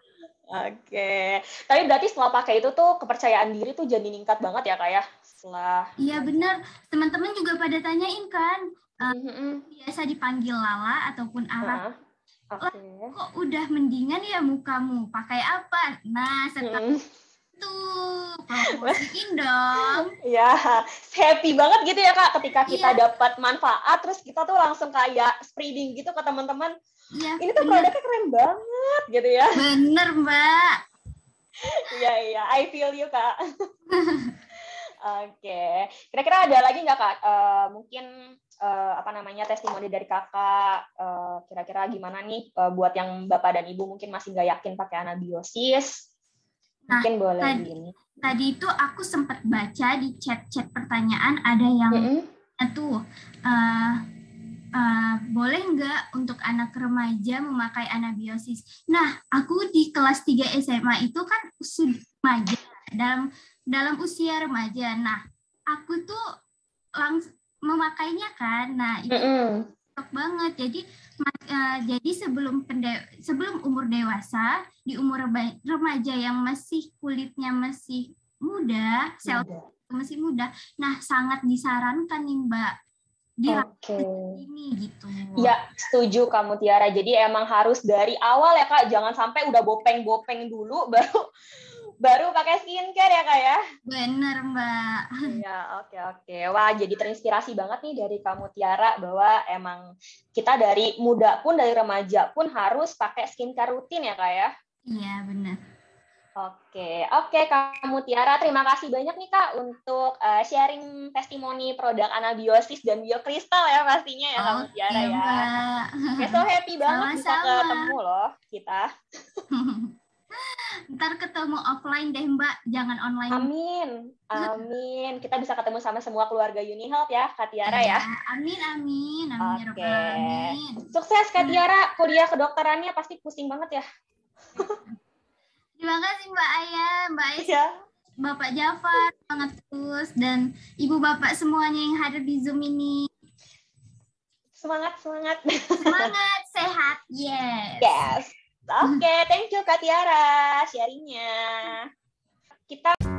Oke, tapi berarti setelah pakai itu tuh kepercayaan diri tuh jadi meningkat banget ya Kak ya? Setelah iya benar, teman-teman juga pada tanyain kan, uh, mm-hmm. biasa dipanggil Lala ataupun Arab. Uh, okay. Lah, kok udah mendingan ya mukamu? Pakai apa? Nah, setelah mm. tuh promosiin dong. Ya, happy banget gitu ya Kak ketika kita yeah. dapat manfaat, terus kita tuh langsung kayak spreading gitu ke teman-teman. Ya, ini tuh bener. Produknya keren banget gitu ya. Bener, Mbak. Iya, iya. I feel you, Kak. Oke. Okay. Kira-kira ada lagi nggak, Kak? Uh, mungkin, uh, apa namanya, testimoni dari Kakak. Uh, kira-kira gimana nih uh, buat yang Bapak dan Ibu mungkin masih nggak yakin pakai anabiosis? Mungkin nah, boleh tadi, begini. Tadi itu aku sempat baca di chat-chat pertanyaan ada yang mm-hmm. tuh, uh, Uh, boleh nggak untuk anak remaja memakai anabiosis? Nah, aku di kelas tiga S M A itu kan sudah remaja, dalam dalam usia remaja. Nah, aku tuh langsung memakainya kan. Nah, itu cocok banget. Jadi uh, jadi sebelum pende- sebelum umur dewasa, di umur remaja yang masih kulitnya masih muda, sel masih muda. Nah, sangat disarankan nih, Mbak. Oke. Okay. Ini gitu. Ya, setuju kamu Tiara. Jadi emang harus dari awal ya Kak, jangan sampai udah bopeng-bopeng dulu baru baru pakai skincare ya Kak ya. Bener Mbak. Ya, oke oke. Wah, jadi terinspirasi banget nih dari kamu Tiara bahwa emang kita dari muda pun dari remaja pun harus pakai skincare rutin ya Kak ya. Iya, benar. Oke, oke kamu Tiara, terima kasih banyak nih Kak untuk uh, sharing testimoni produk anabiosis dan biokristal ya pastinya ya kamu Tiara ya. Oke, so happy banget bisa ketemu loh kita. Ntar ketemu offline deh Mbak, jangan online. Amin, amin. Kita bisa ketemu sama semua keluarga Unihealth ya Kak Tiara ya. Amin, amin, amin. Oke, sukses Kak Tiara, kuliah kedokterannya pasti pusing banget ya. Terima kasih Mbak Aya, Mbak Aya, ya. Bapak Jafar, semangat terus, dan Ibu Bapak semuanya yang hadir di Zoom ini. Semangat, semangat. Semangat, sehat, yes. Yes. Oke, okay, thank you Kak Tiara sharingnya. Kita